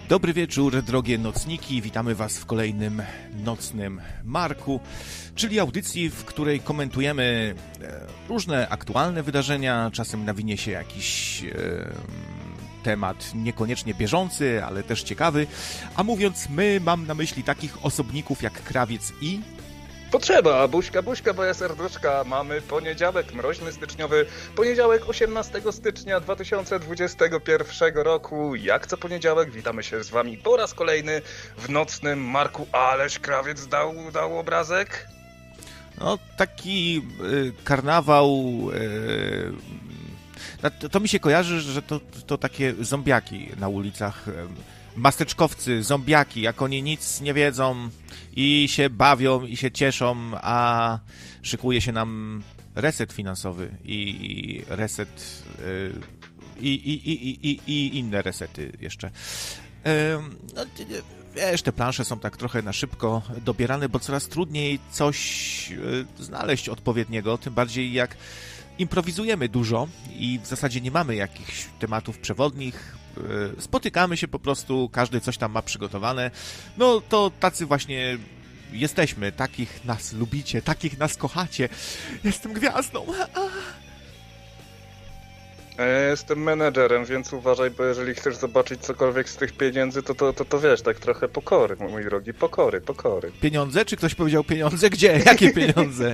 Dobry wieczór, drogie nocniki. Witamy Was w kolejnym Nocnym Marku, czyli audycji, w której komentujemy różne aktualne wydarzenia. Czasem nawinie się jakiś temat niekoniecznie bieżący, ale też ciekawy. A mówiąc my, mam na myśli takich osobników jak Krawiec i... Potrzeba, buźka, moja serduszka. Mamy poniedziałek, mroźny styczniowy, poniedziałek 18 stycznia 2021 roku. Jak co poniedziałek witamy się z wami po raz kolejny w Nocnym Marku. Ależ Krawiec dał obrazek? No, taki karnawał... To mi się kojarzy, że to takie zombiaki na ulicach... Masteczkowcy, zombiaki, jak oni nic nie wiedzą i się bawią i się cieszą, a szykuje się nam reset finansowy i reset i inne resety jeszcze. No, wiesz, te plansze są tak trochę na szybko dobierane, bo coraz trudniej coś znaleźć odpowiedniego, tym bardziej jak improwizujemy dużo i w zasadzie nie mamy jakichś tematów przewodnich. Spotykamy się po prostu, każdy coś tam ma przygotowane. No to tacy właśnie jesteśmy, takich nas lubicie, takich nas kochacie. Jestem gwiazdą. Ja jestem menedżerem, więc uważaj, bo jeżeli chcesz zobaczyć cokolwiek z tych pieniędzy, to wiesz, tak trochę pokory, mój drogi, pokory. Pieniądze? Czy ktoś powiedział pieniądze? Gdzie? Jakie pieniądze?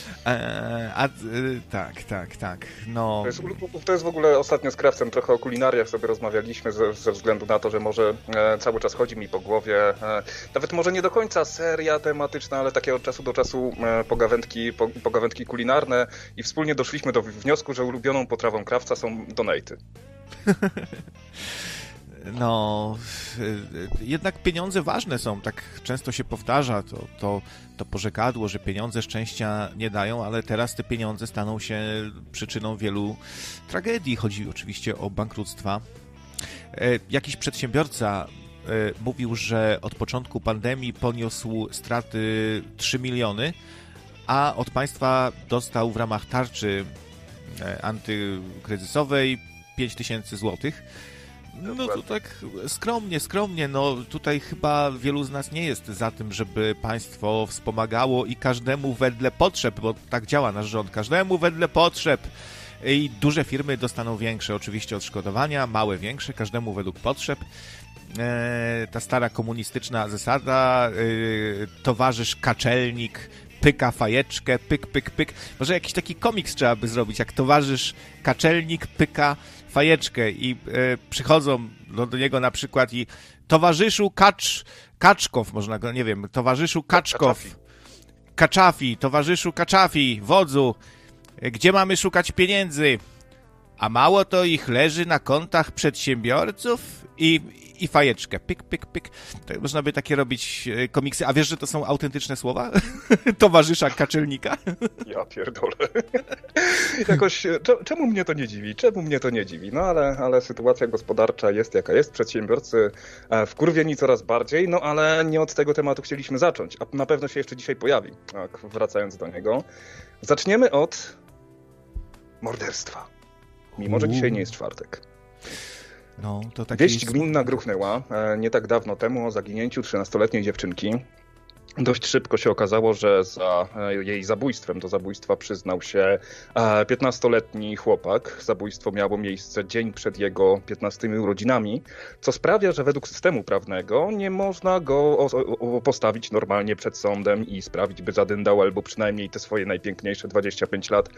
Tak. No. To jest w ogóle ostatnio z Krawcem trochę o kulinariach sobie rozmawialiśmy ze względu na to, że może cały czas chodzi mi po głowie, nawet może nie do końca seria tematyczna, ale takie od czasu do czasu pogawędki kulinarne i wspólnie doszliśmy do wniosku, że ulubioną potrawą Krawca są donaty. No, jednak pieniądze ważne są, tak często się powtarza to porzekadło, że pieniądze szczęścia nie dają, ale teraz te pieniądze staną się przyczyną wielu tragedii. Chodzi oczywiście o bankructwa. Jakiś przedsiębiorca mówił, że od początku pandemii poniósł straty 3 miliony, a od państwa dostał w ramach tarczy antykryzysowej 5 tysięcy złotych. No to tak skromnie, no tutaj chyba wielu z nas nie jest za tym, żeby państwo wspomagało i każdemu wedle potrzeb, bo tak działa nasz rząd, każdemu wedle potrzeb. I duże firmy dostaną większe oczywiście odszkodowania, małe większe, każdemu według potrzeb. Ta stara komunistyczna zasada, towarzysz kaczelnik pyka fajeczkę, pyk. Może jakiś taki komiks trzeba by zrobić, jak towarzysz kaczelnik pyka fajeczkę i przychodzą do niego na przykład i towarzyszu Kaczkow, można go, nie wiem, towarzyszu Kaczafi, towarzyszu Kaczafi, wodzu, gdzie mamy szukać pieniędzy? A mało to ich leży na kontach przedsiębiorców i fajeczkę. Pyk. Tak można by takie robić komiksy. A wiesz, że to są autentyczne słowa? Towarzysza Kaczelnika. Ja pierdolę. Jakoś, czemu mnie to nie dziwi? No ale sytuacja gospodarcza jest jaka jest. Przedsiębiorcy wkurwieni coraz bardziej, no ale nie od tego tematu chcieliśmy zacząć. A na pewno się jeszcze dzisiaj pojawi. Tak, wracając do niego. Zaczniemy od morderstwa. Mimo że dzisiaj nie jest czwartek. No, to taki Wieść gminna gruchnęła nie tak dawno temu o zaginięciu 13-letniej dziewczynki. Dość szybko się okazało, że za jej zabójstwem, do zabójstwa przyznał się 15-letni chłopak. Zabójstwo miało miejsce dzień przed jego 15 urodzinami, co sprawia, że według systemu prawnego nie można go postawić normalnie przed sądem i sprawić, by zadyndał albo przynajmniej te swoje najpiękniejsze 25 lat,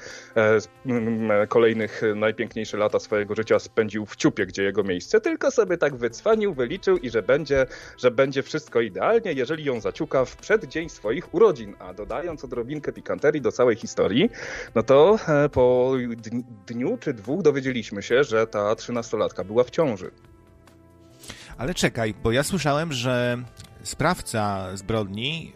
kolejnych najpiękniejsze lata swojego życia spędził w ciupie, gdzie jego miejsce, tylko sobie tak wycwanił, wyliczył i że będzie wszystko idealnie, jeżeli ją zaciuka w przeddzień swoich urodzin, a dodając odrobinkę pikanterii do całej historii, no to po dniu czy dwóch dowiedzieliśmy się, że ta 13-latka była w ciąży. Ale czekaj, bo ja słyszałem, że sprawca zbrodni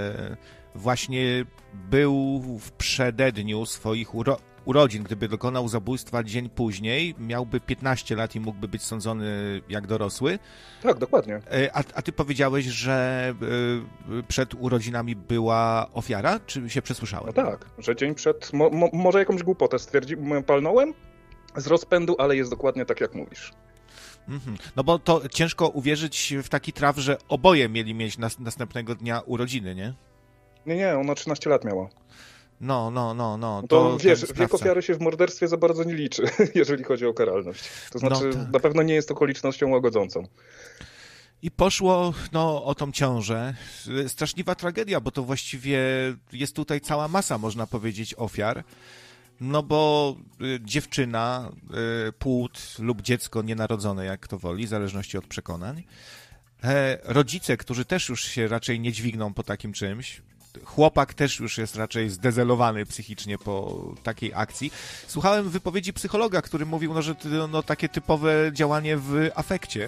właśnie był w przededniu swoich urodzin. Gdyby dokonał zabójstwa dzień później, miałby 15 lat i mógłby być sądzony jak dorosły. Tak, dokładnie. A ty powiedziałeś, że przed urodzinami była ofiara? Czy się przesłyszałem? No tak, że dzień przed... może jakąś głupotę palnąłem z rozpędu, ale jest dokładnie tak, jak mówisz. No bo to ciężko uwierzyć w taki traf, że oboje mieli mieć następnego dnia urodziny, nie? Nie, ona 13 lat miała. No. To wiesz, wiek ofiary się w morderstwie za bardzo nie liczy, jeżeli chodzi o karalność. To znaczy, tak. Na pewno nie jest okolicznością łagodzącą. I poszło, o tą ciążę. Straszliwa tragedia, bo to właściwie jest tutaj cała masa, można powiedzieć, ofiar. No bo dziewczyna, płód lub dziecko nienarodzone, jak kto woli, w zależności od przekonań. Rodzice, którzy też już się raczej nie dźwigną po takim czymś. Chłopak też już jest raczej zdezelowany psychicznie po takiej akcji. Słuchałem wypowiedzi psychologa, który mówił, że takie typowe działanie w afekcie.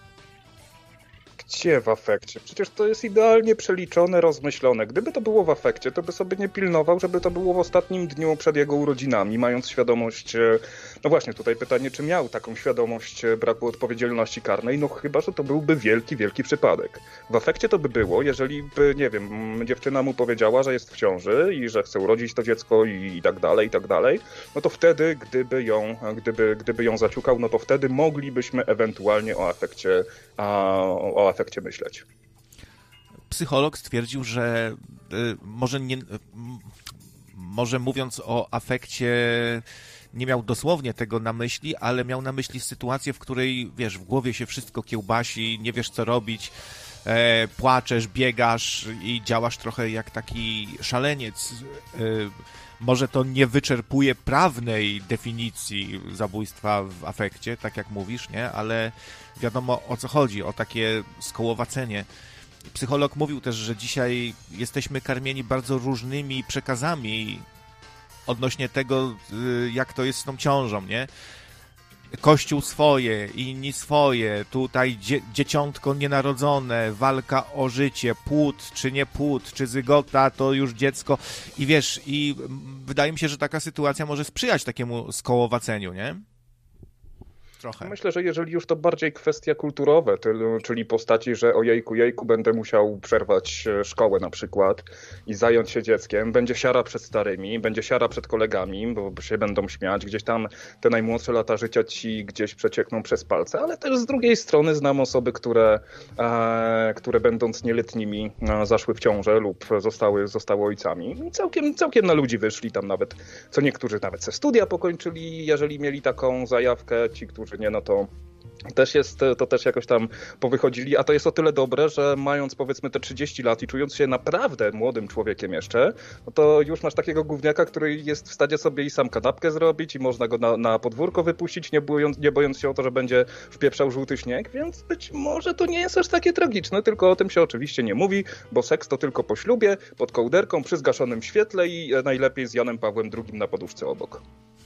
Gdzie w afekcie? Przecież to jest idealnie przeliczone, rozmyślone. Gdyby to było w afekcie, to by sobie nie pilnował, żeby to było w ostatnim dniu przed jego urodzinami, mając świadomość... No właśnie, tutaj pytanie, czy miał taką świadomość braku odpowiedzialności karnej? No chyba, że to byłby wielki, wielki przypadek. W afekcie to by było, jeżeli by, nie wiem, dziewczyna mu powiedziała, że jest w ciąży i że chce urodzić to dziecko i tak dalej, no to wtedy, gdyby ją zaciukał, no to wtedy moglibyśmy ewentualnie o afekcie myśleć. Psycholog stwierdził, że może mówiąc o afekcie nie miał dosłownie tego na myśli, ale miał na myśli sytuację, w której, wiesz, w głowie się wszystko kiełbasi, nie wiesz co robić, płaczesz, biegasz i działasz trochę jak taki szaleniec. Może to nie wyczerpuje prawnej definicji zabójstwa w afekcie, tak jak mówisz, nie? Ale wiadomo o co chodzi, o takie skołowacenie. Psycholog mówił też, że dzisiaj jesteśmy karmieni bardzo różnymi przekazami odnośnie tego, jak to jest z tą ciążą, nie? Kościół swoje, inni swoje, tutaj dzieciątko nienarodzone, walka o życie, płód czy nie płód, czy zygota, to już dziecko. I wiesz, i wydaje mi się, że taka sytuacja może sprzyjać takiemu skołowaceniu, nie? Trochę. Myślę, że jeżeli już to bardziej kwestia kulturowe, czyli postaci, że jejku, będę musiał przerwać szkołę na przykład i zająć się dzieckiem, będzie siara przed starymi, będzie siara przed kolegami, bo się będą śmiać, gdzieś tam te najmłodsze lata życia ci gdzieś przeciekną przez palce, ale też z drugiej strony znam osoby, które będąc nieletnimi zaszły w ciążę lub zostały ojcami i całkiem na ludzi wyszli, tam nawet co niektórzy nawet se studia pokończyli, jeżeli mieli taką zajawkę, ci, którzy nie, no to też jakoś tam powychodzili, a to jest o tyle dobre, że mając powiedzmy te 30 lat i czując się naprawdę młodym człowiekiem jeszcze, no to już masz takiego gówniaka, który jest w stanie sobie i sam kanapkę zrobić i można go na podwórko wypuścić, nie bojąc się o to, że będzie wpieprzał żółty śnieg, więc być może to nie jest aż takie tragiczne, tylko o tym się oczywiście nie mówi, bo seks to tylko po ślubie, pod kołderką, przy zgaszonym świetle i najlepiej z Janem Pawłem II na poduszce obok.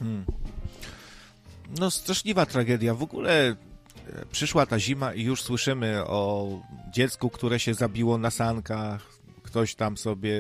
No straszliwa tragedia. W ogóle przyszła ta zima i już słyszymy o dziecku, które się zabiło na sankach. Ktoś tam sobie...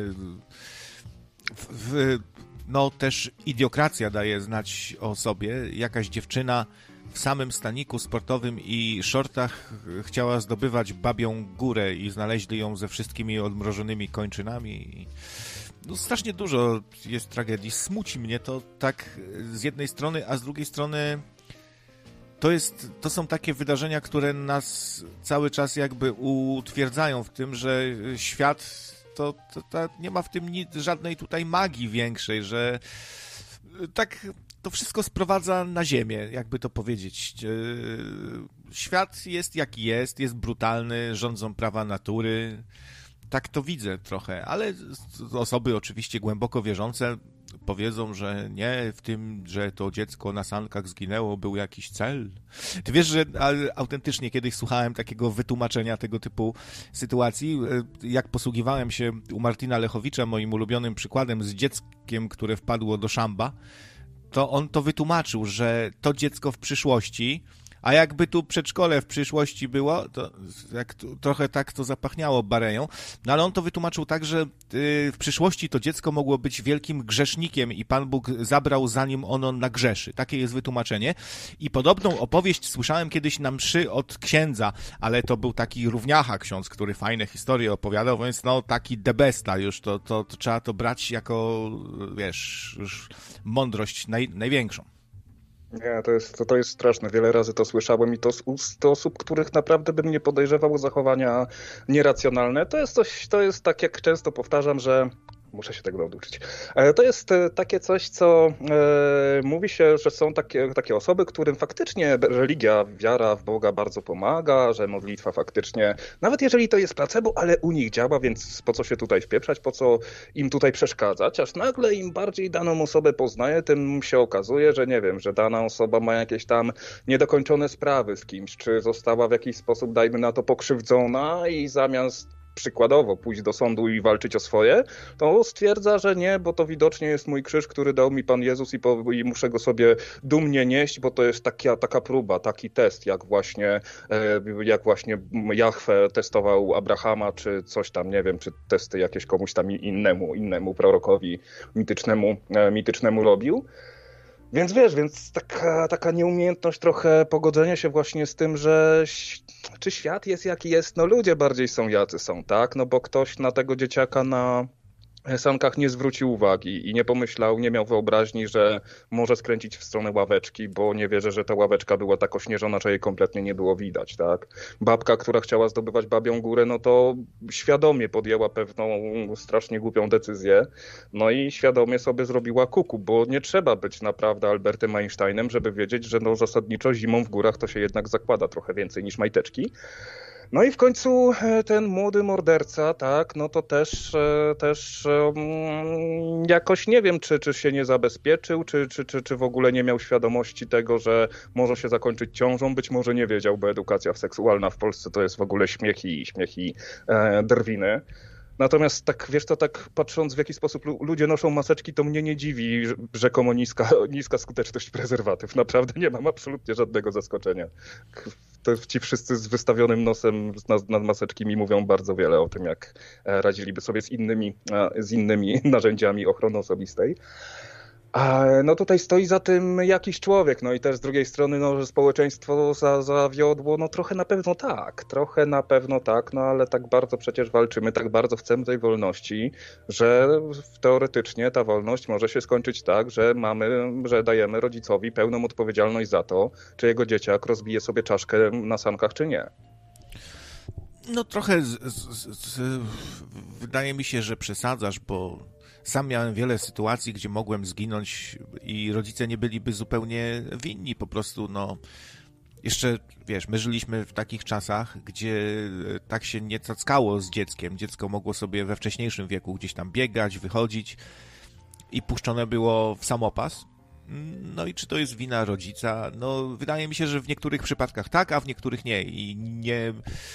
No też idiokracja daje znać o sobie. Jakaś dziewczyna w samym staniku sportowym i shortach chciała zdobywać babią górę i znaleźli ją ze wszystkimi odmrożonymi kończynami. No strasznie dużo jest tragedii. Smuci mnie to tak z jednej strony, a z drugiej strony to są takie wydarzenia, które nas cały czas jakby utwierdzają w tym, że świat to nie ma w tym żadnej tutaj magii większej, że tak to wszystko sprowadza na ziemię, jakby to powiedzieć. Świat jest jaki jest brutalny, rządzą prawa natury. Tak to widzę trochę, ale osoby oczywiście głęboko wierzące powiedzą, że nie, w tym, że to dziecko na sankach zginęło, był jakiś cel. Ty wiesz, że autentycznie kiedyś słuchałem takiego wytłumaczenia tego typu sytuacji, jak posługiwałem się u Martina Lechowicza, moim ulubionym przykładem, z dzieckiem, które wpadło do szamba, to on to wytłumaczył, że to dziecko w przyszłości, a jakby tu przedszkole w przyszłości było, to trochę tak to zapachniało bareją, no ale on to wytłumaczył tak, że w przyszłości to dziecko mogło być wielkim grzesznikiem i Pan Bóg zabrał zanim ono nagrzeszy. Takie jest wytłumaczenie. I podobną opowieść słyszałem kiedyś na mszy od księdza, ale to był taki równiacha ksiądz, który fajne historie opowiadał, więc no taki debesta już, to trzeba to brać jako, wiesz, już mądrość największą. Nie, to jest straszne. Wiele razy to słyszałem i to z ust osób, których naprawdę bym nie podejrzewał o zachowania nieracjonalne. To jest tak, jak często powtarzam, że muszę się tego nauczyć. To jest takie coś, co mówi się, że są takie osoby, którym faktycznie religia, wiara w Boga bardzo pomaga, że modlitwa faktycznie, nawet jeżeli to jest placebo, ale u nich działa, więc po co się tutaj wpieprzać, po co im tutaj przeszkadzać, aż nagle im bardziej daną osobę poznaje, tym się okazuje, że nie wiem, że dana osoba ma jakieś tam niedokończone sprawy z kimś, czy została w jakiś sposób, dajmy na to, pokrzywdzona i zamiast przykładowo pójść do sądu i walczyć o swoje, to stwierdza, że nie, bo to widocznie jest mój krzyż, który dał mi Pan Jezus i muszę go sobie dumnie nieść, bo to jest taka próba, taki test, jak właśnie Jahwe testował Abrahama, czy coś tam, nie wiem, czy testy jakieś komuś tam innemu prorokowi mitycznemu robił. Więc wiesz, taka nieumiejętność trochę pogodzenia się właśnie z tym, że czy świat jest jaki jest, no ludzie bardziej są jacy są, tak? No bo ktoś na tego dzieciaka na sankach nie zwrócił uwagi i nie pomyślał, nie miał wyobraźni, że może skręcić w stronę ławeczki, bo nie wierzę, że ta ławeczka była tak ośnieżona, że jej kompletnie nie było widać, tak? Babka, która chciała zdobywać babią górę, no to świadomie podjęła pewną strasznie głupią decyzję, no i świadomie sobie zrobiła kuku, bo nie trzeba być naprawdę Albertem Einsteinem, żeby wiedzieć, że no zasadniczo zimą w górach to się jednak zakłada trochę więcej niż majteczki. No i w końcu ten młody morderca, tak, no to też jakoś nie wiem, czy się nie zabezpieczył, czy w ogóle nie miał świadomości tego, że może się zakończyć ciążą, być może nie wiedział, bo edukacja seksualna w Polsce to jest w ogóle śmiech i drwiny. Natomiast tak, wiesz, to tak patrząc w jaki sposób ludzie noszą maseczki, to mnie nie dziwi rzekomo niska skuteczność prezerwatyw. Naprawdę nie mam absolutnie żadnego zaskoczenia. Ci wszyscy z wystawionym nosem nad maseczki mi mówią bardzo wiele o tym, jak radziliby sobie z innymi narzędziami ochrony osobistej. No tutaj stoi za tym jakiś człowiek, no i też z drugiej strony, no, że społeczeństwo zawiodło, no trochę na pewno tak, no ale tak bardzo przecież walczymy, tak bardzo chcemy tej wolności, że teoretycznie ta wolność może się skończyć tak, że dajemy rodzicowi pełną odpowiedzialność za to, czy jego dzieciak rozbije sobie czaszkę na sankach, czy nie. No trochę wydaje mi się, że przesadzasz, bo sam miałem wiele sytuacji, gdzie mogłem zginąć i rodzice nie byliby zupełnie winni, po prostu, no, jeszcze, wiesz, my żyliśmy w takich czasach, gdzie tak się nie cackało z dzieckiem. Dziecko mogło sobie we wcześniejszym wieku gdzieś tam biegać, wychodzić i puszczone było w samopas. No i czy to jest wina rodzica? No, wydaje mi się, że w niektórych przypadkach tak, a w niektórych nie. I nie...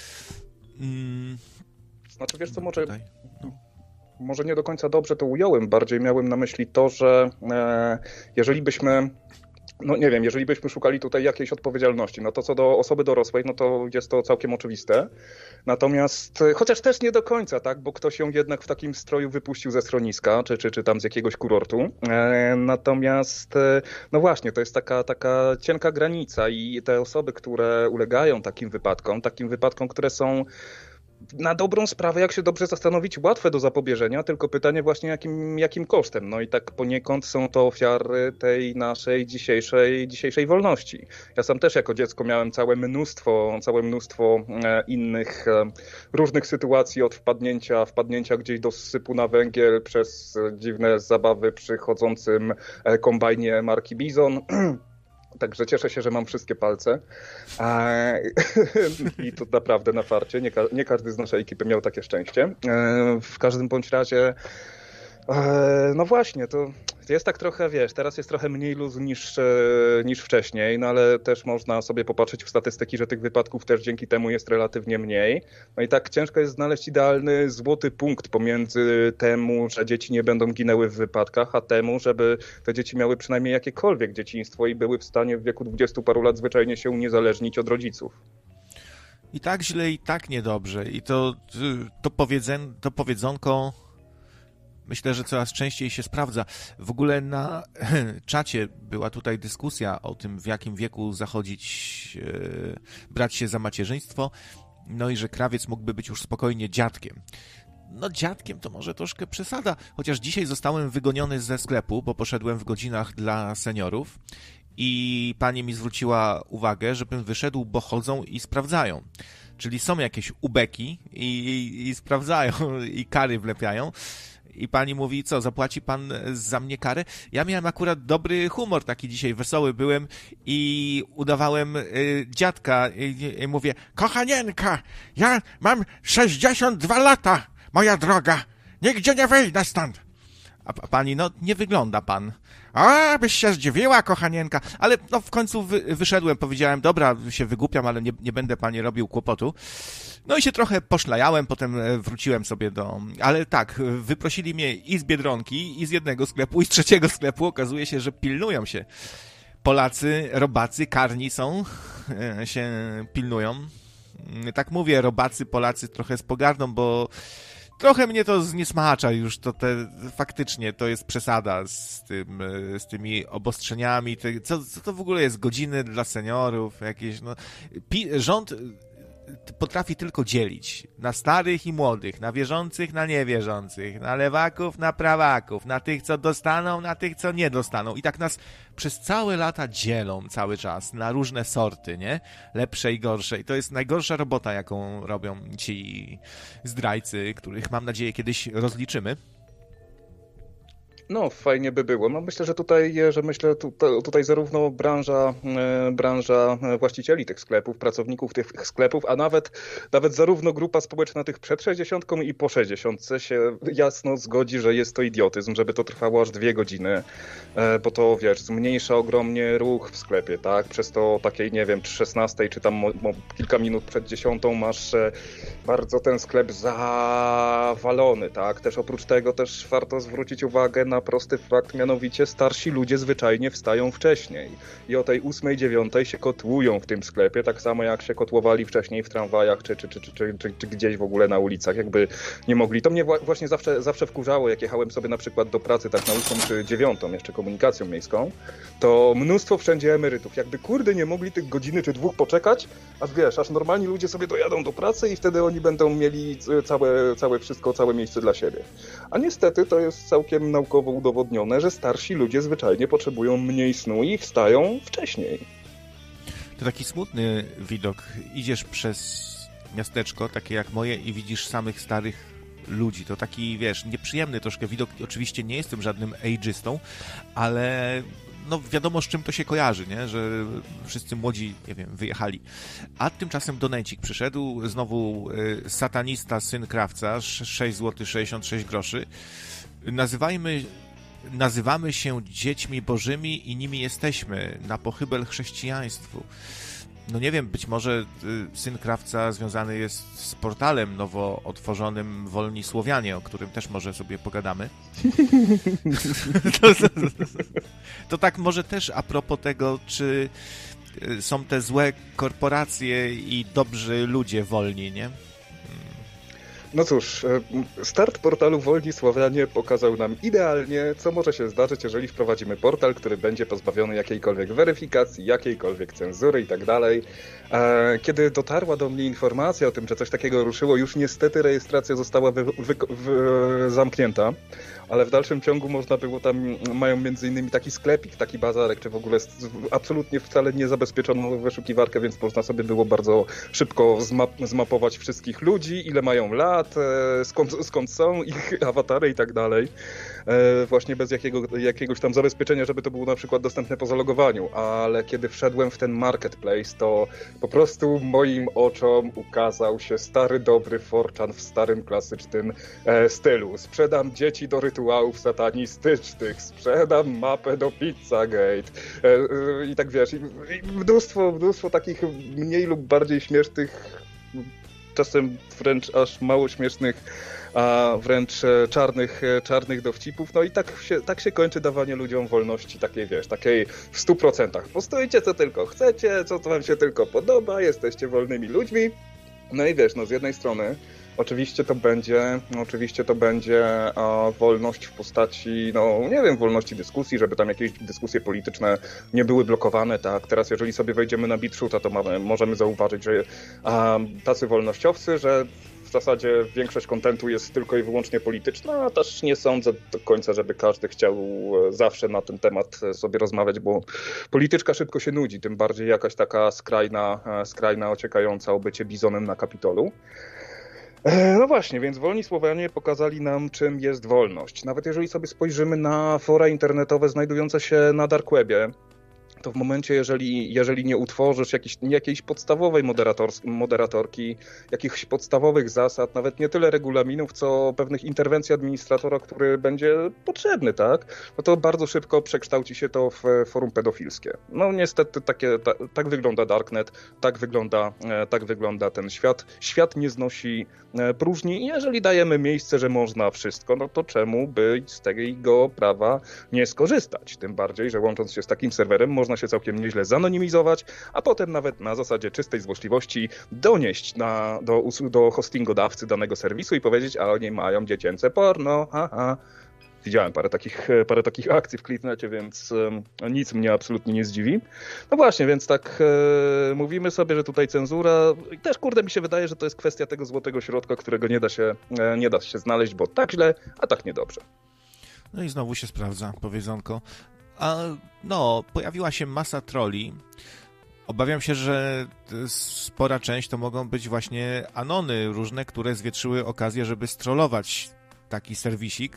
Znaczy, wiesz co, może nie do końca dobrze to ująłem, bardziej miałem na myśli to, że jeżeli byśmy szukali tutaj jakiejś odpowiedzialności, no to co do osoby dorosłej, no to jest to całkiem oczywiste. Natomiast, chociaż też nie do końca, tak, bo ktoś ją jednak w takim stroju wypuścił ze schroniska, czy tam z jakiegoś kurortu. Natomiast, no właśnie, to jest taka cienka granica i te osoby, które ulegają takim wypadkom, które są na dobrą sprawę, jak się dobrze zastanowić, łatwe do zapobieżenia, tylko pytanie właśnie jakim kosztem. No i tak poniekąd są to ofiary tej naszej dzisiejszej wolności. Ja sam też jako dziecko miałem całe mnóstwo innych różnych sytuacji, od wpadnięcia gdzieś do sypu na węgiel, przez dziwne zabawy przy chodzącym kombajnie marki Bizon. Także cieszę się, że mam wszystkie palce. I to naprawdę na farcie. Nie każdy z naszej ekipy miał takie szczęście. W każdym bądź razie, no właśnie, to jest tak trochę, wiesz, teraz jest trochę mniej luzu niż wcześniej, no ale też można sobie popatrzeć w statystyki, że tych wypadków też dzięki temu jest relatywnie mniej. No i tak ciężko jest znaleźć idealny złoty punkt pomiędzy temu, że dzieci nie będą ginęły w wypadkach, a temu, żeby te dzieci miały przynajmniej jakiekolwiek dzieciństwo i były w stanie w wieku 20 paru lat zwyczajnie się uniezależnić od rodziców. I tak źle, i tak niedobrze. I to powiedzonko myślę, że coraz częściej się sprawdza. W ogóle na czacie była tutaj dyskusja o tym, w jakim wieku brać się za macierzyństwo, no i że krawiec mógłby być już spokojnie dziadkiem. No dziadkiem to może troszkę przesada, chociaż dzisiaj zostałem wygoniony ze sklepu, bo poszedłem w godzinach dla seniorów i pani mi zwróciła uwagę, żebym wyszedł, bo chodzą i sprawdzają. Czyli są jakieś ubeki i sprawdzają i kary wlepiają. I pani mówi, co, zapłaci pan za mnie karę? Ja miałem akurat dobry humor, taki dzisiaj wesoły byłem i udawałem dziadka i mówię, kochanienka, ja mam 62 lata, moja droga, nigdzie nie wyjdę stąd. A pani, no nie wygląda pan. A, byś się zdziwiła, kochanienka. Ale no w końcu wyszedłem, powiedziałem, dobra, się wygłupiam, ale nie będę pani robił kłopotu. No i się trochę poszlajałem, potem wróciłem sobie Ale tak, wyprosili mnie i z Biedronki, i z jednego sklepu, i z trzeciego sklepu. Okazuje się, że pilnują się. Polacy, robacy, karni są, się pilnują. Tak mówię, robacy, Polacy trochę z pogardą, bo trochę mnie to zniesmacza już, faktycznie to jest przesada z tymi obostrzeniami. Co to w ogóle jest? Godziny dla seniorów, jakieś, no. Rząd potrafi tylko dzielić na starych i młodych, na wierzących, na niewierzących, na lewaków, na prawaków, na tych, co dostaną, na tych, co nie dostaną. I tak nas przez całe lata dzielą cały czas na różne sorty, nie? Lepsze i gorsze. I to jest najgorsza robota, jaką robią ci zdrajcy, których mam nadzieję kiedyś rozliczymy. No, fajnie by było. No myślę, że tutaj zarówno branża właścicieli tych sklepów, pracowników tych sklepów, a nawet zarówno grupa społeczna tych przed 60 i po 60 się jasno zgodzi, że jest to idiotyzm, żeby to trwało aż 2 godziny, bo to, wiesz, zmniejsza ogromnie ruch w sklepie, tak? Przez to takiej, nie wiem, 16 czy tam kilka minut przed 10 masz bardzo ten sklep zawalony, tak? Też oprócz tego też warto zwrócić uwagę na prosty fakt, mianowicie starsi ludzie zwyczajnie wstają wcześniej i o tej 8, 9 się kotłują w tym sklepie, tak samo jak się kotłowali wcześniej w tramwajach czy gdzieś w ogóle na ulicach, jakby nie mogli. To mnie właśnie zawsze wkurzało, jak jechałem sobie na przykład do pracy tak na 8 czy 9, jeszcze komunikacją miejską, to mnóstwo wszędzie emerytów, jakby kurde nie mogli tych godziny czy 2 poczekać, aż normalni ludzie sobie dojadą do pracy i wtedy oni będą mieli całe miejsce dla siebie. A niestety to jest całkiem naukowo udowodnione, że starsi ludzie zwyczajnie potrzebują mniej snu i wstają wcześniej. To taki smutny widok. Idziesz przez miasteczko, takie jak moje, i widzisz samych starych ludzi. To taki, wiesz, nieprzyjemny troszkę widok. Oczywiście nie jestem żadnym ageistą, ale no wiadomo, z czym to się kojarzy, nie? Że wszyscy młodzi, nie wiem, wyjechali. A tymczasem donecik przyszedł, znowu satanista, syn krawca, 6 zł 66 groszy. Nazywamy się dziećmi bożymi i nimi jesteśmy, na pochybel chrześcijaństwu. No nie wiem, być może syn krawca związany jest z portalem nowo otworzonym Wolni Słowianie, o którym też może sobie pogadamy. To tak może też a propos tego, czy są te złe korporacje i dobrzy ludzie wolni, nie? No cóż, start portalu Wolni Słowianie pokazał nam idealnie, co może się zdarzyć, jeżeli wprowadzimy portal, który będzie pozbawiony jakiejkolwiek weryfikacji, jakiejkolwiek cenzury i tak dalej. Kiedy dotarła do mnie informacja o tym, że coś takiego ruszyło, już niestety rejestracja została zamknięta, ale w dalszym ciągu można było tam, mają między innymi taki sklepik, taki bazarek, czy w ogóle absolutnie wcale nie zabezpieczoną wyszukiwarkę, więc można sobie było bardzo szybko zmapować wszystkich ludzi, ile mają lat, skąd są ich awatary i tak dalej. Właśnie bez jakiegoś tam zabezpieczenia, żeby to było na przykład dostępne po zalogowaniu, ale kiedy wszedłem w ten marketplace, to po prostu moim oczom ukazał się stary, dobry 4chan w starym, klasycznym stylu. Sprzedam dzieci do rytuałów satanistycznych, sprzedam mapę do Pizzagate i tak wiesz, i mnóstwo takich mniej lub bardziej śmiesznych, czasem wręcz aż mało śmiesznych, a wręcz czarnych dowcipów. No i tak się kończy dawanie ludziom wolności takiej, wiesz, takiej w 100%. Postujcie co tylko chcecie, co wam się tylko podoba, jesteście wolnymi ludźmi. No i wiesz, no z jednej strony oczywiście to będzie wolność w postaci, no nie wiem, wolności dyskusji, żeby tam jakieś dyskusje polityczne nie były blokowane, tak? Teraz jeżeli sobie wejdziemy na BitChuta, to możemy zauważyć, że tacy wolnościowcy, że zasadzie większość kontentu jest tylko i wyłącznie polityczna, a też nie sądzę do końca, żeby każdy chciał zawsze na ten temat sobie rozmawiać, bo polityczka szybko się nudzi, tym bardziej jakaś taka skrajna ociekająca o bycie bizonem na Kapitolu. No właśnie, więc wolni Słowianie pokazali nam, czym jest wolność. Nawet jeżeli sobie spojrzymy na fora internetowe znajdujące się na Dark Webie, to w momencie, jeżeli nie utworzysz jakiejś podstawowej moderatorki, jakichś podstawowych zasad, nawet nie tyle regulaminów, co pewnych interwencji administratora, który będzie potrzebny, tak? No to bardzo szybko przekształci się to w forum pedofilskie. No niestety tak wygląda Darknet, tak wygląda ten świat. Świat nie znosi próżni i jeżeli dajemy miejsce, że można wszystko, no to czemu by z tego prawa nie skorzystać? Tym bardziej, że łącząc się z takim serwerem można się całkiem nieźle zanonimizować, a potem nawet na zasadzie czystej złośliwości donieść do hostingodawcy danego serwisu i powiedzieć, a oni mają dziecięce porno, haha. Widziałem parę takich akcji w Clicknecie, więc nic mnie absolutnie nie zdziwi. No właśnie, więc tak mówimy sobie, że tutaj cenzura i też kurde mi się wydaje, że to jest kwestia tego złotego środka, którego nie da się znaleźć, bo tak źle, a tak niedobrze. No i znowu się sprawdza powiedzonko. A no, pojawiła się masa trolli. Obawiam się, że spora część to mogą być właśnie anony różne, które zwietrzyły okazję, żeby strollować taki serwisik.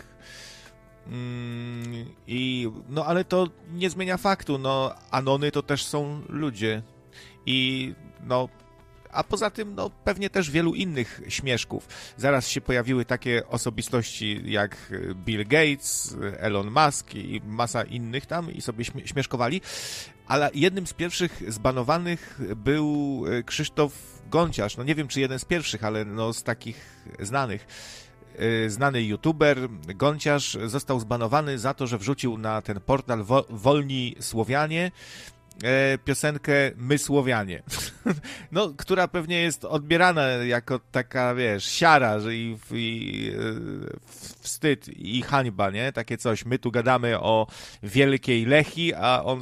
No ale to nie zmienia faktu, no anony to też są ludzie i no a poza tym no pewnie też wielu innych śmieszków. Zaraz się pojawiły takie osobistości jak Bill Gates, Elon Musk i masa innych tam i sobie śmieszkowali, ale jednym z pierwszych zbanowanych był Krzysztof Gonciarz, no nie wiem czy jeden z pierwszych, ale no z takich znanych. Znany youtuber Gonciarz został zbanowany za to, że wrzucił na ten portal Wolni Słowianie piosenkę My Słowianie, no, która pewnie jest odbierana jako taka, wiesz, siara i wstyd i hańba, nie? Takie coś, my tu gadamy o wielkiej Lechii, a on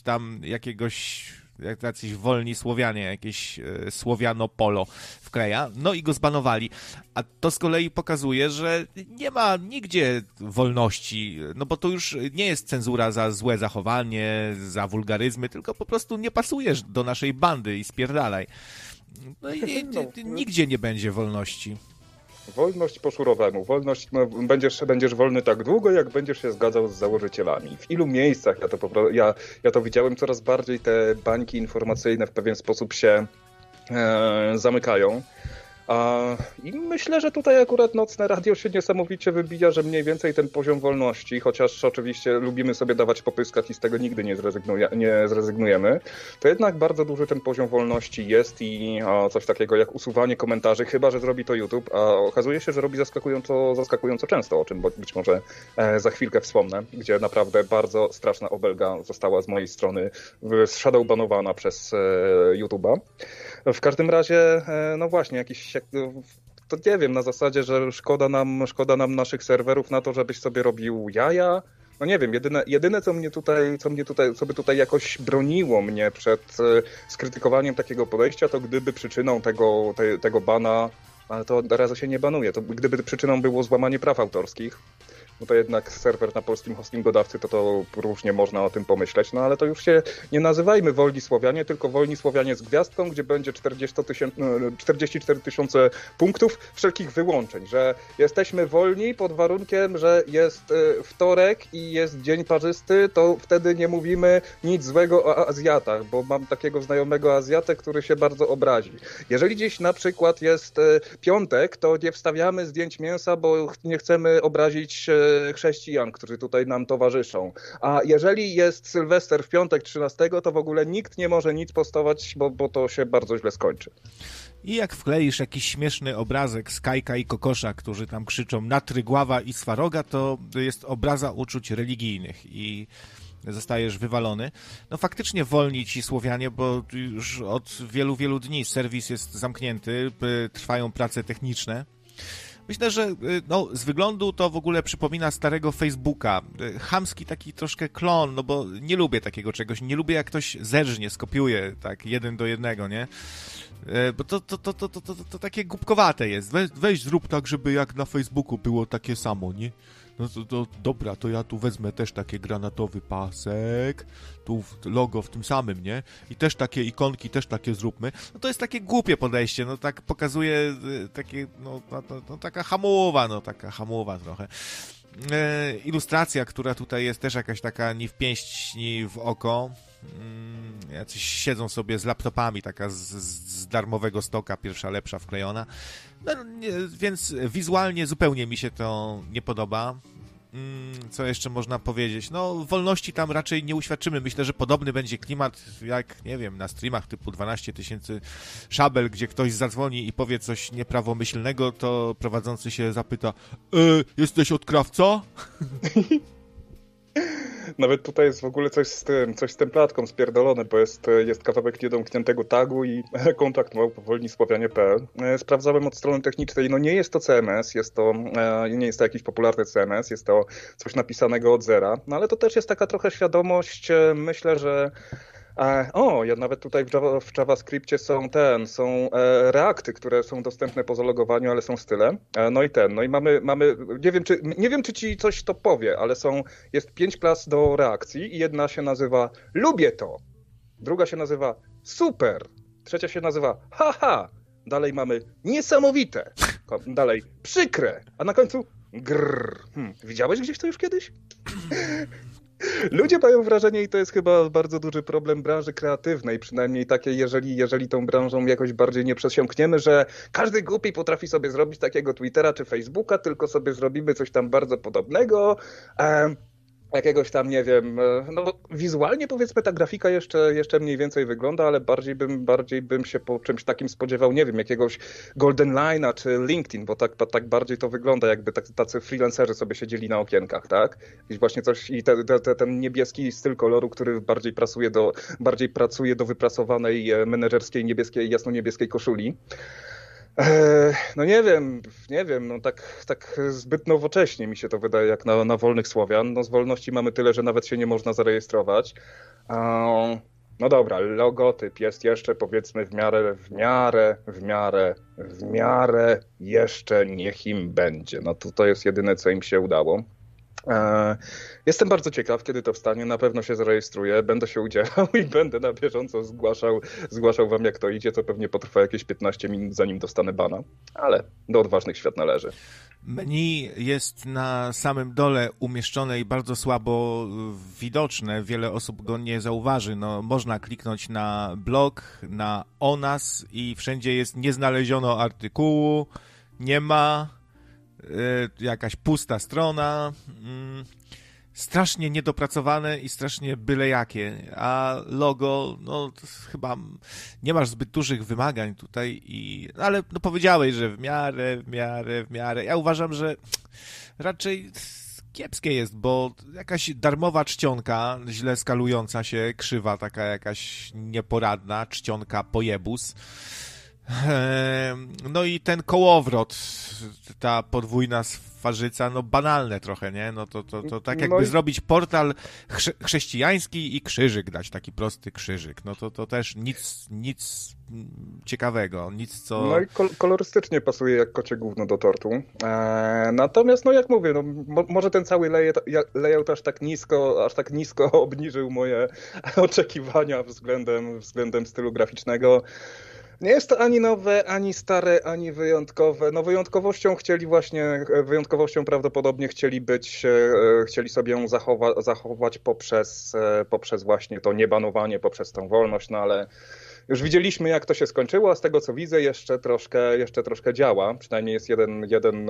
jacyś wolni Słowianie, jakieś Słowiano-polo wkleja, no i go zbanowali. A to z kolei pokazuje, że nie ma nigdzie wolności, no bo to już nie jest cenzura za złe zachowanie, za wulgaryzmy, tylko po prostu nie pasujesz do naszej bandy i spierdalaj. No i nigdzie nie będzie wolności. Wolność po szurowemu. Wolność, no, będziesz wolny tak długo, jak będziesz się zgadzał z założycielami. W ilu miejscach ja to widziałem coraz bardziej, te bańki informacyjne w pewien sposób się zamykają. I myślę, że tutaj akurat Nocne Radio się niesamowicie wybija, że mniej więcej ten poziom wolności, chociaż oczywiście lubimy sobie dawać popyskać i z tego nigdy nie zrezygnujemy, to jednak bardzo duży ten poziom wolności jest i coś takiego jak usuwanie komentarzy, chyba że zrobi to YouTube, a okazuje się, że robi zaskakująco często, o czym być może za chwilkę wspomnę, gdzie naprawdę bardzo straszna obelga została z mojej strony shadowbanowana przez YouTube'a. W każdym razie, no właśnie, to nie wiem, na zasadzie, że szkoda nam naszych serwerów na to, żebyś sobie robił jaja. No nie wiem, jedyne co by tutaj jakoś broniło mnie przed skrytykowaniem takiego podejścia, to gdyby przyczyną tego bana, ale to od razu się nie banuje, to gdyby przyczyną było złamanie praw autorskich, no to jednak serwer na polskim hostingodawcy, to różnie można o tym pomyśleć, no ale to już się nie nazywajmy Wolni Słowianie, tylko Wolni Słowianie z gwiazdką, gdzie będzie 44 000 punktów wszelkich wyłączeń, że jesteśmy wolni pod warunkiem, że jest wtorek i jest dzień parzysty, to wtedy nie mówimy nic złego o Azjatach, bo mam takiego znajomego Azjatę, który się bardzo obrazi. Jeżeli gdzieś na przykład jest piątek, to nie wstawiamy zdjęć mięsa, bo nie chcemy obrazić chrześcijan, którzy tutaj nam towarzyszą. A jeżeli jest Sylwester w piątek 13, to w ogóle nikt nie może nic postować, bo to się bardzo źle skończy. I jak wkleisz jakiś śmieszny obrazek z Kajka i Kokosza, którzy tam krzyczą na Trygława i Swaroga, to jest obraza uczuć religijnych i zostajesz wywalony. No faktycznie wolni ci Słowianie, bo już od wielu, wielu dni serwis jest zamknięty, trwają prace techniczne. Myślę, że no, z wyglądu to w ogóle przypomina starego Facebooka. Chamski taki troszkę klon, no bo nie lubię takiego czegoś. Nie lubię, jak ktoś zerżnie, skopiuje tak 1 do 1, nie? Bo to takie głupkowate jest. Weź zrób tak, żeby jak na Facebooku było takie samo, nie? No to dobra, to ja tu wezmę też takie granatowy pasek, tu logo w tym samym, nie? I też takie ikonki, też takie zróbmy. No to jest takie głupie podejście, no tak pokazuje takie, taka hamowa trochę. Ilustracja, która tutaj jest też jakaś taka ni w pięść, ni w oko. Jacyś siedzą sobie z laptopami, taka z darmowego stoka, pierwsza lepsza wklejona. No, więc wizualnie zupełnie mi się to nie podoba. Co jeszcze można powiedzieć? No, wolności tam raczej nie uświadczymy. Myślę, że podobny będzie klimat jak, nie wiem, na streamach typu 12 000 szabel, gdzie ktoś zadzwoni i powie coś nieprawomyślnego, to prowadzący się zapyta: jesteś od krawca? Nawet tutaj jest w ogóle coś z tym platką spierdolone, bo jest kawałek niedomkniętego tagu i kontakt małpowolnisławianie.pl. Sprawdzałem od strony technicznej, no nie jest to CMS, nie jest to jakiś popularny CMS, jest to coś napisanego od zera, no ale to też jest taka trochę świadomość, myślę, że nawet tutaj w JavaScriptie są reakty, które są dostępne po zalogowaniu, ale są style. No i mamy, nie wiem, czy ci coś to powie, ale jest 5 klas do reakcji i jedna się nazywa lubię to, druga się nazywa super, trzecia się nazywa haha, dalej mamy niesamowite, dalej przykre, a na końcu grrr. Widziałeś gdzieś to już kiedyś? Ludzie mają wrażenie, i to jest chyba bardzo duży problem branży kreatywnej, przynajmniej takiej, jeżeli tą branżą jakoś bardziej nie przesiąkniemy, że każdy głupi potrafi sobie zrobić takiego Twittera czy Facebooka, tylko sobie zrobimy coś tam bardzo podobnego, jakiegoś tam, nie wiem, no wizualnie powiedzmy ta grafika jeszcze mniej więcej wygląda, ale bardziej bym się po czymś takim spodziewał, nie wiem, jakiegoś Golden Line'a czy LinkedIn, bo tak bardziej to wygląda, jakby tacy freelancerzy sobie siedzieli na okienkach, tak? I właśnie coś, i ten niebieski styl koloru, który bardziej pracuje do wyprasowanej menedżerskiej jasno-niebieskiej koszuli. No nie wiem, no tak zbyt nowocześnie mi się to wydaje jak na wolnych Słowian. No z wolności mamy tyle, że nawet się nie można zarejestrować. No dobra, logotyp jest jeszcze powiedzmy w miarę jeszcze niech im będzie. No to jest jedyne, co im się udało. Jestem bardzo ciekaw, kiedy to wstanie, na pewno się zarejestruję, będę się udzielał i będę na bieżąco zgłaszał wam jak to idzie, co pewnie potrwa jakieś 15 minut zanim dostanę bana, ale do odważnych świat należy. Menu jest na samym dole umieszczone i bardzo słabo widoczne, wiele osób go nie zauważy, no można kliknąć na blog, na o nas i wszędzie jest nie znaleziono artykułu, nie ma, jakaś pusta strona, strasznie niedopracowane i strasznie byle jakie, a logo, no chyba nie masz zbyt dużych wymagań tutaj, ale no powiedziałeś, że w miarę. Ja uważam, że raczej kiepskie jest, bo jakaś darmowa czcionka, źle skalująca się, krzywa, taka jakaś nieporadna, czcionka pojebus. No i ten kołowrot, ta podwójna swarzyca, no banalne trochę, nie? No to tak jakby zrobić portal chrześcijański i krzyżyk dać, taki prosty krzyżyk. No to też nic ciekawego, nic co... No i kolorystycznie pasuje jak kocie gówno do tortu. Natomiast, no jak mówię, no, może ten cały layout aż tak nisko obniżył moje oczekiwania względem stylu graficznego. Nie jest to ani nowe, ani stare, ani wyjątkowe. No wyjątkowością prawdopodobnie chcieli sobie ją zachować poprzez właśnie to niebanowanie, poprzez tą wolność, no ale już widzieliśmy jak to się skończyło, a z tego co widzę jeszcze troszkę działa. Przynajmniej jest jeden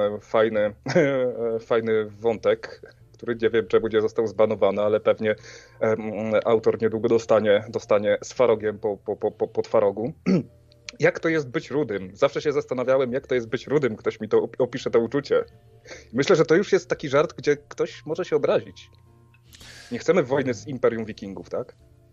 fajny wątek, który nie wiem czemu nie został zbanowany, ale pewnie autor niedługo dostanie swarogiem po twarogu. Jak to jest być rudym? Zawsze się zastanawiałem, jak to jest być rudym. Ktoś mi to opisze to uczucie. Myślę, że to już jest taki żart, gdzie ktoś może się obrazić. Nie chcemy wojny z Imperium Wikingów, tak?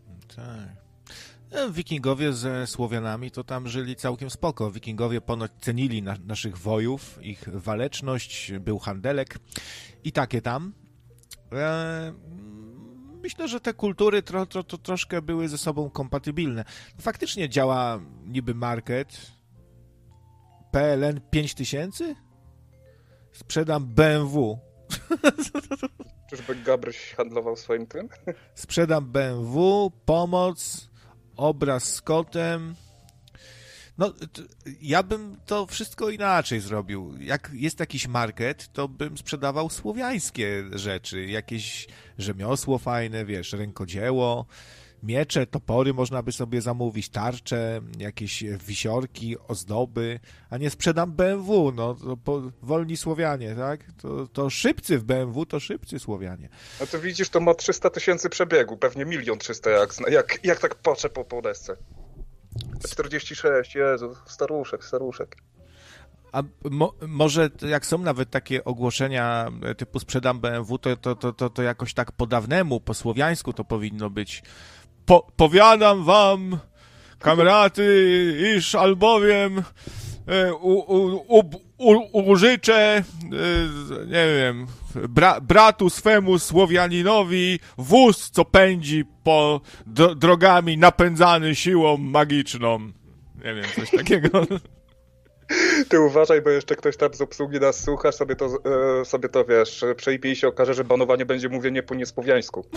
Tak. Wikingowie ze Słowianami to tam żyli całkiem spoko. Wikingowie ponoć cenili naszych wojów, ich waleczność, był handelek i takie tam. myślę, że te kultury troszkę były ze sobą kompatybilne. Faktycznie działa niby market. PLN 5000? Sprzedam BMW. Czyżby Gabryś handlował swoim tym? Sprzedam BMW, pomoc, obraz z kotem. No, ja bym to wszystko inaczej zrobił. Jak jest jakiś market, to bym sprzedawał słowiańskie rzeczy. Jakieś rzemiosło fajne, wiesz, rękodzieło, miecze, topory można by sobie zamówić, tarcze, jakieś wisiorki, ozdoby, a nie sprzedam BMW, no, wolni Słowianie, tak? To szybcy w BMW, to szybcy Słowianie. No to widzisz, to ma 300 000 przebiegu, pewnie 1 300 000, jak tak patrzę po desce. 46, Jezu, staruszek. A może jak są nawet takie ogłoszenia typu sprzedam BMW, to jakoś tak po dawnemu, po słowiańsku to powinno być. Powiadam wam, kamraty, iż albowiem użyczę, nie wiem, bratu swemu Słowianinowi wóz, co pędzi po drogami napędzany siłą magiczną. Nie wiem, coś takiego. Ty uważaj, bo jeszcze ktoś tam z obsługi nas słucha, sobie to wiesz, przejpie i się okaże, że banowanie będzie mówienie po niesłowiańsku.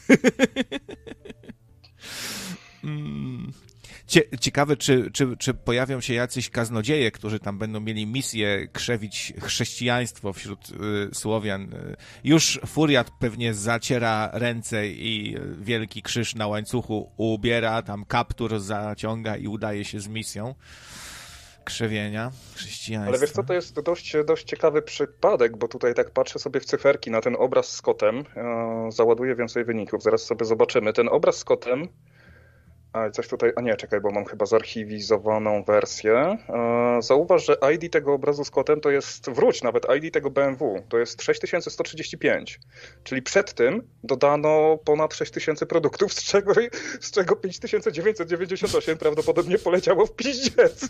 Ciekawe, czy pojawią się jacyś kaznodzieje, którzy tam będą mieli misję krzewić chrześcijaństwo wśród Słowian. Już furiat pewnie zaciera ręce i wielki krzyż na łańcuchu ubiera, tam kaptur zaciąga i udaje się z misją krzewienia chrześcijaństwa. Ale wiesz co, to jest dość ciekawy przypadek, bo tutaj tak patrzę sobie w cyferki na ten obraz z kotem, załaduję więcej wyników, zaraz sobie zobaczymy. Ten obraz z kotem, coś tutaj, czekaj, bo mam chyba zarchiwizowaną wersję. Zauważ, że ID tego obrazu z kotem to jest, nawet ID tego BMW, to jest 6135, czyli przed tym dodano ponad 6000 produktów, z czego 5998 prawdopodobnie poleciało w piździec.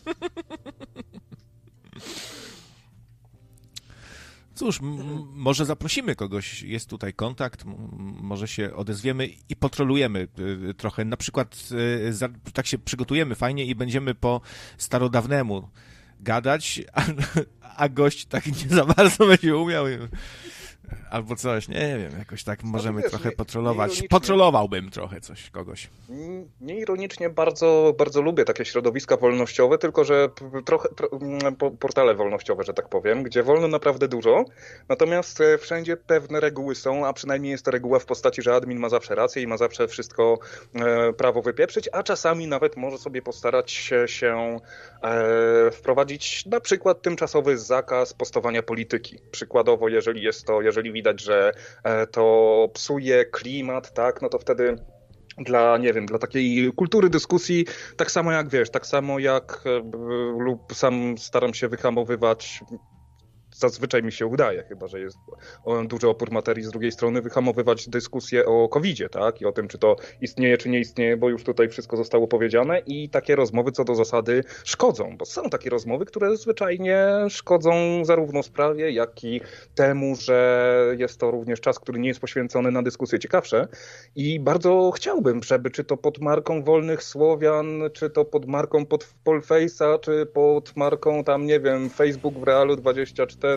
Cóż, może zaprosimy kogoś, jest tutaj kontakt, może się odezwiemy i potrolujemy trochę. Na przykład tak się przygotujemy fajnie i będziemy po starodawnemu gadać, a gość tak nie za bardzo będzie umiał albo coś, nie wiem, jakoś tak możemy trochę potrolować. Potrolowałbym trochę kogoś. Nieironicznie bardzo, bardzo lubię takie środowiska wolnościowe, tylko że trochę portale wolnościowe, że tak powiem, gdzie wolno naprawdę dużo, natomiast wszędzie pewne reguły są, a przynajmniej jest to reguła w postaci, że admin ma zawsze rację i ma zawsze wszystko prawo wypieprzyć, a czasami nawet może sobie postarać się wprowadzić na przykład tymczasowy zakaz postowania polityki. Przykładowo, jeżeli widać, że to psuje klimat, tak, no to wtedy dla takiej kultury dyskusji, tak samo jak lub sam staram się wyhamowywać, zazwyczaj mi się udaje, chyba że jest duży opór materii z drugiej strony, wyhamowywać dyskusję o COVID-zie, tak? I o tym, czy to istnieje, czy nie istnieje, bo już tutaj wszystko zostało powiedziane i takie rozmowy co do zasady szkodzą, bo są takie rozmowy, które zwyczajnie szkodzą zarówno sprawie, jak i temu, że jest to również czas, który nie jest poświęcony na dyskusje ciekawsze i bardzo chciałbym, żeby czy to pod marką Wolnych Słowian, czy to pod marką Polface'a, czy pod marką tam, nie wiem, Facebook w Realu 24,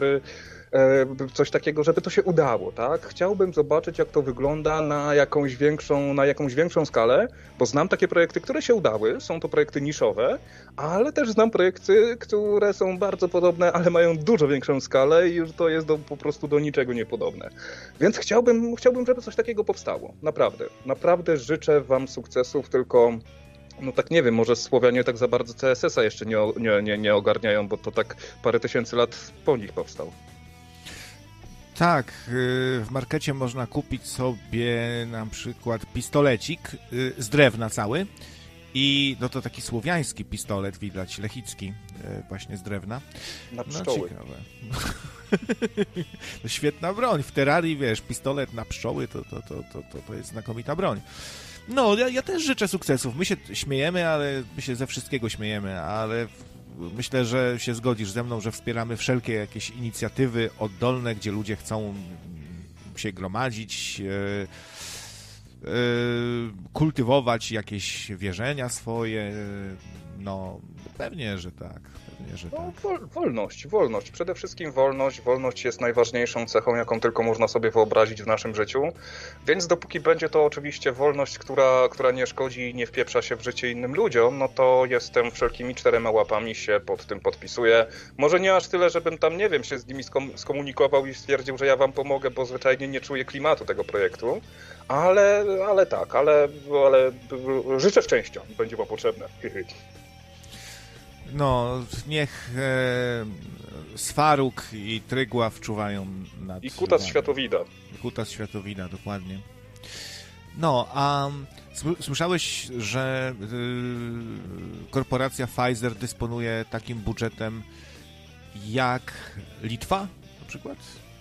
coś takiego, żeby to się udało, tak? Chciałbym zobaczyć, jak to wygląda na jakąś większą skalę, bo znam takie projekty, które się udały, są to projekty niszowe, ale też znam projekty, które są bardzo podobne, ale mają dużo większą skalę i już to jest po prostu do niczego niepodobne. Więc chciałbym, żeby coś takiego powstało. Naprawdę życzę wam sukcesów, tylko no tak nie wiem, może Słowianie tak za bardzo CSS-a jeszcze nie ogarniają, bo to tak parę tysięcy lat po nich powstał. Tak, w markecie można kupić sobie na przykład pistolecik z drewna cały i no to taki słowiański pistolet, widać, lechicki, właśnie z drewna. Na pszczoły. No, ciekawe. Świetna broń. W terrarii, wiesz, pistolet na pszczoły to jest znakomita broń. No, ja też życzę sukcesów. My się śmiejemy, my się ze wszystkiego śmiejemy, ale myślę, że się zgodzisz ze mną, że wspieramy wszelkie jakieś inicjatywy oddolne, gdzie ludzie chcą się gromadzić, kultywować jakieś wierzenia swoje. No, pewnie, że tak. No, wolność. Przede wszystkim wolność. Wolność jest najważniejszą cechą, jaką tylko można sobie wyobrazić w naszym życiu. Więc dopóki będzie to oczywiście wolność, która nie szkodzi i nie wpieprza się w życie innym ludziom, no to jestem wszelkimi 4 łapami się pod tym podpisuję. Może nie aż tyle, żebym tam, nie wiem, się z nimi skomunikował i stwierdził, że ja wam pomogę, bo zwyczajnie nie czuję klimatu tego projektu. Ale życzę szczęścia, będzie wam potrzebne. No, niech Sfaruk i Trygław czuwają nad... I Kutas Światowida. Kutas Światowida, dokładnie. No, a słyszałeś, że korporacja Pfizer dysponuje takim budżetem jak Litwa na przykład?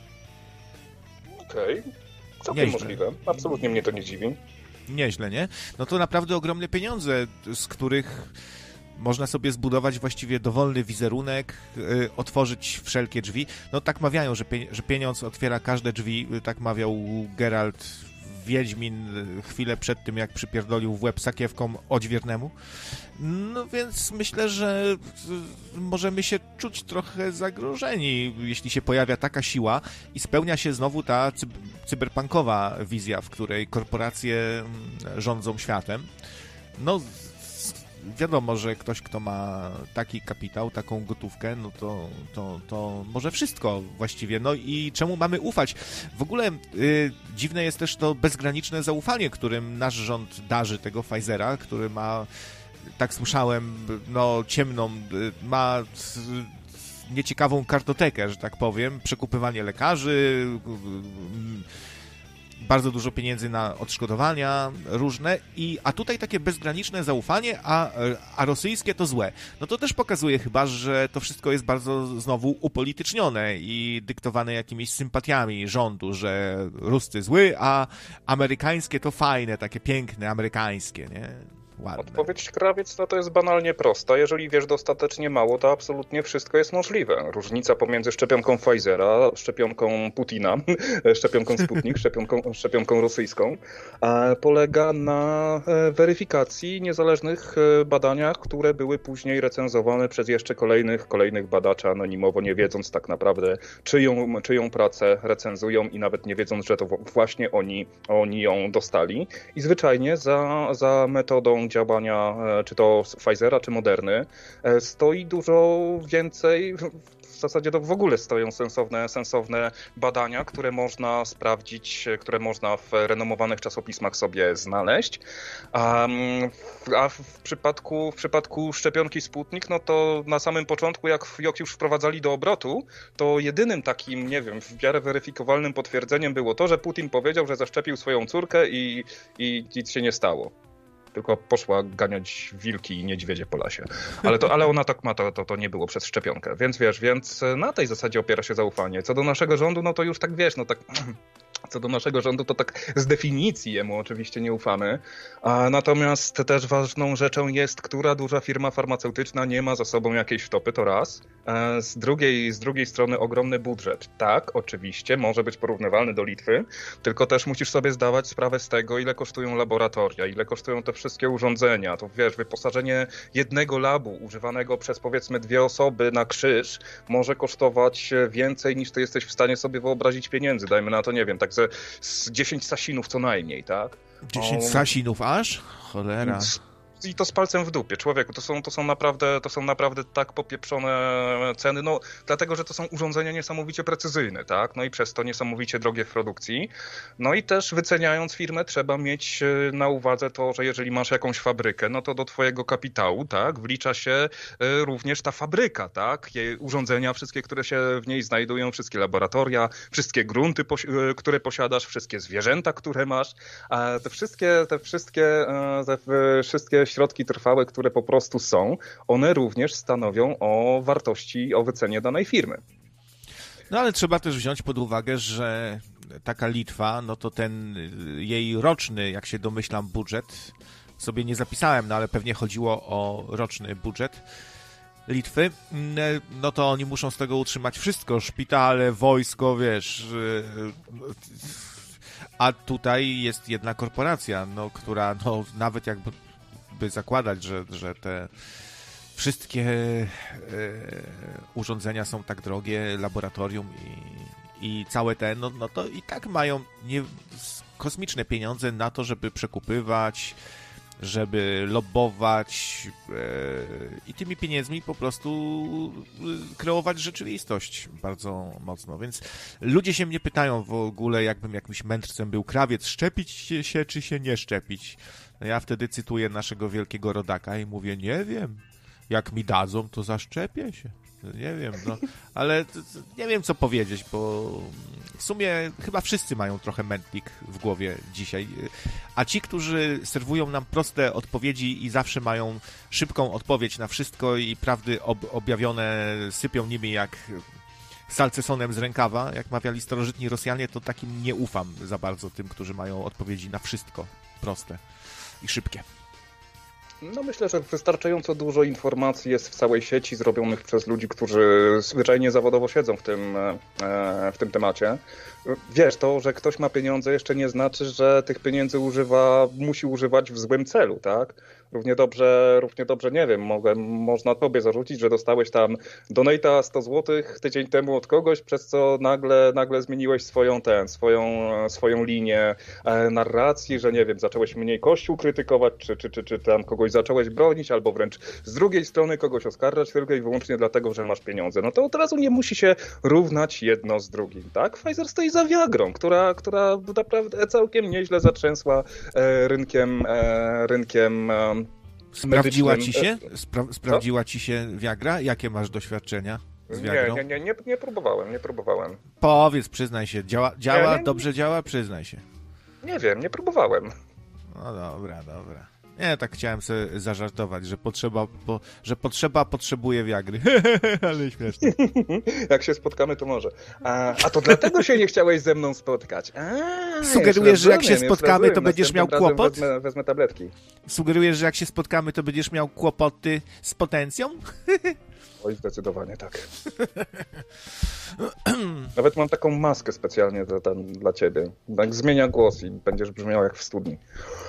Okej. Całkiem możliwe. Absolutnie mnie to nie dziwi. Nieźle, nie? No to naprawdę ogromne pieniądze, z których można sobie zbudować właściwie dowolny wizerunek, otworzyć wszelkie drzwi. No tak mawiają, że pieniądz otwiera każde drzwi, tak mawiał Geralt Wiedźmin chwilę przed tym, jak przypierdolił w łeb sakiewką odźwiernemu. No więc myślę, że możemy się czuć trochę zagrożeni, jeśli się pojawia taka siła i spełnia się znowu ta cyberpunkowa wizja, w której korporacje rządzą światem. No wiadomo, że ktoś, kto ma taki kapitał, taką gotówkę, no to może wszystko właściwie. No i czemu mamy ufać? W ogóle dziwne jest też to bezgraniczne zaufanie, którym nasz rząd darzy tego Pfizera, który ma, tak słyszałem, no ciemną, ma nieciekawą kartotekę, że tak powiem, przekupywanie lekarzy, bardzo dużo pieniędzy na odszkodowania różne, a tutaj takie bezgraniczne zaufanie, a rosyjskie to złe. No to też pokazuje chyba, że to wszystko jest bardzo znowu upolitycznione i dyktowane jakimiś sympatiami rządu, że Ruscy zły, a amerykańskie to fajne, takie piękne, amerykańskie, nie? Ładne. Odpowiedź Krawiec, no to jest banalnie prosta. Jeżeli wiesz dostatecznie mało, to absolutnie wszystko jest możliwe. Różnica pomiędzy szczepionką Pfizera, szczepionką Putina, szczepionką Sputnik, szczepionką rosyjską, polega na weryfikacji niezależnych badaniach, które były później recenzowane przez jeszcze kolejnych badaczy anonimowo, nie wiedząc tak naprawdę, czyją pracę recenzują i nawet nie wiedząc, że to właśnie oni ją dostali. I zwyczajnie za metodą działania, czy to Pfizera, czy Moderny, stoi dużo więcej, w zasadzie to w ogóle stoją sensowne badania, które można sprawdzić, które można w renomowanych czasopismach sobie znaleźć. A w przypadku szczepionki Sputnik, no to na samym początku, jak już wprowadzali do obrotu, to jedynym takim, nie wiem, w miarę weryfikowalnym potwierdzeniem było to, że Putin powiedział, że zaszczepił swoją córkę i nic się nie stało. Tylko poszła ganiać wilki i niedźwiedzie po lasie. Ale ona tak ma, to nie było przez szczepionkę. Więc na tej zasadzie opiera się zaufanie. Co do naszego rządu, no to już tak wiesz, no tak... Co do naszego rządu, to tak z definicji jemu oczywiście nie ufamy. Natomiast też ważną rzeczą jest, która duża firma farmaceutyczna nie ma za sobą jakiejś wtopy, to raz. Z drugiej strony ogromny budżet. Tak, oczywiście, może być porównywalny do Litwy, tylko też musisz sobie zdawać sprawę z tego, ile kosztują laboratoria, ile kosztują te wszystkie urządzenia. To wiesz, wyposażenie jednego labu używanego przez powiedzmy 2 osoby na krzyż może kosztować więcej niż ty jesteś w stanie sobie wyobrazić pieniędzy. Dajmy na to, nie wiem, tak z 10 sasinów co najmniej, tak? 10 sasinów aż? Cholera. I to z palcem w dupie, człowieku, to są naprawdę tak popieprzone ceny, no dlatego, że to są urządzenia niesamowicie precyzyjne, tak, no i przez to niesamowicie drogie w produkcji, no i też wyceniając firmę trzeba mieć na uwadze to, że jeżeli masz jakąś fabrykę, no to do twojego kapitału, tak, wlicza się również ta fabryka, tak, jej urządzenia wszystkie, które się w niej znajdują, wszystkie laboratoria, wszystkie grunty, które posiadasz, wszystkie zwierzęta, które masz, a te wszystkie środki trwałe, które po prostu są, one również stanowią o wartości, o wycenie danej firmy. No ale trzeba też wziąć pod uwagę, że taka Litwa, no to ten jej roczny, jak się domyślam, budżet, sobie nie zapisałem, no ale pewnie chodziło o roczny budżet Litwy, no to oni muszą z tego utrzymać wszystko, szpitale, wojsko, wiesz... A tutaj jest jedna korporacja, no, która nawet jakby zakładać, że te wszystkie urządzenia są tak drogie, laboratorium i całe te, no to i tak mają kosmiczne pieniądze na to, żeby przekupywać, żeby lobbować i tymi pieniędzmi po prostu kreować rzeczywistość bardzo mocno. Więc ludzie się mnie pytają w ogóle, jakbym jakimś mędrcem był krawiec, szczepić się czy się nie szczepić. No ja wtedy cytuję naszego wielkiego rodaka i mówię, nie wiem, jak mi dadzą, to zaszczepię się. Nie wiem, ale nie wiem, co powiedzieć, bo w sumie chyba wszyscy mają trochę mętlik w głowie dzisiaj, a ci, którzy serwują nam proste odpowiedzi i zawsze mają szybką odpowiedź na wszystko i prawdy objawione sypią nimi jak salcesonem z rękawa, jak mawiali starożytni Rosjanie, to takim nie ufam za bardzo tym, którzy mają odpowiedzi na wszystko proste i szybkie. No myślę, że wystarczająco dużo informacji jest w całej sieci zrobionych przez ludzi, którzy zwyczajnie zawodowo siedzą w tym temacie. Wiesz, to, że ktoś ma pieniądze jeszcze nie znaczy, że tych pieniędzy musi używać w złym celu, tak? Równie dobrze, nie wiem, można tobie zarzucić, że dostałeś tam donate'a 100 zł tydzień temu od kogoś, przez co nagle zmieniłeś swoją linię narracji, że nie wiem, zacząłeś mniej Kościół krytykować, czy tam kogoś zacząłeś bronić, albo wręcz z drugiej strony kogoś oskarżać tylko i wyłącznie dlatego, że masz pieniądze. No to od razu nie musi się równać jedno z drugim, tak? Pfizer stoi za Viagrą, która naprawdę całkiem nieźle zatrzęsła rynkiem Sprawdziła ci się? Sprawdziła ci się Viagra? Jakie masz doświadczenia z Viagrą? Nie próbowałem. Powiedz, przyznaj się. Działa? Dobrze działa? Przyznaj się. Nie wiem, nie próbowałem. No dobra. Nie, tak chciałem sobie zażartować, że potrzeba potrzebuje Viagry. Ale śmieszne. Jak się spotkamy, to może. A to dlatego się nie chciałeś ze mną spotkać. Sugerujesz, że jak się spotkamy, to będziesz miał kłopot? Wezmę tabletki. Sugerujesz, że jak się spotkamy, to będziesz miał kłopoty z potencją? Oj, zdecydowanie tak. Nawet mam taką maskę specjalnie dla ciebie. Tak zmienia głos i będziesz brzmiał jak w studni.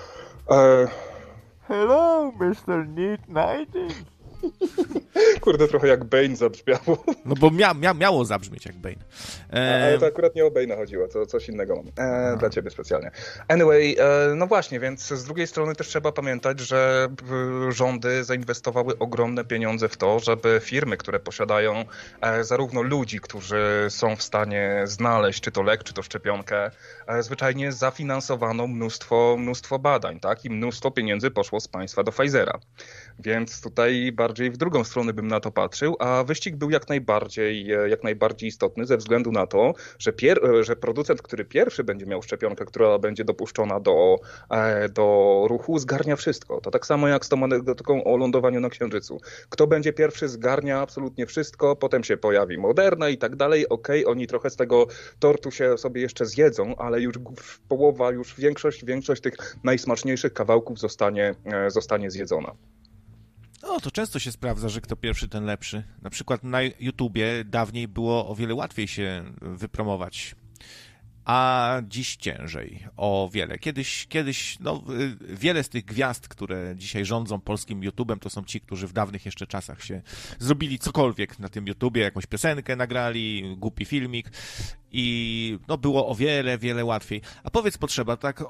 Hello, Mr. Neat Nighting. Kurde, trochę jak Bane zabrzmiało. No bo miało zabrzmieć jak Bane. Ale to akurat nie o Bane'a chodziło, to coś innego mam. Dla ciebie specjalnie. Anyway, no właśnie, więc z drugiej strony też trzeba pamiętać, że rządy zainwestowały ogromne pieniądze w to, żeby firmy, które posiadają zarówno ludzi, którzy są w stanie znaleźć czy to lek, czy to szczepionkę, zwyczajnie zafinansowano mnóstwo badań, tak? I mnóstwo pieniędzy poszło z państwa do Pfizera. Więc tutaj bardziej w drugą stronę bym na to patrzył, a wyścig był jak najbardziej istotny ze względu na to, że producent, który pierwszy będzie miał szczepionkę, która będzie dopuszczona do ruchu, zgarnia wszystko. To tak samo jak z tą anegdotką o lądowaniu na Księżycu. Kto będzie pierwszy, zgarnia absolutnie wszystko, potem się pojawi Moderna i tak dalej. Okej, oni trochę z tego tortu się sobie jeszcze zjedzą, ale już połowa, już większość tych najsmaczniejszych kawałków zostanie zjedzona. No, to często się sprawdza, że kto pierwszy, ten lepszy. Na przykład na YouTubie dawniej było o wiele łatwiej się wypromować, a dziś ciężej. O wiele. Kiedyś, no, wiele z tych gwiazd, które dzisiaj rządzą polskim YouTubem, to są ci, którzy w dawnych jeszcze czasach się zrobili cokolwiek na tym YouTubie, jakąś piosenkę nagrali, głupi filmik i no, było o wiele łatwiej. A powiedz, potrzeba, tak,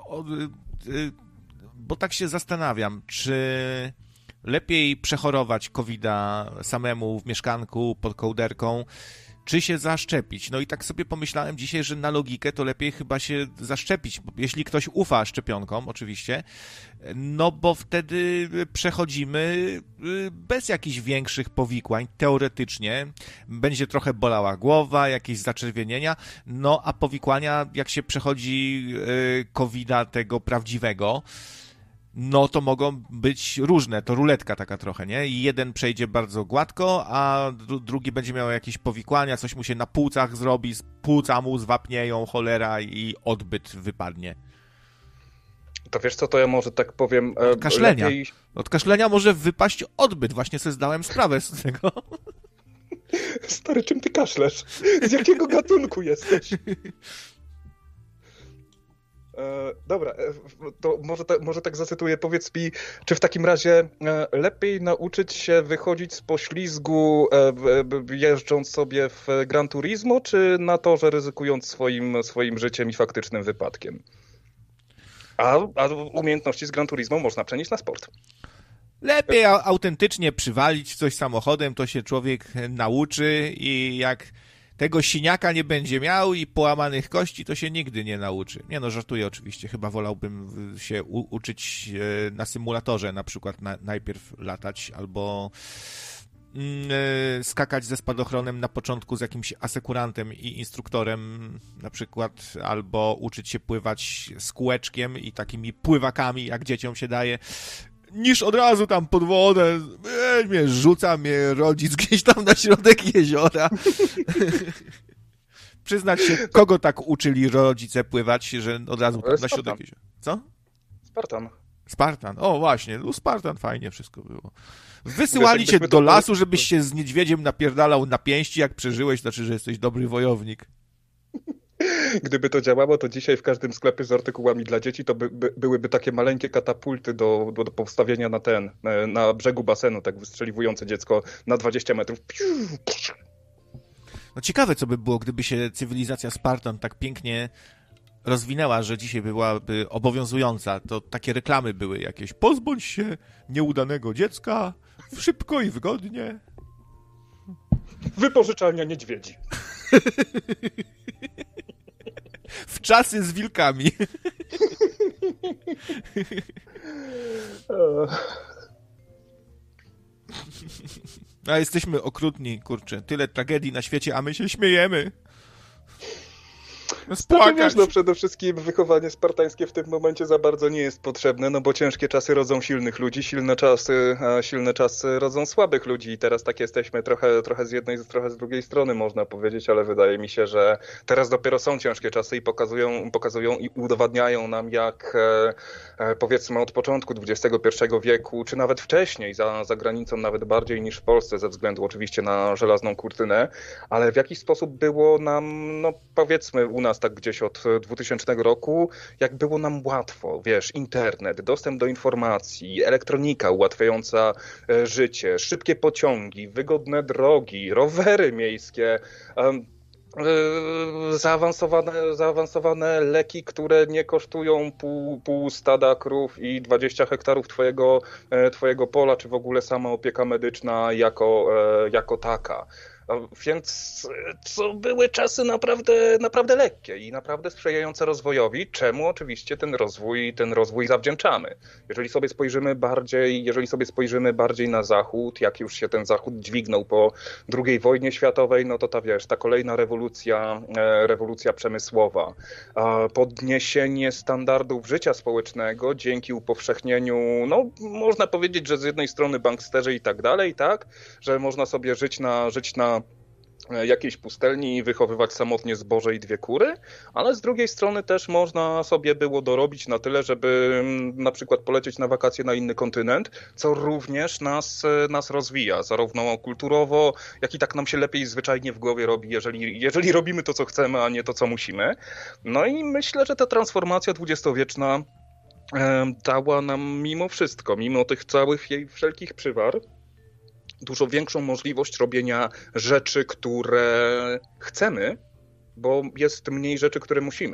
bo tak się zastanawiam, czy lepiej przechorować COVID-a samemu w mieszkanku pod kołderką, czy się zaszczepić? No i tak sobie pomyślałem dzisiaj, że na logikę to lepiej chyba się zaszczepić, jeśli ktoś ufa szczepionkom, oczywiście, no bo wtedy przechodzimy bez jakichś większych powikłań, teoretycznie. Będzie trochę bolała głowa, jakieś zaczerwienienia, no a powikłania, jak się przechodzi COVID-a tego prawdziwego, no to mogą być różne, to ruletka taka trochę, nie? I jeden przejdzie bardzo gładko, a drugi będzie miał jakieś powikłania, coś mu się na płucach zrobi, płuca mu zwapnieją, cholera i odbyt wypadnie. To wiesz co, to ja może tak powiem... Od kaszlenia. Od kaszlenia może wypaść odbyt, właśnie sobie zdałem sprawę z tego. Stary, czym ty kaszlesz? Z jakiego gatunku jesteś? Dobra, to może tak zacytuję. Powiedz mi, czy w takim razie lepiej nauczyć się wychodzić z poślizgu jeżdżąc sobie w Gran Turismo, czy na torze ryzykując swoim życiem i faktycznym wypadkiem? A umiejętności z Gran Turismo można przenieść na sport. Lepiej autentycznie przywalić w coś samochodem, to się człowiek nauczy i jak tego siniaka nie będzie miał i połamanych kości, to się nigdy nie nauczy. Nie no, żartuję oczywiście. Chyba wolałbym się uczyć na symulatorze, na przykład najpierw latać albo skakać ze spadochronem na początku z jakimś asekurantem i instruktorem na przykład, albo uczyć się pływać z kółeczkiem i takimi pływakami, jak dzieciom się daje, niż od razu tam pod wodę, rzuca mnie rodzic gdzieś tam na środek jeziora. Przyznać się, kogo tak uczyli rodzice pływać, że od razu na środek jeziora. Co? Spartan. O, właśnie. Spartan fajnie wszystko było. Wysyłali cię do lasu, żebyś się z niedźwiedziem napierdalał na pięści, jak przeżyłeś, znaczy, że jesteś dobry wojownik. Gdyby to działało, to dzisiaj w każdym sklepie z artykułami dla dzieci to byłyby takie maleńkie katapulty do postawienia na brzegu basenu, tak wystrzeliwujące dziecko na 20 metrów. No ciekawe, co by było, gdyby się cywilizacja Spartan tak pięknie rozwinęła, że dzisiaj byłaby obowiązująca. To takie reklamy były jakieś. Pozbądź się nieudanego dziecka szybko i wygodnie. Wypożyczalnia niedźwiedzi. W czasy z wilkami. A jesteśmy okrutni, kurczę. Tyle tragedii na świecie, a my się śmiejemy. Wiesz, przede wszystkim wychowanie spartańskie w tym momencie za bardzo nie jest potrzebne, no bo ciężkie czasy rodzą silnych ludzi, silne czasy rodzą słabych ludzi i teraz tak jesteśmy trochę z jednej, trochę z drugiej strony, można powiedzieć, ale wydaje mi się, że teraz dopiero są ciężkie czasy i pokazują i udowadniają nam, jak powiedzmy od początku XXI wieku, czy nawet wcześniej, za granicą nawet bardziej niż w Polsce, ze względu oczywiście na żelazną kurtynę, ale w jakiś sposób było nam, no powiedzmy u nas tak gdzieś od 2000 roku, jak było nam łatwo, wiesz, internet, dostęp do informacji, elektronika ułatwiająca życie, szybkie pociągi, wygodne drogi, rowery miejskie, zaawansowane leki, które nie kosztują pół stada krów i 20 hektarów twojego pola, czy w ogóle sama opieka medyczna jako taka. Więc to były czasy naprawdę lekkie i naprawdę sprzyjające rozwojowi, czemu oczywiście ten rozwój zawdzięczamy. Jeżeli sobie spojrzymy bardziej na Zachód, jak już się ten Zachód dźwignął po II wojnie światowej, no to ta kolejna rewolucja przemysłowa, podniesienie standardów życia społecznego dzięki upowszechnieniu, no można powiedzieć, że z jednej strony banksterzy i tak dalej, tak, że można sobie żyć na jakiejś pustelni i wychowywać samotnie zboże i 2 kury, ale z drugiej strony też można sobie było dorobić na tyle, żeby na przykład polecieć na wakacje na inny kontynent, co również nas rozwija, zarówno kulturowo, jak i tak nam się lepiej zwyczajnie w głowie robi, jeżeli robimy to, co chcemy, a nie to, co musimy. No i myślę, że ta transformacja dwudziestowieczna dała nam mimo wszystko, mimo tych całych jej wszelkich przywar, dużo większą możliwość robienia rzeczy, które chcemy, bo jest mniej rzeczy, które musimy.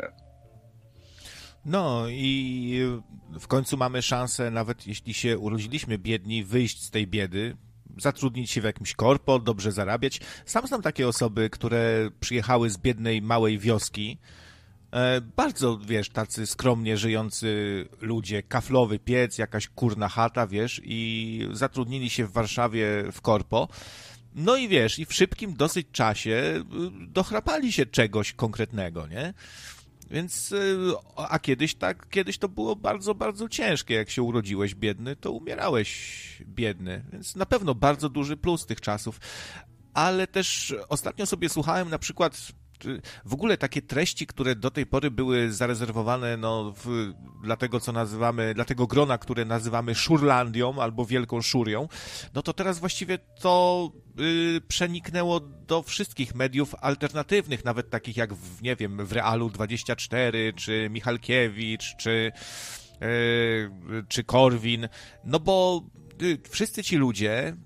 No i w końcu mamy szansę, nawet jeśli się urodziliśmy biedni, wyjść z tej biedy, zatrudnić się w jakimś korpo, dobrze zarabiać. Sam znam takie osoby, które przyjechały z biednej, małej wioski, bardzo, wiesz, tacy skromnie żyjący ludzie, kaflowy piec, jakaś kurna chata, wiesz, i zatrudnili się w Warszawie w korpo. No i wiesz, i w szybkim dosyć czasie dochrapali się czegoś konkretnego, nie? Więc, a kiedyś to było bardzo, bardzo ciężkie. Jak się urodziłeś biedny, to umierałeś biedny. Więc na pewno bardzo duży plus tych czasów. Ale też ostatnio sobie słuchałem na przykład w ogóle takie treści, które do tej pory były zarezerwowane dla tego grona, które nazywamy Szurlandią albo Wielką Szurią, no to teraz właściwie to przeniknęło do wszystkich mediów alternatywnych, nawet takich jak w Realu 24, czy Michalkiewicz, czy Korwin, no bo wszyscy ci ludzie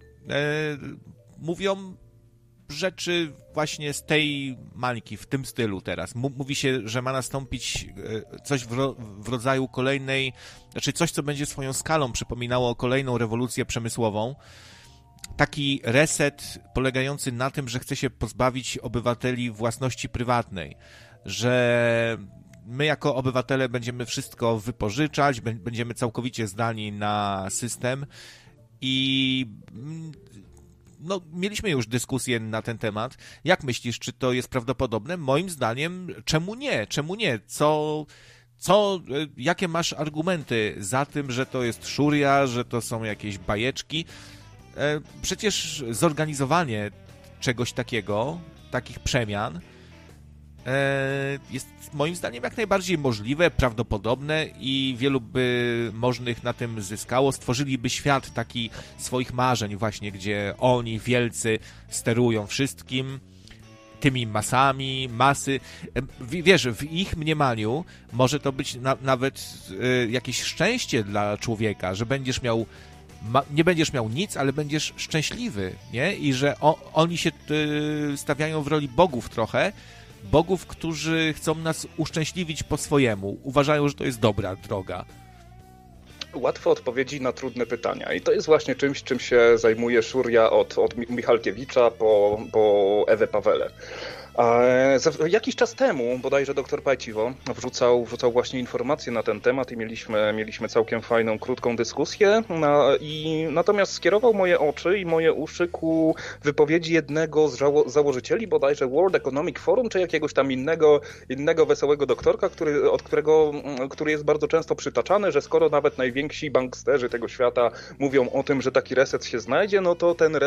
mówią rzeczy właśnie z tej mańki, w tym stylu teraz. Mówi się, że ma nastąpić coś w rodzaju kolejnej, znaczy coś, co będzie swoją skalą przypominało kolejną rewolucję przemysłową. Taki reset polegający na tym, że chce się pozbawić obywateli własności prywatnej, że my jako obywatele będziemy wszystko wypożyczać, będziemy całkowicie zdani na system i no, mieliśmy już dyskusję na ten temat. Jak myślisz, czy to jest prawdopodobne? Moim zdaniem, czemu nie? Czemu nie? Jakie masz argumenty za tym, że to jest szuria, że to są jakieś bajeczki? Przecież zorganizowanie czegoś takiego, takich przemian, jest moim zdaniem jak najbardziej możliwe, prawdopodobne i wielu by możnych na tym zyskało. Stworzyliby świat taki swoich marzeń właśnie, gdzie oni, wielcy, sterują wszystkim, tymi masy. Wiesz, w ich mniemaniu może to być nawet jakieś szczęście dla człowieka, że nie będziesz miał nic, ale będziesz szczęśliwy, nie? I że oni się stawiają w roli bogów trochę, bogów, którzy chcą nas uszczęśliwić po swojemu. Uważają, że to jest dobra droga. Łatwe odpowiedzi na trudne pytania. I to jest właśnie czymś, czym się zajmuje Szuria od Michalkiewicza po Ewę Pawelę. Jakiś czas temu, bodajże dr Pajciwo wrzucał właśnie informacje na ten temat i mieliśmy całkiem fajną, krótką dyskusję. Natomiast skierował moje oczy i moje uszy ku wypowiedzi jednego z założycieli, bodajże World Economic Forum, czy jakiegoś tam innego wesołego doktorka, który jest bardzo często przytaczany, że skoro nawet najwięksi banksterzy tego świata mówią o tym, że taki reset się znajdzie, no to ten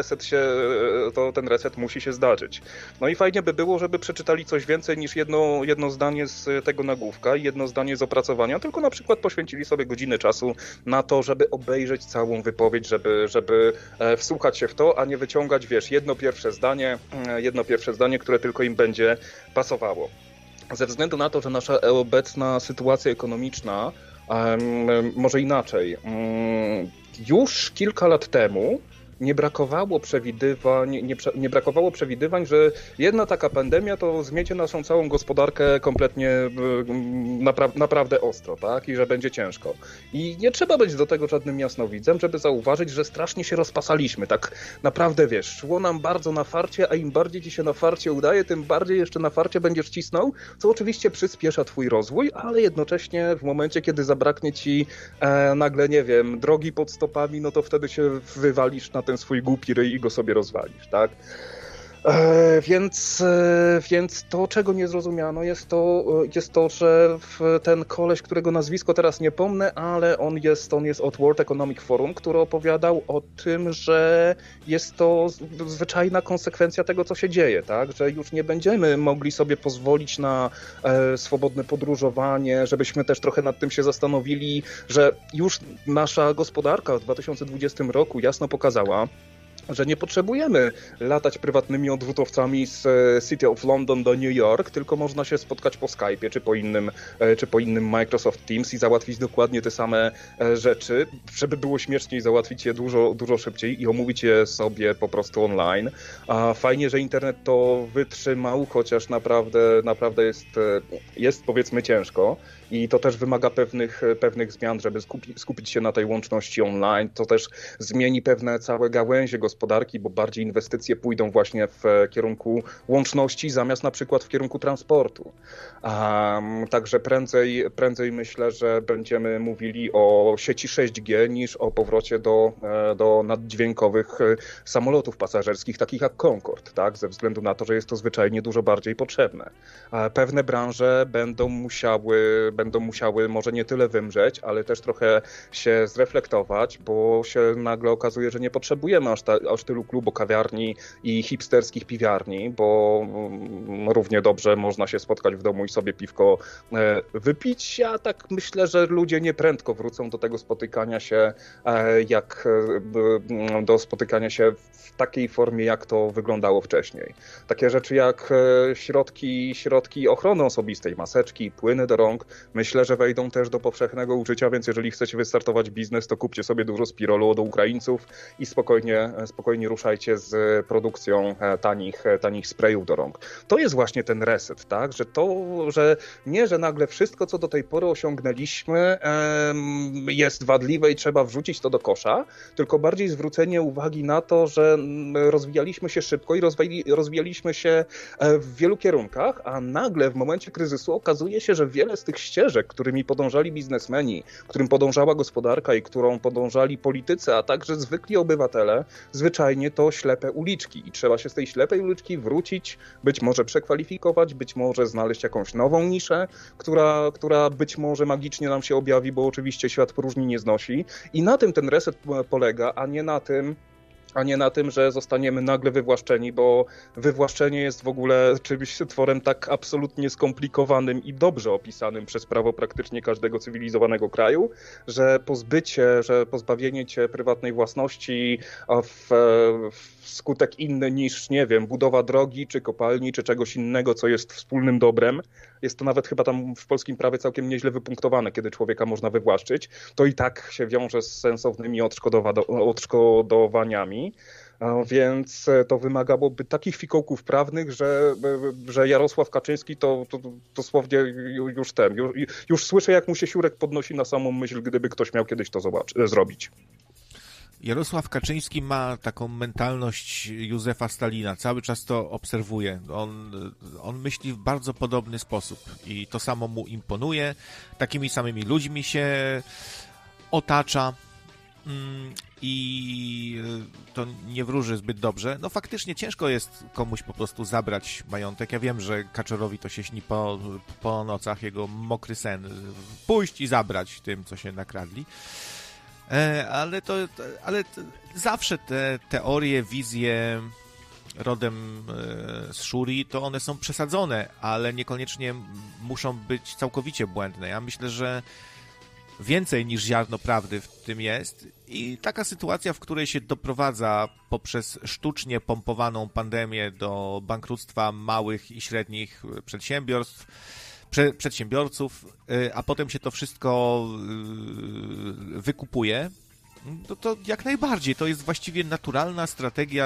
reset musi się zdarzyć. No i fajnie by było, żeby przeczytali coś więcej niż jedno zdanie z tego nagłówka i jedno zdanie z opracowania, tylko na przykład poświęcili sobie godzinę czasu na to, żeby obejrzeć całą wypowiedź, żeby wsłuchać się w to, a nie wyciągać, jedno pierwsze zdanie, które tylko im będzie pasowało. Ze względu na to, że nasza obecna sytuacja ekonomiczna, może inaczej, już kilka lat temu nie brakowało przewidywań, że jedna taka pandemia to zmiecie naszą całą gospodarkę kompletnie naprawdę ostro, tak? I że będzie ciężko. I nie trzeba być do tego żadnym jasnowidzem, żeby zauważyć, że strasznie się rozpasaliśmy. Tak naprawdę, szło nam bardzo na farcie, a im bardziej ci się na farcie udaje, tym bardziej jeszcze na farcie będziesz cisnął, co oczywiście przyspiesza twój rozwój, ale jednocześnie w momencie, kiedy zabraknie ci nagle, drogi pod stopami, no to wtedy się wywalisz na ten swój głupi ryj i go sobie rozwalisz, tak? Więc to, czego nie zrozumiano, jest to, że ten koleś, którego nazwisko teraz nie pomnę, ale on jest od World Economic Forum, który opowiadał o tym, że jest to zwyczajna konsekwencja tego, co się dzieje, tak? Że już nie będziemy mogli sobie pozwolić na swobodne podróżowanie, żebyśmy też trochę nad tym się zastanowili, że już nasza gospodarka w 2020 roku jasno pokazała, że nie potrzebujemy latać prywatnymi odrzutowcami z City of London do New York, tylko można się spotkać po Skype'ie czy po innym Microsoft Teams i załatwić dokładnie te same rzeczy, żeby było śmieszniej załatwić je dużo szybciej i omówić je sobie po prostu online. A fajnie, że internet to wytrzymał, chociaż naprawdę jest powiedzmy ciężko i to też wymaga pewnych zmian, żeby skupić się na tej łączności online. To też zmieni pewne całe gałęzie gospodarki, bo bardziej inwestycje pójdą właśnie w kierunku łączności zamiast na przykład w kierunku transportu. Także prędzej myślę, że będziemy mówili o sieci 6G niż o powrocie do naddźwiękowych samolotów pasażerskich, takich jak Concorde, tak? Ze względu na to, że jest to zwyczajnie dużo bardziej potrzebne. Pewne branże będą musiały będą musiały może nie tyle wymrzeć, ale też trochę się zreflektować, bo się nagle okazuje, że nie potrzebujemy aż tylu klubu, kawiarni i hipsterskich piwiarni, bo równie dobrze można się spotkać w domu i sobie piwko wypić. Ja tak myślę, że ludzie nieprędko wrócą do tego spotykania się, do spotykania się w takiej formie, jak to wyglądało wcześniej. Takie rzeczy jak środki ochrony osobistej, maseczki, płyny do rąk, myślę, że wejdą też do powszechnego użycia, więc jeżeli chcecie wystartować biznes, to kupcie sobie dużo spirolu od Ukraińców i spokojnie ruszajcie z produkcją tanich sprayów do rąk. To jest właśnie ten reset, tak? Że nagle wszystko, co do tej pory osiągnęliśmy, jest wadliwe i trzeba wrzucić to do kosza, tylko bardziej zwrócenie uwagi na to, że rozwijaliśmy się szybko i rozwijaliśmy się w wielu kierunkach, a nagle w momencie kryzysu okazuje się, że wiele z tych ścieżek, którymi podążali biznesmeni, którym podążała gospodarka i którą podążali politycy, a także zwykli obywatele, zwyczajnie to ślepe uliczki i trzeba się z tej ślepej uliczki wrócić, być może przekwalifikować, być może znaleźć jakąś nową niszę, która być może magicznie nam się objawi, bo oczywiście świat próżni nie znosi i na tym ten reset polega, a nie na tym, że zostaniemy nagle wywłaszczeni, bo wywłaszczenie jest w ogóle czymś tworem tak absolutnie skomplikowanym i dobrze opisanym przez prawo praktycznie każdego cywilizowanego kraju, że pozbawienie cię prywatnej własności skutek inny niż, nie wiem, budowa drogi, czy kopalni, czy czegoś innego, co jest wspólnym dobrem, jest to nawet chyba tam w polskim prawie całkiem nieźle wypunktowane, kiedy człowieka można wywłaszczyć, to i tak się wiąże z sensownymi odszkodowaniami. Więc to wymagałoby takich fikołków prawnych, że Jarosław Kaczyński to dosłownie już słyszę, jak mu się siurek podnosi na samą myśl, gdyby ktoś miał kiedyś to zrobić. Jarosław Kaczyński ma taką mentalność Józefa Stalina. Cały czas to obserwuje. On myśli w bardzo podobny sposób i to samo mu imponuje. Takimi samymi ludźmi się otacza i to nie wróży zbyt dobrze. No faktycznie ciężko jest komuś po prostu zabrać majątek. Ja wiem, że Kaczorowi to się śni po nocach, jego mokry sen. Pójść i zabrać tym, co się nakradli. Ale zawsze te teorie, wizje rodem z Szuri, to one są przesadzone, ale niekoniecznie muszą być całkowicie błędne. Ja myślę, że więcej niż ziarno prawdy w tym jest i taka sytuacja, w której się doprowadza poprzez sztucznie pompowaną pandemię do bankructwa małych i średnich przedsiębiorców, a potem się to wszystko wykupuje, to jak najbardziej to jest właściwie naturalna strategia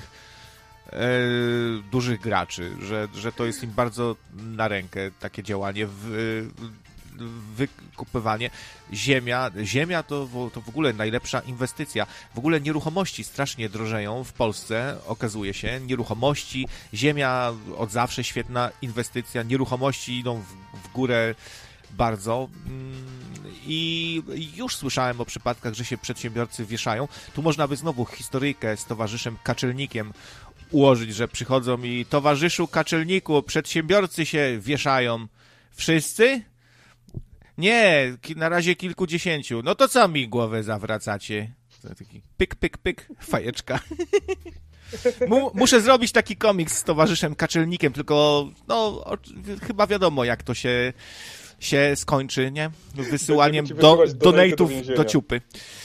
dużych graczy, że to jest im bardzo na rękę takie działanie, wykupywanie. Ziemia to w ogóle najlepsza inwestycja. W ogóle nieruchomości strasznie drożeją w Polsce, okazuje się. Nieruchomości, ziemia od zawsze świetna inwestycja, nieruchomości idą w górę bardzo i już słyszałem o przypadkach, że się przedsiębiorcy wieszają. Tu można by znowu historyjkę z towarzyszem Kaczelnikiem ułożyć, że przychodzą i towarzyszu Kaczelniku, przedsiębiorcy się wieszają. Wszyscy? Nie, na razie kilkudziesięciu. No to co mi głowę zawracacie? To taki pyk, pyk, pyk, fajeczka. Muszę zrobić taki komiks z towarzyszem Kaczelnikiem, tylko no chyba wiadomo, jak to się skończy, nie? Wysyłaniem donate'ów do ciupy.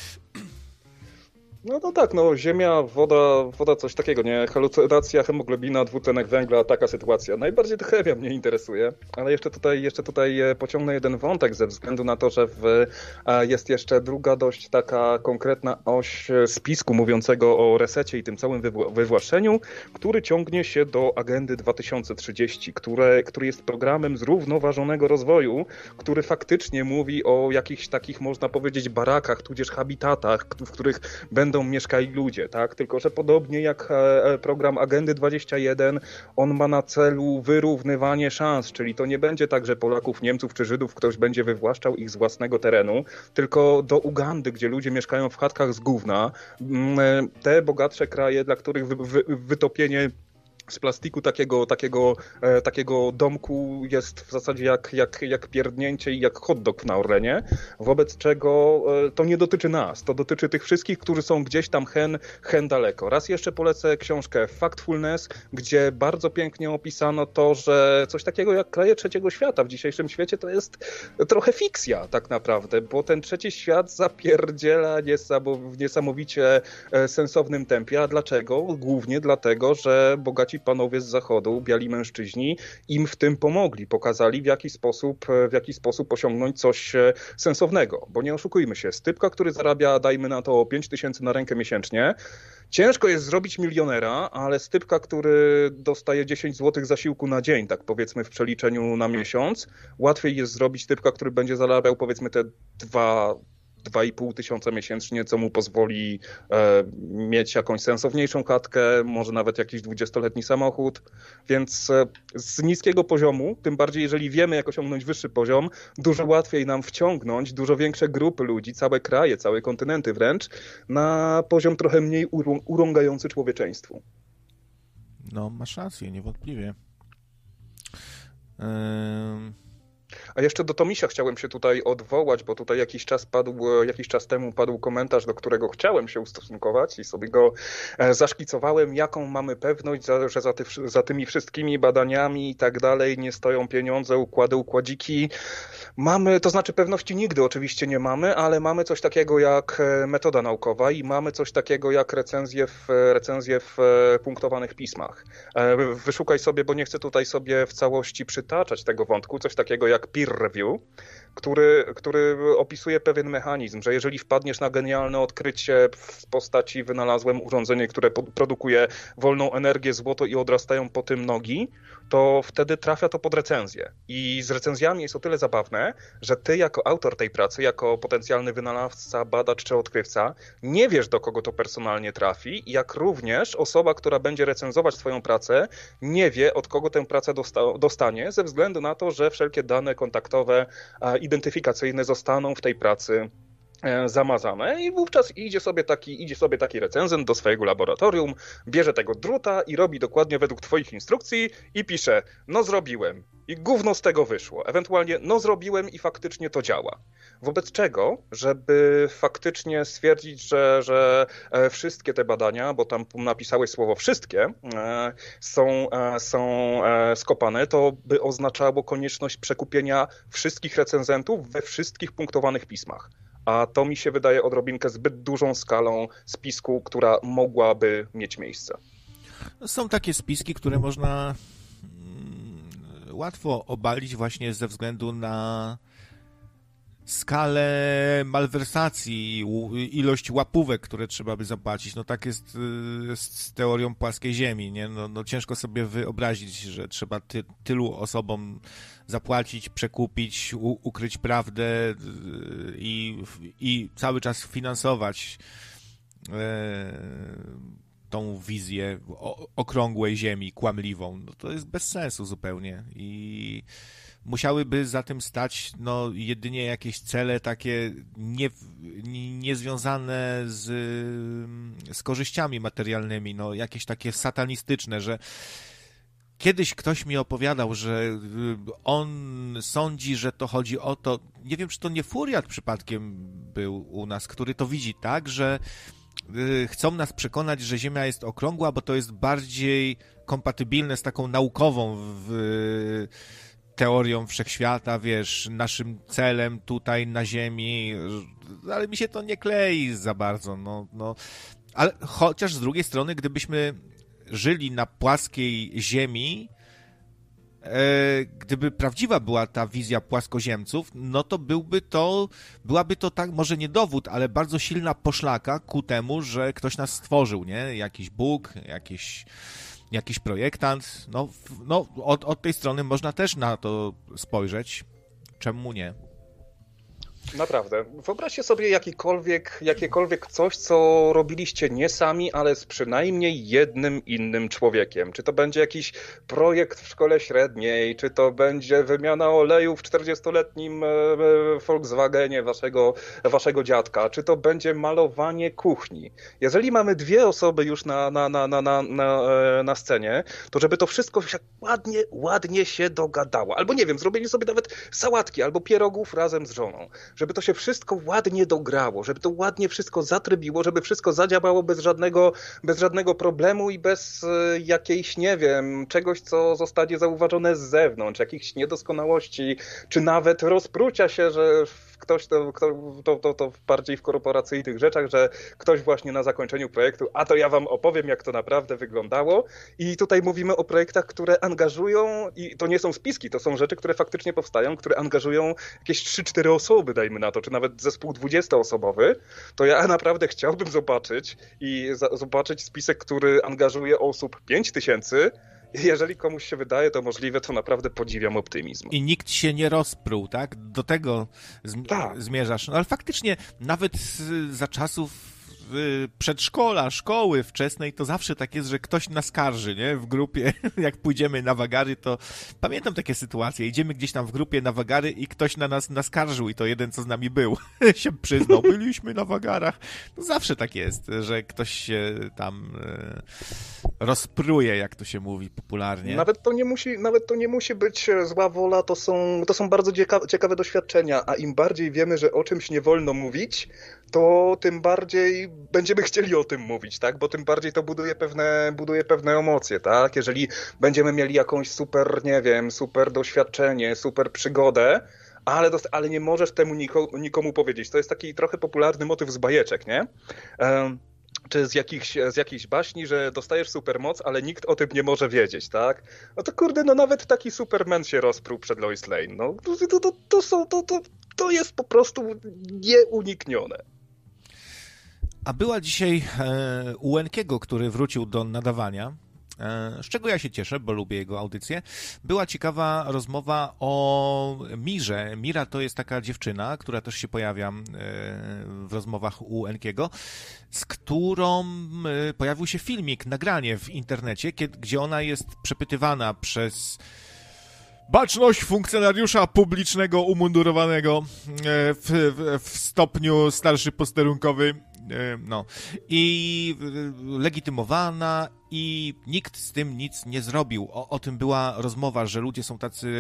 No tak, ziemia, woda, coś takiego, nie? Halucynacja, hemoglobina, dwutlenek węgla, taka sytuacja. Najbardziej to chemia mnie interesuje, ale jeszcze tutaj pociągnę jeden wątek ze względu na to, że jest jeszcze druga dość taka konkretna oś spisku mówiącego o resecie i tym całym wywłaszczeniu, który ciągnie się do Agendy 2030, który jest programem zrównoważonego rozwoju, który faktycznie mówi o jakichś takich, można powiedzieć, barakach, tudzież habitatach, w których będą mieszkali ludzie, tak? Tylko że podobnie jak program Agendy 21, on ma na celu wyrównywanie szans, czyli to nie będzie tak, że Polaków, Niemców czy Żydów ktoś będzie wywłaszczał ich z własnego terenu, tylko do Ugandy, gdzie ludzie mieszkają w chatkach z gówna, te bogatsze kraje, dla których wytopienie z plastiku takiego domku jest w zasadzie jak pierdnięcie i jak hot dog na Orlenie, wobec czego to nie dotyczy nas, to dotyczy tych wszystkich, którzy są gdzieś tam hen daleko. Raz jeszcze polecę książkę Factfulness, gdzie bardzo pięknie opisano to, że coś takiego jak kraje trzeciego świata w dzisiejszym świecie to jest trochę fikcja tak naprawdę, bo ten trzeci świat zapierdziela w niesamowicie sensownym tempie. A dlaczego? Głównie dlatego, że bogaci panowie z zachodu, biali mężczyźni im w tym pomogli, pokazali w jaki sposób osiągnąć coś sensownego, bo nie oszukujmy się, z typka, który zarabia, dajmy na to 5 000 na rękę miesięcznie, ciężko jest zrobić milionera, ale z typka, który dostaje 10 zł zasiłku na dzień, tak powiedzmy w przeliczeniu na miesiąc, łatwiej jest zrobić typka, który będzie zarabiał powiedzmy te 2,5 tysiąca miesięcznie, co mu pozwoli mieć jakąś sensowniejszą chatkę, może nawet jakiś 20-letni samochód, więc z niskiego poziomu, tym bardziej jeżeli wiemy jak osiągnąć wyższy poziom, dużo łatwiej nam wciągnąć dużo większe grupy ludzi, całe kraje, całe kontynenty wręcz, na poziom trochę mniej urągający człowieczeństwu. No, masz rację, niewątpliwie. A jeszcze do Tomisia chciałem się tutaj odwołać, bo tutaj jakiś czas temu padł komentarz, do którego chciałem się ustosunkować i sobie go zaszkicowałem, jaką mamy pewność, że za tymi wszystkimi badaniami i tak dalej nie stoją pieniądze, układziki. To znaczy pewności nigdy oczywiście nie mamy, ale mamy coś takiego jak metoda naukowa i mamy coś takiego jak recenzje w punktowanych pismach. Wyszukaj sobie, bo nie chcę tutaj sobie w całości przytaczać tego wątku, coś takiego jak peer review, który opisuje pewien mechanizm, że jeżeli wpadniesz na genialne odkrycie w postaci wynalazłem urządzenie, które produkuje wolną energię, złoto i odrastają po tym nogi, to wtedy trafia to pod recenzję. I z recenzjami jest o tyle zabawne, że ty jako autor tej pracy, jako potencjalny wynalazca, badacz czy odkrywca, nie wiesz, do kogo to personalnie trafi, jak również osoba, która będzie recenzować twoją pracę, nie wie, od kogo tę pracę dostanie, ze względu na to, że wszelkie dane kontaktowe, identyfikacyjne zostaną w tej pracy zamazane i wówczas idzie sobie taki recenzent do swojego laboratorium, bierze tego druta i robi dokładnie według twoich instrukcji i pisze, no zrobiłem i gówno z tego wyszło, ewentualnie no zrobiłem i faktycznie to działa. Wobec czego, żeby faktycznie stwierdzić, że wszystkie te badania, bo tam napisałeś słowo wszystkie, są skopane, to by oznaczało konieczność przekupienia wszystkich recenzentów we wszystkich punktowanych pismach. A to mi się wydaje odrobinkę zbyt dużą skalą spisku, która mogłaby mieć miejsce. Są takie spiski, które można łatwo obalić właśnie ze względu na skalę malwersacji, ilość łapówek, które trzeba by zapłacić. No tak jest z teorią płaskiej ziemi, nie? No ciężko sobie wyobrazić, że trzeba tylu osobom zapłacić, przekupić, ukryć prawdę i cały czas finansować tą wizję okrągłej ziemi, kłamliwą. No to jest bez sensu zupełnie i musiałyby za tym stać jedynie jakieś cele takie niezwiązane z korzyściami materialnymi, jakieś takie satanistyczne, że kiedyś ktoś mi opowiadał, że on sądzi, że to chodzi o to, nie wiem, czy to nie Furiat przypadkiem był u nas, który to widzi tak, że chcą nas przekonać, że Ziemia jest okrągła, bo to jest bardziej kompatybilne z taką naukową teorią wszechświata, wiesz, naszym celem tutaj na Ziemi, ale mi się to nie klei za bardzo, ale chociaż z drugiej strony, gdybyśmy żyli na płaskiej Ziemi, gdyby prawdziwa była ta wizja płaskoziemców, no to byłaby to tak, może nie dowód, ale bardzo silna poszlaka ku temu, że ktoś nas stworzył, nie? Jakiś Bóg, jakiś projektant. Od tej strony można też na to spojrzeć. Czemu nie? Naprawdę. Wyobraźcie sobie jakiekolwiek coś, co robiliście nie sami, ale z przynajmniej jednym innym człowiekiem. Czy to będzie jakiś projekt w szkole średniej, czy to będzie wymiana oleju w 40-letnim Volkswagenie waszego dziadka, czy to będzie malowanie kuchni. Jeżeli mamy dwie osoby już na scenie, to żeby to wszystko się ładnie się dogadało. Albo nie wiem, zrobienie sobie nawet sałatki albo pierogów razem z żoną. Żeby to się wszystko ładnie dograło, żeby to ładnie wszystko zatrybiło, żeby wszystko zadziałało bez żadnego problemu i bez jakiejś, nie wiem, czegoś, co zostanie zauważone z zewnątrz, jakichś niedoskonałości, czy nawet rozprucia się, że ktoś to bardziej w korporacyjnych rzeczach, że ktoś właśnie na zakończeniu projektu, a to ja wam opowiem, jak to naprawdę wyglądało. I tutaj mówimy o projektach, które angażują, i to nie są spiski, to są rzeczy, które faktycznie powstają, które angażują jakieś 3-4 osoby, dajmy na to, czy nawet zespół 20-osobowy, to ja naprawdę chciałbym zobaczyć spisek, który angażuje osób 5000. Jeżeli komuś się wydaje to możliwe, to naprawdę podziwiam optymizm. I nikt się nie rozpruł, tak? Do tego zmierzasz. No ale faktycznie nawet za czasów przedszkola, szkoły wczesnej, to zawsze tak jest, że ktoś naskarży, nie? W grupie, jak pójdziemy na wagary, to pamiętam takie sytuacje, idziemy gdzieś tam w grupie na wagary i ktoś na nas naskarżył i to jeden, co z nami był, się przyznał, byliśmy na wagarach. No zawsze tak jest, że ktoś się tam rozpruje, jak to się mówi popularnie. Nawet to nie musi być zła wola, to są bardzo ciekawe doświadczenia, a im bardziej wiemy, że o czymś nie wolno mówić, to tym bardziej będziemy chcieli o tym mówić, tak? Bo tym bardziej to buduje pewne emocje, tak? Jeżeli będziemy mieli jakąś super, nie wiem, super doświadczenie, super przygodę, ale nie możesz temu nikomu powiedzieć. To jest taki trochę popularny motyw z bajeczek, nie? Czy z jakichś baśni, że dostajesz supermoc, ale nikt o tym nie może wiedzieć, tak? No to kurde, no nawet taki Superman się rozpruł przed Lois Lane. No to jest po prostu nieuniknione. A była dzisiaj u Łękiego, który wrócił do nadawania, z czego ja się cieszę, bo lubię jego audycję. Była ciekawa rozmowa o Mirze. Mira to jest taka dziewczyna, która też się pojawia w rozmowach u Łękiego, z którą pojawił się filmik, nagranie w internecie, gdzie ona jest przepytywana przez baczność funkcjonariusza publicznego umundurowanego w stopniu starszy posterunkowy, no, i legitymowana, i nikt z tym nic nie zrobił. O tym była rozmowa, że ludzie są tacy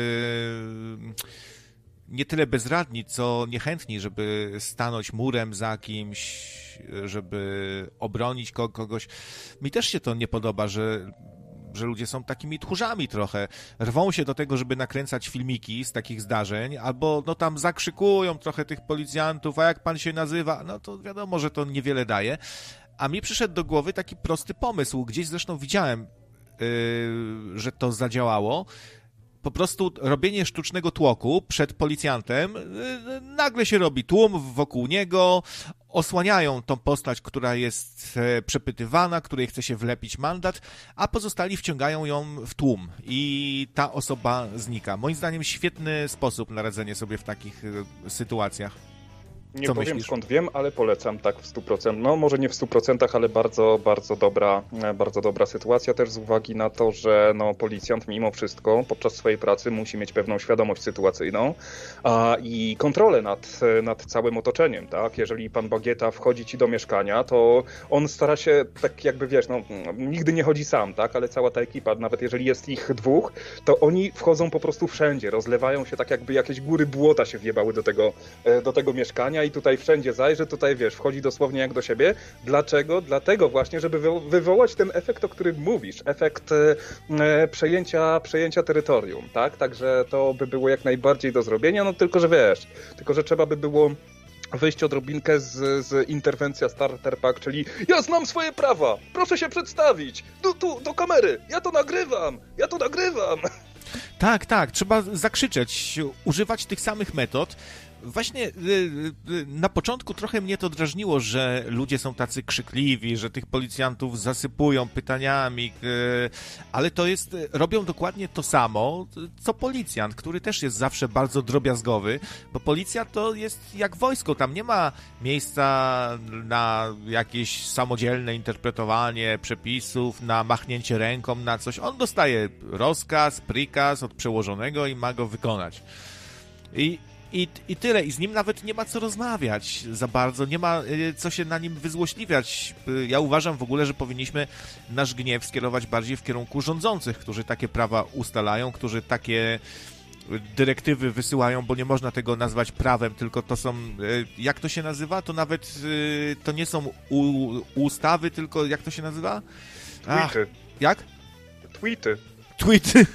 nie tyle bezradni, co niechętni, żeby stanąć murem za kimś, żeby obronić kogoś. Mi też się to nie podoba, że ludzie są takimi tchórzami trochę. Rwą się do tego, żeby nakręcać filmiki z takich zdarzeń, albo no tam zakrzykują trochę tych policjantów, a jak pan się nazywa, no to wiadomo, że to niewiele daje. A mi przyszedł do głowy taki prosty pomysł. Gdzieś zresztą widziałem, że to zadziałało. Po prostu robienie sztucznego tłoku przed policjantem, nagle się robi tłum wokół niego, osłaniają tą postać, która jest przepytywana, której chce się wlepić mandat, a pozostali wciągają ją w tłum i ta osoba znika. Moim zdaniem świetny sposób na radzenie sobie w takich sytuacjach. Nie powiem skąd wiem, ale polecam tak w 100%. No może nie w 100%, ale bardzo dobra sytuacja też z uwagi na to, że no, policjant mimo wszystko podczas swojej pracy musi mieć pewną świadomość sytuacyjną i kontrolę nad całym otoczeniem, tak? Jeżeli pan Bagieta wchodzi ci do mieszkania, to on stara się, tak jakby wiesz, no nigdy nie chodzi sam, tak? Ale cała ta ekipa, nawet jeżeli jest ich dwóch, to oni wchodzą po prostu wszędzie, rozlewają się tak jakby jakieś góry błota się wjebały do tego mieszkania i tutaj wszędzie zajrzy, tutaj wiesz, wchodzi dosłownie jak do siebie. Dlaczego? Dlatego właśnie, żeby wywołać ten efekt, o którym mówisz, efekt przejęcia terytorium, tak? Także to by było jak najbardziej do zrobienia, no tylko, że wiesz, że trzeba by było wyjść odrobinkę z interwencja starter pack, czyli ja znam swoje prawa, proszę się przedstawić, tu, do kamery, ja to nagrywam. Tak, trzeba zakrzyczeć, używać tych samych metod. Właśnie na początku trochę mnie to drażniło, że ludzie są tacy krzykliwi, że tych policjantów zasypują pytaniami, ale robią dokładnie to samo, co policjant, który też jest zawsze bardzo drobiazgowy, bo policja to jest jak wojsko, tam nie ma miejsca na jakieś samodzielne interpretowanie przepisów, na machnięcie ręką, na coś. On dostaje rozkaz, prikaz od przełożonego i ma go wykonać. I tyle. I z nim nawet nie ma co rozmawiać za bardzo, nie ma co się na nim wyzłośliwiać. Ja uważam w ogóle, że powinniśmy nasz gniew skierować bardziej w kierunku rządzących, którzy takie prawa ustalają, którzy takie dyrektywy wysyłają, bo nie można tego nazwać prawem, tylko to są, jak to się nazywa? To nawet to nie są ustawy, tylko jak to się nazywa? Tweety. Jak? Tweety.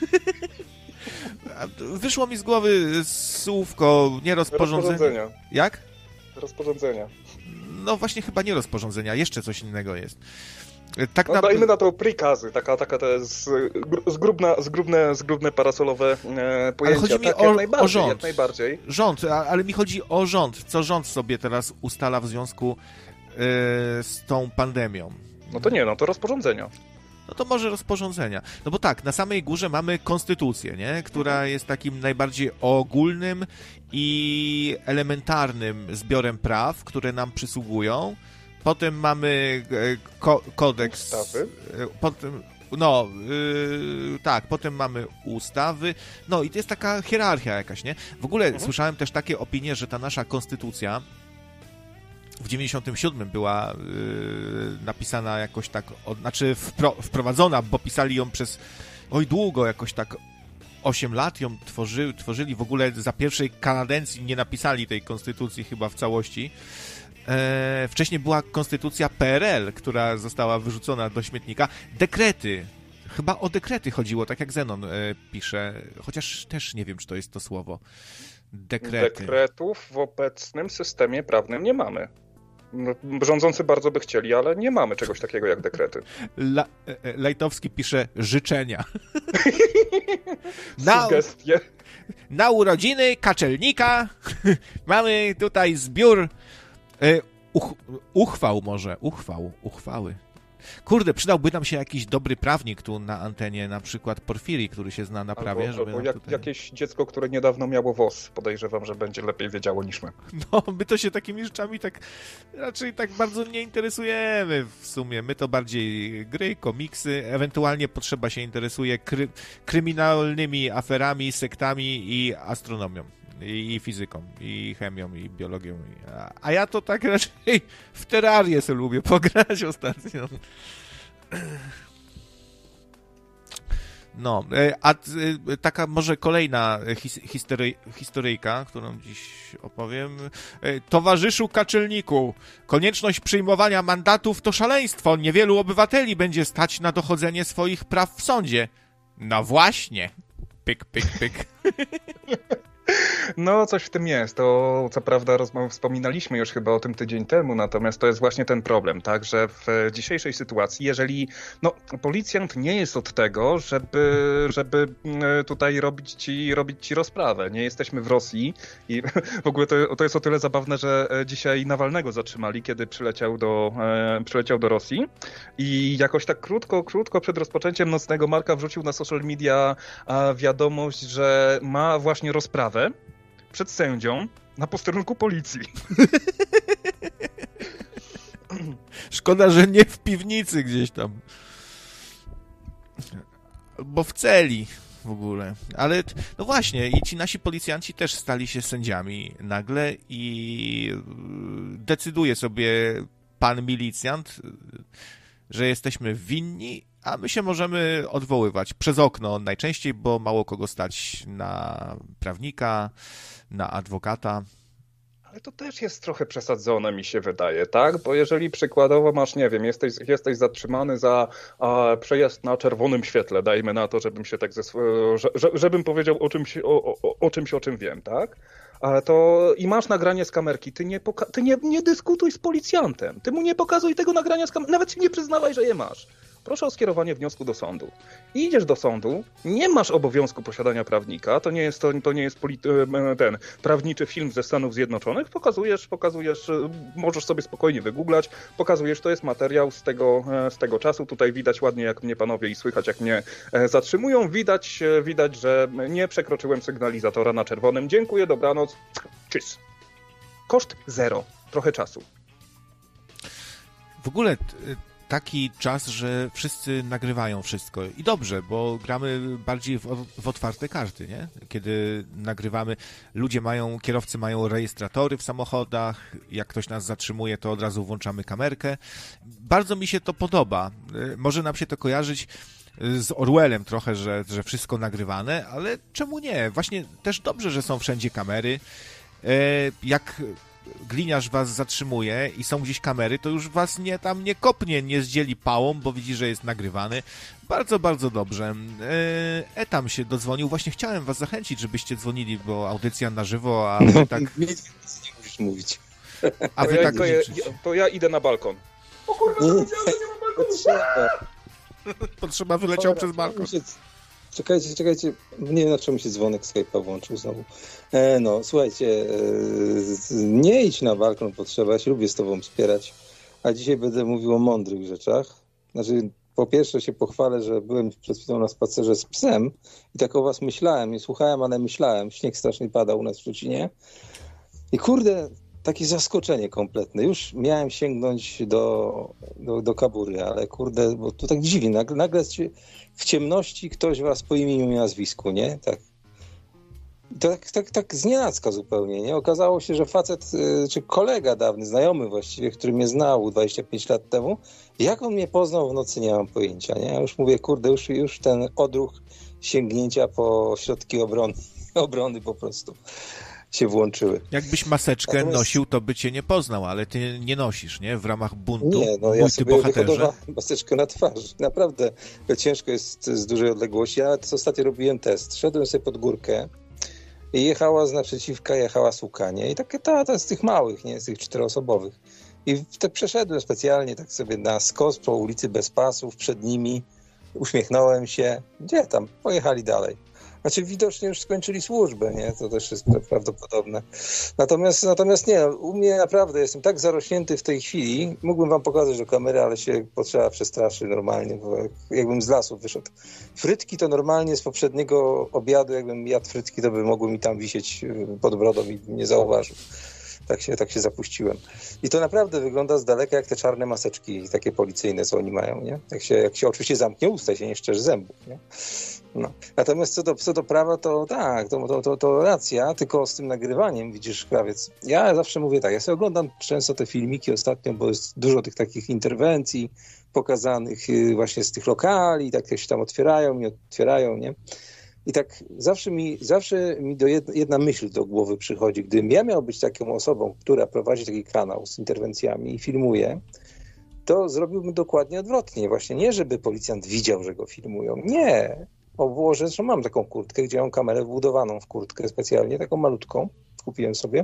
Wyszło mi z głowy słówko, nie rozporządzenia. Jak? Rozporządzenia. No właśnie chyba nie rozporządzenia, jeszcze coś innego jest. Tak dajmy na to prikazy, taka to jest zgrubne parasolowe pojęcie. Ale chodzi mi tak, o rząd. Jak najbardziej. Rząd, ale mi chodzi o rząd. Co rząd sobie teraz ustala w związku z tą pandemią? No to nie, to rozporządzenia. No to może rozporządzenia. No bo tak, na samej górze mamy konstytucję, nie? Która jest takim najbardziej ogólnym i elementarnym zbiorem praw, które nam przysługują. Potem mamy kodeks... Ustawy. Potem, potem mamy ustawy. No i to jest taka hierarchia jakaś, nie? W ogóle słyszałem też takie opinie, że ta nasza konstytucja w 97 była napisana jakoś tak, wprowadzona, bo pisali ją przez długo, jakoś tak 8 lat ją tworzyli. W ogóle za pierwszej kadencji nie napisali tej konstytucji chyba w całości. Wcześniej była konstytucja PRL, która została wyrzucona do śmietnika. Dekrety. Chyba o dekrety chodziło, tak jak Zenon pisze, chociaż też nie wiem, czy to jest to słowo. Dekrety. Dekretów w obecnym systemie prawnym nie mamy. Rządzący bardzo by chcieli, ale nie mamy czegoś takiego jak dekrety. Lajtowski pisze życzenia. Sugestie. Na urodziny Kaczelnika mamy tutaj zbiór uchwały. Kurde, przydałby nam się jakiś dobry prawnik tu na antenie, na przykład Porfiri, który się zna na prawie. Albo jakieś dziecko, które niedawno miało włos. Podejrzewam, że będzie lepiej wiedziało niż my. No, my to się takimi rzeczami raczej tak bardzo nie interesujemy w sumie. My to bardziej gry, komiksy, ewentualnie potrzeba się interesuje kryminalnymi aferami, sektami i astronomią. I fizyką, i chemią, i biologią. A ja to tak raczej w Terrarię sobie lubię pograć ostatnio. No, a taka może kolejna historyjka, którą dziś opowiem. Towarzyszu Kaczelniku, konieczność przyjmowania mandatów to szaleństwo. Niewielu obywateli będzie stać na dochodzenie swoich praw w sądzie. No właśnie. Pyk, pyk, pyk. No, coś w tym jest. To co prawda wspominaliśmy już chyba o tym tydzień temu, natomiast to jest właśnie ten problem, tak, że w dzisiejszej sytuacji, jeżeli policjant nie jest od tego, żeby tutaj robić ci rozprawę. Nie jesteśmy w Rosji i w ogóle to jest o tyle zabawne, że dzisiaj Nawalnego zatrzymali, kiedy przyleciał do Rosji i jakoś tak krótko przed rozpoczęciem nocnego marka wrzucił na social media wiadomość, że ma właśnie rozprawę przed sędzią na posterunku policji. Szkoda, że nie w piwnicy gdzieś tam. Bo w celi w ogóle. Ale no właśnie, i ci nasi policjanci też stali się sędziami nagle i decyduje sobie pan milicjant, że jesteśmy winni, a my się możemy odwoływać przez okno najczęściej, bo mało kogo stać na prawnika, na adwokata. Ale to też jest trochę przesadzone, mi się wydaje, tak? Bo jeżeli przykładowo masz, nie wiem, jesteś zatrzymany za przejazd na czerwonym świetle, dajmy na to, żebym się tak żebym powiedział o czym wiem, tak? To i masz nagranie z kamerki, ty nie dyskutuj z policjantem, ty mu nie pokazuj tego nagrania z kamerki, nawet się nie przyznawaj, że je masz. proszę o skierowanie wniosku do sądu. I idziesz do sądu, nie masz obowiązku posiadania prawnika, to nie jest ten prawniczy film ze Stanów Zjednoczonych, pokazujesz, możesz sobie spokojnie wygooglać, pokazujesz, to jest materiał z tego czasu, tutaj widać ładnie, jak mnie panowie i słychać, jak mnie zatrzymują, widać, że nie przekroczyłem sygnalizatora na czerwonym, dziękuję, dobranoc, tschüss. Koszt zero, trochę czasu. W ogóle taki czas, że wszyscy nagrywają wszystko. I dobrze, bo gramy bardziej w otwarte karty, nie? Kiedy nagrywamy, kierowcy mają rejestratory w samochodach, jak ktoś nas zatrzymuje, to od razu włączamy kamerkę. Bardzo mi się to podoba. Może nam się to kojarzyć z Orwellem trochę, że wszystko nagrywane, ale czemu nie? Właśnie też dobrze, że są wszędzie kamery. Jak gliniarz was zatrzymuje i są gdzieś kamery, to już was nie kopnie, nie zdzieli pałą, bo widzi, że jest nagrywany. Bardzo, bardzo dobrze. Etam się dodzwonił. Właśnie chciałem was zachęcić, żebyście dzwonili, bo audycja na żywo, a wy tak... Nie musisz mówić. A wy tak... To ja idę na balkon. O kurwa, nie ma balkonu. Potrzeba wyleciał przez balkon. Czekajcie. Nie wiem, na czemu się dzwonek Skype'a włączył znowu. No, słuchajcie, nie idź na balkon, potrzeba. Ja się lubię z tobą wspierać. A dzisiaj będę mówił o mądrych rzeczach. Znaczy, po pierwsze się pochwalę, że byłem przed chwilą na spacerze z psem i tak o was myślałem. Nie słuchałem, ale myślałem. Śnieg strasznie padał u nas w Szczecinie. I kurde, takie zaskoczenie kompletne. Już miałem sięgnąć do kabury, ale kurde, bo to tak dziwnie. Nagle w ciemności ktoś was po imieniu i nazwisku, nie? Tak znienacka zupełnie, nie? Okazało się, że facet, czy kolega dawny, znajomy właściwie, który mnie znał 25 lat temu, jak on mnie poznał w nocy, nie mam pojęcia, nie? Ja już mówię, kurde, już ten odruch sięgnięcia po środki obrony po prostu się włączyły. Jakbyś maseczkę nosił, to by cię nie poznał, ale ty nie nosisz, nie? W ramach buntu. Nie, no ja sobie wyhodowałem maseczkę na twarzy. Naprawdę ciężko jest z dużej odległości. Ja ostatnio robiłem test. Szedłem sobie pod górkę i jechała z naprzeciwka, suka, nie? I takie ta z tych małych, nie? Z tych 4-osobowych. I przeszedłem specjalnie tak sobie na skos po ulicy bez pasów, przed nimi. Uśmiechnąłem się. Gdzie tam? Pojechali dalej. Znaczy widocznie już skończyli służbę, nie? To też jest prawdopodobne. Natomiast nie, u mnie naprawdę jestem tak zarośnięty w tej chwili. Mógłbym wam pokazać do kamery, ale się potrzeba przestraszy normalnie, bo jakbym z lasu wyszedł. Frytki to normalnie z poprzedniego obiadu, jakbym jadł frytki, to by mogły mi tam wisieć pod brodą i bym nie zauważył. Tak się zapuściłem. I to naprawdę wygląda z daleka jak te czarne maseczki takie policyjne, co oni mają, nie? Jak się oczywiście zamknie usta, się nie szczerzy zębów, nie? No. Natomiast co do prawa, to tak, to racja, tylko z tym nagrywaniem, widzisz, krawiec. Ja zawsze mówię tak, ja sobie oglądam często te filmiki ostatnio, bo jest dużo tych takich interwencji pokazanych właśnie z tych lokali, tak jak się tam otwierają, nie otwierają, nie? I tak zawsze mi jedna myśl do głowy przychodzi. Gdybym ja miał być taką osobą, która prowadzi taki kanał z interwencjami i filmuje, to zrobiłbym dokładnie odwrotnie. Właśnie nie, żeby policjant widział, że go filmują. Nie. Obłożę, że mam taką kurtkę, gdzie mam kamerę wbudowaną w kurtkę specjalnie, taką malutką. Kupiłem sobie.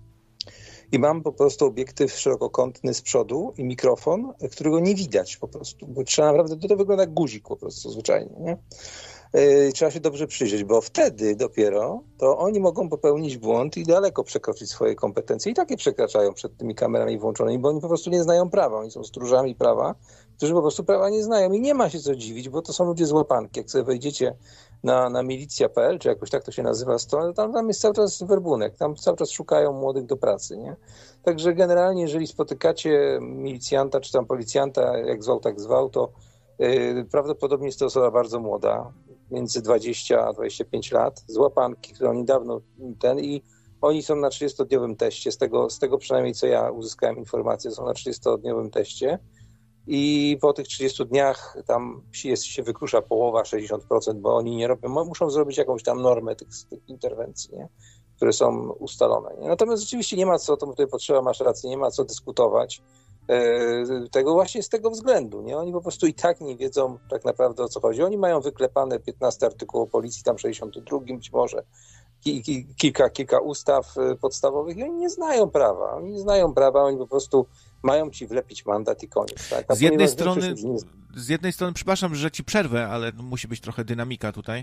I mam po prostu obiektyw szerokokątny z przodu i mikrofon, którego nie widać po prostu. Bo trzeba naprawdę, to wygląda jak guzik po prostu zwyczajnie, nie? Trzeba się dobrze przyjrzeć, bo wtedy dopiero to oni mogą popełnić błąd i daleko przekroczyć swoje kompetencje. I takie przekraczają przed tymi kamerami włączonymi, bo oni po prostu nie znają prawa. Oni są stróżami prawa, którzy po prostu prawa nie znają. I nie ma się co dziwić, bo to są ludzie z łapanki. Jak sobie wejdziecie na milicja.pl, czy jakoś tak to się nazywa, tam jest cały czas werbunek. Tam cały czas szukają młodych do pracy, nie? Także generalnie, jeżeli spotykacie milicjanta, czy tam policjanta, jak zwał, tak zwał, to prawdopodobnie jest to osoba bardzo młoda, między 20 a 25 lat, z łapanki, którą niedawno i oni są na 30-dniowym teście, z tego przynajmniej co ja uzyskałem informację, są na 30-dniowym teście i po tych 30 dniach tam się wykrusza połowa, 60%, bo oni nie robią, muszą zrobić jakąś tam normę tych interwencji, nie? Które są ustalone. Nie? Natomiast rzeczywiście nie ma co, to tutaj potrzeba, masz rację, nie ma co dyskutować tego właśnie z tego względu, nie? Oni po prostu i tak nie wiedzą tak naprawdę o co chodzi. Oni mają wyklepane 15 artykuł o policji, tam 62 być może, kilka ustaw podstawowych i oni nie znają prawa. Oni po prostu mają ci wlepić mandat i koniec. Tak? Z jednej strony, przepraszam, że ci przerwę, ale musi być trochę dynamika tutaj.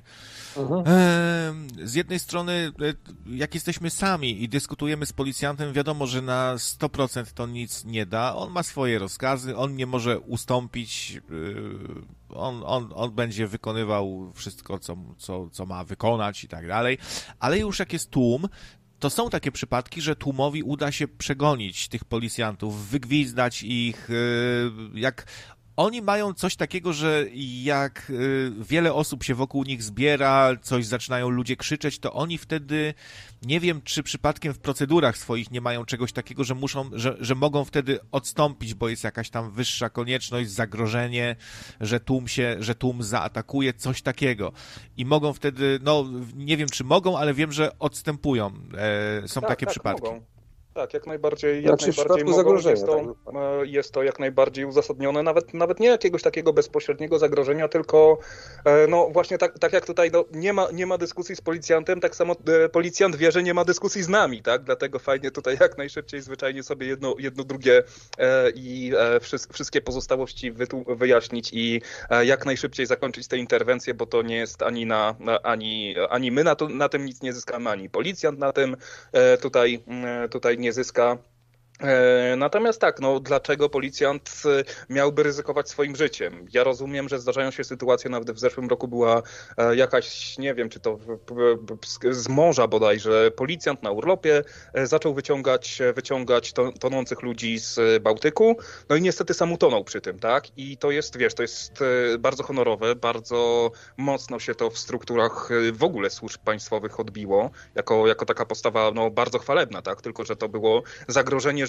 Z jednej strony, jak jesteśmy sami i dyskutujemy z policjantem, wiadomo, że na 100% to nic nie da. On ma swoje rozkazy, on nie może ustąpić, on będzie wykonywał wszystko, co ma wykonać i tak dalej. Ale już jak jest tłum, to są takie przypadki, że tłumowi uda się przegonić tych policjantów, wygwizdać ich, jak oni mają coś takiego, że jak wiele osób się wokół nich zbiera, coś zaczynają ludzie krzyczeć, to oni wtedy, nie wiem, czy przypadkiem w procedurach swoich nie mają czegoś takiego, że mogą wtedy odstąpić, bo jest jakaś tam wyższa konieczność, zagrożenie, że tłum zaatakuje, coś takiego. I mogą wtedy, no nie wiem, czy mogą, ale wiem, że odstępują. Są takie przypadki. Mogą. Tak, jak najbardziej mogą, jest to jak najbardziej uzasadnione, nawet nie jakiegoś takiego bezpośredniego zagrożenia, tylko no właśnie tak jak tutaj nie ma dyskusji z policjantem, tak samo policjant wie, że nie ma dyskusji z nami, tak? Dlatego fajnie tutaj jak najszybciej zwyczajnie sobie jedno drugie i wszystkie pozostałości wyjaśnić i jak najszybciej zakończyć tę interwencję, bo to nie jest ani my na tym nic nie zyskamy, ani policjant na tym tutaj nie zyska. Natomiast tak, no dlaczego policjant miałby ryzykować swoim życiem? Ja rozumiem, że zdarzają się sytuacje, nawet w zeszłym roku była jakaś, nie wiem, czy to z morza bodajże, policjant na urlopie zaczął wyciągać tonących ludzi z Bałtyku, no i niestety sam utonął przy tym, tak? I to jest, wiesz, to jest bardzo honorowe, bardzo mocno się to w strukturach w ogóle służb państwowych odbiło, jako taka postawa, no bardzo chwalebna, tak? Tylko że to było zagrożenie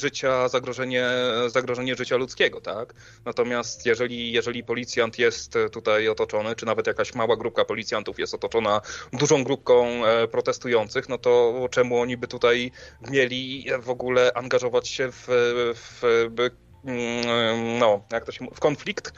życia ludzkiego, tak? Natomiast jeżeli policjant jest tutaj otoczony, czy nawet jakaś mała grupka policjantów jest otoczona dużą grupką protestujących, no to czemu oni by tutaj mieli w ogóle angażować się w konflikt,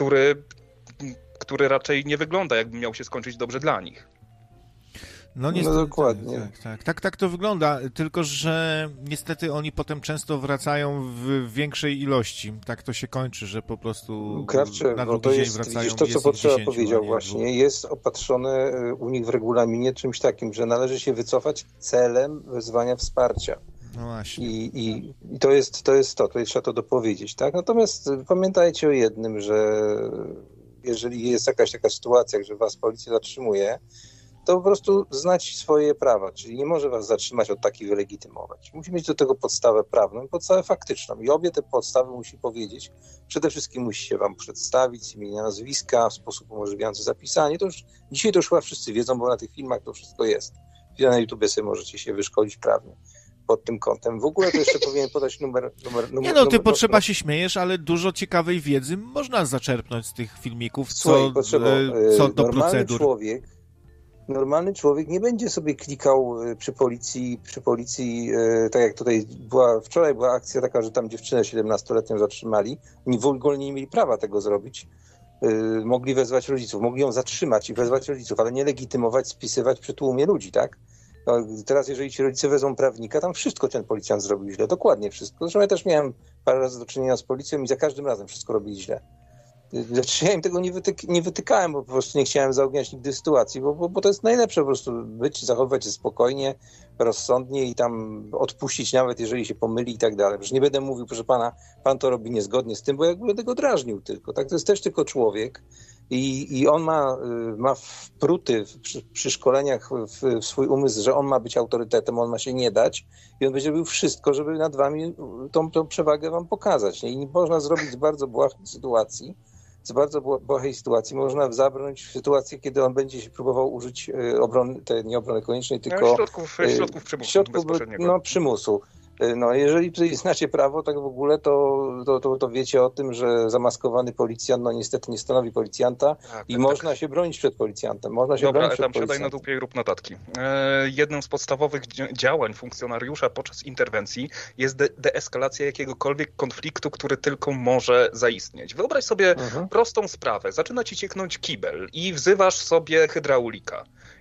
który raczej nie wygląda, jakby miał się skończyć dobrze dla nich. No niestety, dokładnie. Tak to wygląda, tylko że niestety oni potem często wracają w większej ilości. Tak to się kończy, że po prostu na drugi dzień wracają. Widzisz, to co Potrzeba powiedział właśnie, jest opatrzone u nich w regulaminie czymś takim, że należy się wycofać celem wezwania wsparcia. No właśnie. I to jest to, tutaj trzeba to dopowiedzieć, tak? Natomiast pamiętajcie o jednym, że jeżeli jest jakaś taka sytuacja, że was policja zatrzymuje, to po prostu znać swoje prawa, czyli nie może was zatrzymać od takich wylegitymować. Musi mieć do tego podstawę prawną i podstawę faktyczną. I obie te podstawy musi powiedzieć. Przede wszystkim musi się wam przedstawić z imienia, nazwiska, w sposób umożliwiający zapisanie. Dzisiaj to już chyba wszyscy wiedzą, bo na tych filmach to wszystko jest. Na YouTubie sobie możecie się wyszkolić prawnie pod tym kątem. W ogóle to jeszcze powinien podać numer. Nie no, ty potrzeba się śmiejesz, ale dużo ciekawej wiedzy można zaczerpnąć z tych filmików, co do procedur. Normalny człowiek nie będzie sobie klikał przy policji, tak jak tutaj wczoraj była akcja taka, że tam dziewczynę 17-letnią zatrzymali. Oni w ogóle nie mieli prawa tego zrobić. Mogli wezwać rodziców, mogli ją zatrzymać i wezwać rodziców, ale nie legitymować, spisywać przy tłumie ludzi, tak? No, teraz jeżeli ci rodzice wezmą prawnika, tam wszystko ten policjant zrobił źle, dokładnie wszystko. Zresztą ja też miałem parę razy do czynienia z policją i za każdym razem wszystko robili źle. Ja im tego nie wytykałem, bo po prostu nie chciałem zaogniać nigdy sytuacji, bo to jest najlepsze po prostu zachowywać się spokojnie, rozsądnie i tam odpuścić nawet, jeżeli się pomyli i tak dalej. Przecież nie będę mówił, proszę pana, pan to robi niezgodnie z tym, bo ja będę go drażnił tylko. Tak? To jest też tylko człowiek i on ma wpruty przy szkoleniach w swój umysł, że on ma być autorytetem, on ma się nie dać i on będzie robił wszystko, żeby nad wami tą przewagę wam pokazać. Nie? I nie można zrobić z bardzo błahej sytuacji można zabrnąć w sytuację, kiedy on będzie się próbował użyć nie obrony koniecznej, tylko przymusu. No, jeżeli tutaj znacie prawo, tak w ogóle, to wiecie o tym, że zamaskowany policjant, no niestety nie stanowi policjanta można się bronić przed policjantem. Siadaj na dupie i rób notatki. Jednym z podstawowych działań funkcjonariusza podczas interwencji jest deeskalacja jakiegokolwiek konfliktu, który tylko może zaistnieć. Wyobraź sobie prostą sprawę. Zaczyna ci cieknąć kibel i wzywasz sobie hydraulika.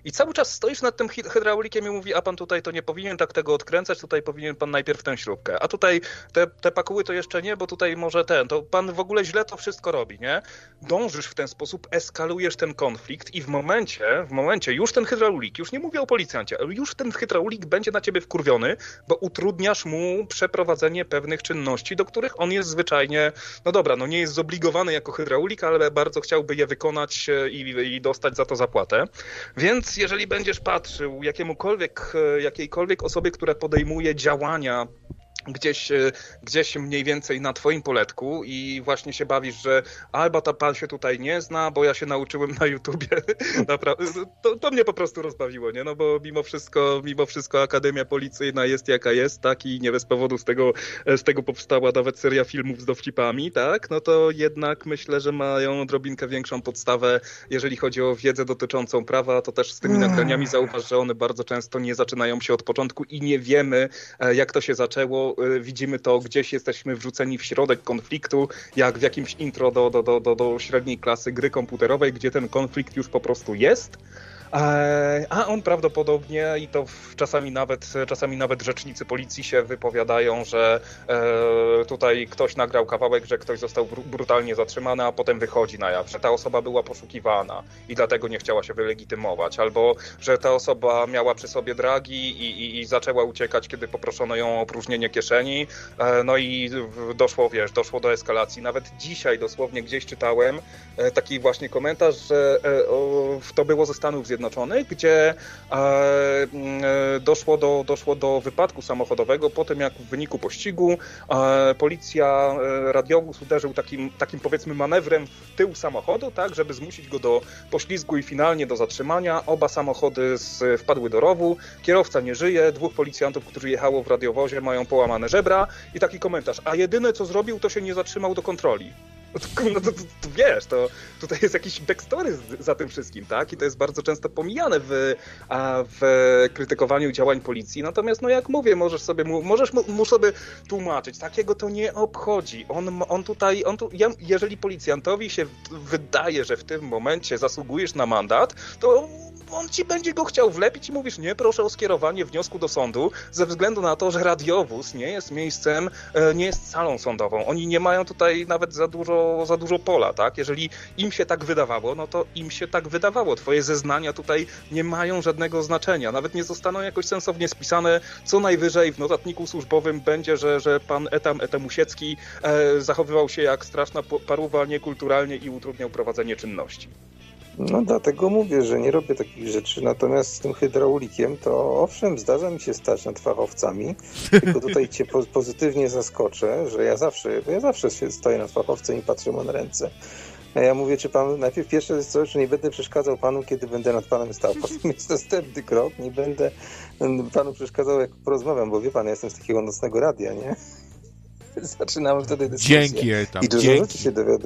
I cały czas stoisz nad tym hydraulikiem i mówi, a pan tutaj to nie powinien tak tego odkręcać, tutaj powinien pan najpierw tę śrubkę, a tutaj te pakuły to jeszcze nie, bo tutaj może to pan w ogóle źle to wszystko robi, nie? Dążysz w ten sposób, eskalujesz ten konflikt i w momencie już ten hydraulik, już nie mówię o policjancie, ale już ten hydraulik będzie na ciebie wkurwiony, bo utrudniasz mu przeprowadzenie pewnych czynności, do których on jest zwyczajnie, no dobra, no nie jest zobligowany jako hydraulik, ale bardzo chciałby je wykonać i dostać za to zapłatę. Więc jeżeli będziesz patrzył jakiejkolwiek osobie, która podejmuje działania gdzieś mniej więcej na twoim poletku i właśnie się bawisz, że albo ta pan się tutaj nie zna, bo ja się nauczyłem na YouTubie. Naprawdę, to mnie po prostu rozbawiło, nie? No bo mimo wszystko Akademia Policyjna jest jaka jest, tak? I nie bez powodu z tego powstała nawet seria filmów z dowcipami, tak? No to jednak myślę, że mają odrobinkę większą podstawę, jeżeli chodzi o wiedzę dotyczącą prawa, to też z tymi nagraniami zauważ, że one bardzo często nie zaczynają się od początku i nie wiemy, jak to się zaczęło. Widzimy to, gdzieś jesteśmy wrzuceni w środek konfliktu, jak w jakimś intro do średniej klasy gry komputerowej, gdzie ten konflikt już po prostu jest. A on prawdopodobnie, i to czasami nawet rzecznicy policji się wypowiadają, że tutaj ktoś nagrał kawałek, że ktoś został brutalnie zatrzymany, a potem wychodzi na jaw, że ta osoba była poszukiwana i dlatego nie chciała się wylegitymować, albo że ta osoba miała przy sobie dragi i zaczęła uciekać, kiedy poproszono ją o opróżnienie kieszeni, no i doszło do eskalacji. Nawet dzisiaj dosłownie gdzieś czytałem taki właśnie komentarz, że to było ze Stanów Zjednoczonych, gdzie doszło do wypadku samochodowego po tym, jak w wyniku pościgu policja radiowóz uderzył takim powiedzmy manewrem w tył samochodu, tak, żeby zmusić go do poślizgu i finalnie do zatrzymania. Oba samochody wpadły do rowu, kierowca nie żyje, 2 policjantów, którzy jechało w radiowozie, mają połamane żebra i taki komentarz, a jedyne co zrobił, to się nie zatrzymał do kontroli. No to wiesz, to tutaj jest jakiś backstory za tym wszystkim, tak? I to jest bardzo często pomijane w krytykowaniu działań policji. Natomiast, no jak mówię, możesz mu sobie tłumaczyć, takiego to nie obchodzi. Jeżeli policjantowi się wydaje, że w tym momencie zasługujesz na mandat, to on ci będzie go chciał wlepić i mówisz, nie, proszę o skierowanie wniosku do sądu ze względu na to, że radiowóz nie jest miejscem, nie jest salą sądową. Oni nie mają tutaj nawet za dużo pola, tak? Jeżeli im się tak wydawało, no to im się tak wydawało. Twoje zeznania tutaj nie mają żadnego znaczenia. Nawet nie zostaną jakoś sensownie spisane. Co najwyżej w notatniku służbowym będzie, że pan Etamusiecki zachowywał się jak straszna paruwa niekulturalnie i utrudniał prowadzenie czynności. No dlatego mówię, że nie robię takich rzeczy, natomiast z tym hydraulikiem to owszem, zdarza mi się stać nad fachowcami, tylko tutaj cię pozytywnie zaskoczę, że ja zawsze stoję nad fachowcem i patrzę mu na ręce. A ja mówię, czy pan, najpierw pierwsze jest to, że nie będę przeszkadzał panu, kiedy będę nad panem stał. Potem jest następny krok, nie będę panu przeszkadzał, jak porozmawiam, bo wie pan, ja jestem z takiego nocnego radia, nie? Zaczynamy wtedy dyskusję. Dzięki, Etam. I dużo rzeczy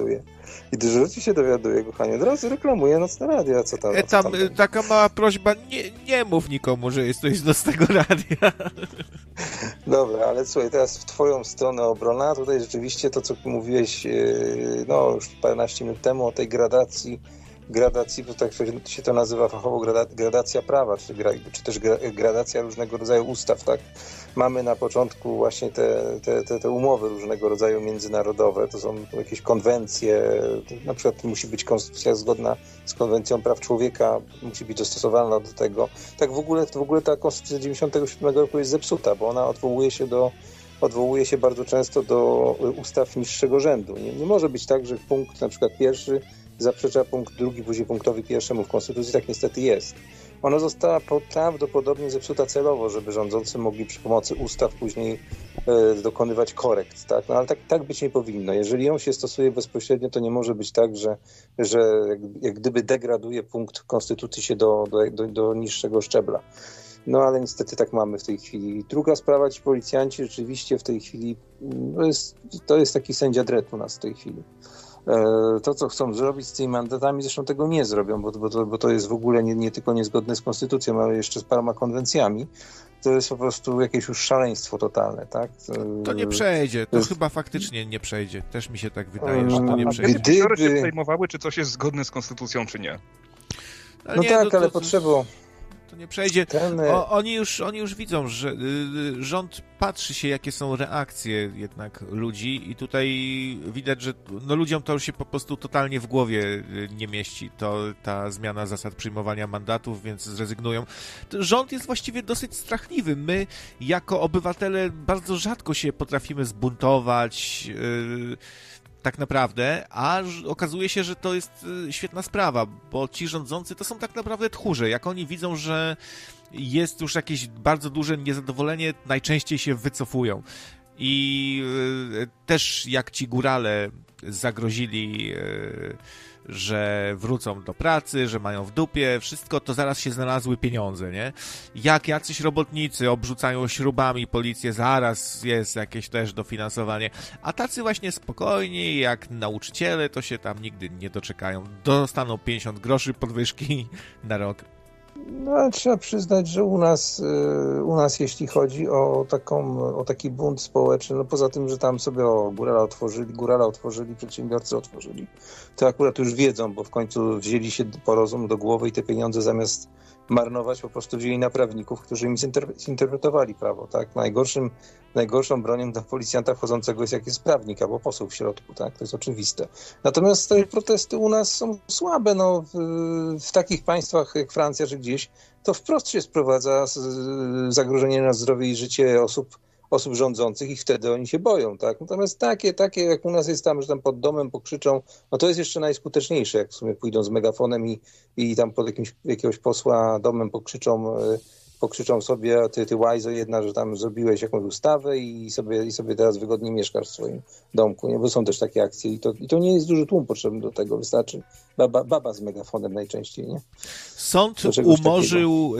się dowiaduje. Kochanie. Od razu reklamuję Nocne Radio, a co tam? Etam, taka mała prośba, nie mów nikomu, że jesteś z Nocnego Radia. Dobra, ale słuchaj, teraz w twoją stronę obrona. Tutaj rzeczywiście to, co mówiłeś, no już paręnaście minut temu o tej gradacji, bo tak się to nazywa fachowo gradacja prawa, czy też gradacja różnego rodzaju ustaw, tak? Mamy na początku właśnie te umowy różnego rodzaju międzynarodowe, to są jakieś konwencje, na przykład musi być konstytucja zgodna z konwencją praw człowieka, musi być dostosowana do tego. Tak w ogóle ta konstytucja 97 roku jest zepsuta, bo ona odwołuje się bardzo często do ustaw niższego rzędu. Nie może być tak, że punkt na przykład pierwszy zaprzecza punkt drugi, później punktowi pierwszemu w Konstytucji, tak niestety jest. Ona została prawdopodobnie zepsuta celowo, żeby rządzący mogli przy pomocy ustaw później dokonywać korekt, tak? No ale tak być nie powinno. Jeżeli ją się stosuje bezpośrednio, to nie może być tak, że jak gdyby degraduje punkt Konstytucji się do niższego szczebla. No ale niestety tak mamy w tej chwili. Druga sprawa, ci policjanci rzeczywiście w tej chwili, to jest taki sędzia dret u nas w tej chwili. To, co chcą zrobić z tymi mandatami, zresztą tego nie zrobią, bo to jest w ogóle nie tylko niezgodne z konstytucją, ale jeszcze z paroma konwencjami. To jest po prostu jakieś już szaleństwo totalne, tak? To nie przejdzie, to chyba faktycznie nie przejdzie. Też mi się tak wydaje, że to nie przejdzie. Gdyby się przejmowały, czy coś jest zgodne z konstytucją, czy nie. Ale To nie przejdzie. Oni już widzą, że rząd patrzy się, jakie są reakcje jednak ludzi i tutaj widać, że ludziom to już się po prostu totalnie w głowie nie mieści, ta zmiana zasad przyjmowania mandatów, więc zrezygnują. Rząd jest właściwie dosyć strachliwy. My jako obywatele bardzo rzadko się potrafimy zbuntować, tak naprawdę, a okazuje się, że to jest świetna sprawa, bo ci rządzący to są tak naprawdę tchórze. Jak oni widzą, że jest już jakieś bardzo duże niezadowolenie, najczęściej się wycofują. I też jak ci górale zagrozili, że wrócą do pracy, że mają w dupie wszystko, to zaraz się znalazły pieniądze, nie? Jak jacyś robotnicy obrzucają śrubami policję, zaraz jest jakieś też dofinansowanie. A tacy właśnie spokojni, jak nauczyciele, to się tam nigdy nie doczekają. Dostaną 50 groszy podwyżki na rok. No, trzeba przyznać, że u nas jeśli chodzi o taki bunt społeczny, no poza tym, że tam sobie górala otworzyli, przedsiębiorcy otworzyli, to akurat już wiedzą, bo w końcu wzięli się po rozum do głowy i te pieniądze zamiast marnować po prostu wzięli na prawników, którzy im zinterpretowali prawo, tak? Najgorszą bronią dla policjanta wchodzącego jest jak jest prawnik albo poseł w środku, tak? To jest oczywiste. Natomiast te protesty u nas są słabe, no w takich państwach jak Francja czy gdzieś, to wprost się sprowadza zagrożenie na zdrowie i życie osób rządzących i wtedy oni się boją, tak? Natomiast takie jak u nas jest tam, że tam pod domem pokrzyczą, no to jest jeszcze najskuteczniejsze, jak w sumie pójdą z megafonem i tam pod jakiegoś posła domem pokrzyczą sobie, ty łajzo jedna, że tam zrobiłeś jakąś ustawę i sobie teraz wygodnie mieszkasz w swoim domku, nie? Bo są też takie akcje i to nie jest duży tłum potrzebny do tego, wystarczy baba z megafonem najczęściej, nie? Sąd umorzył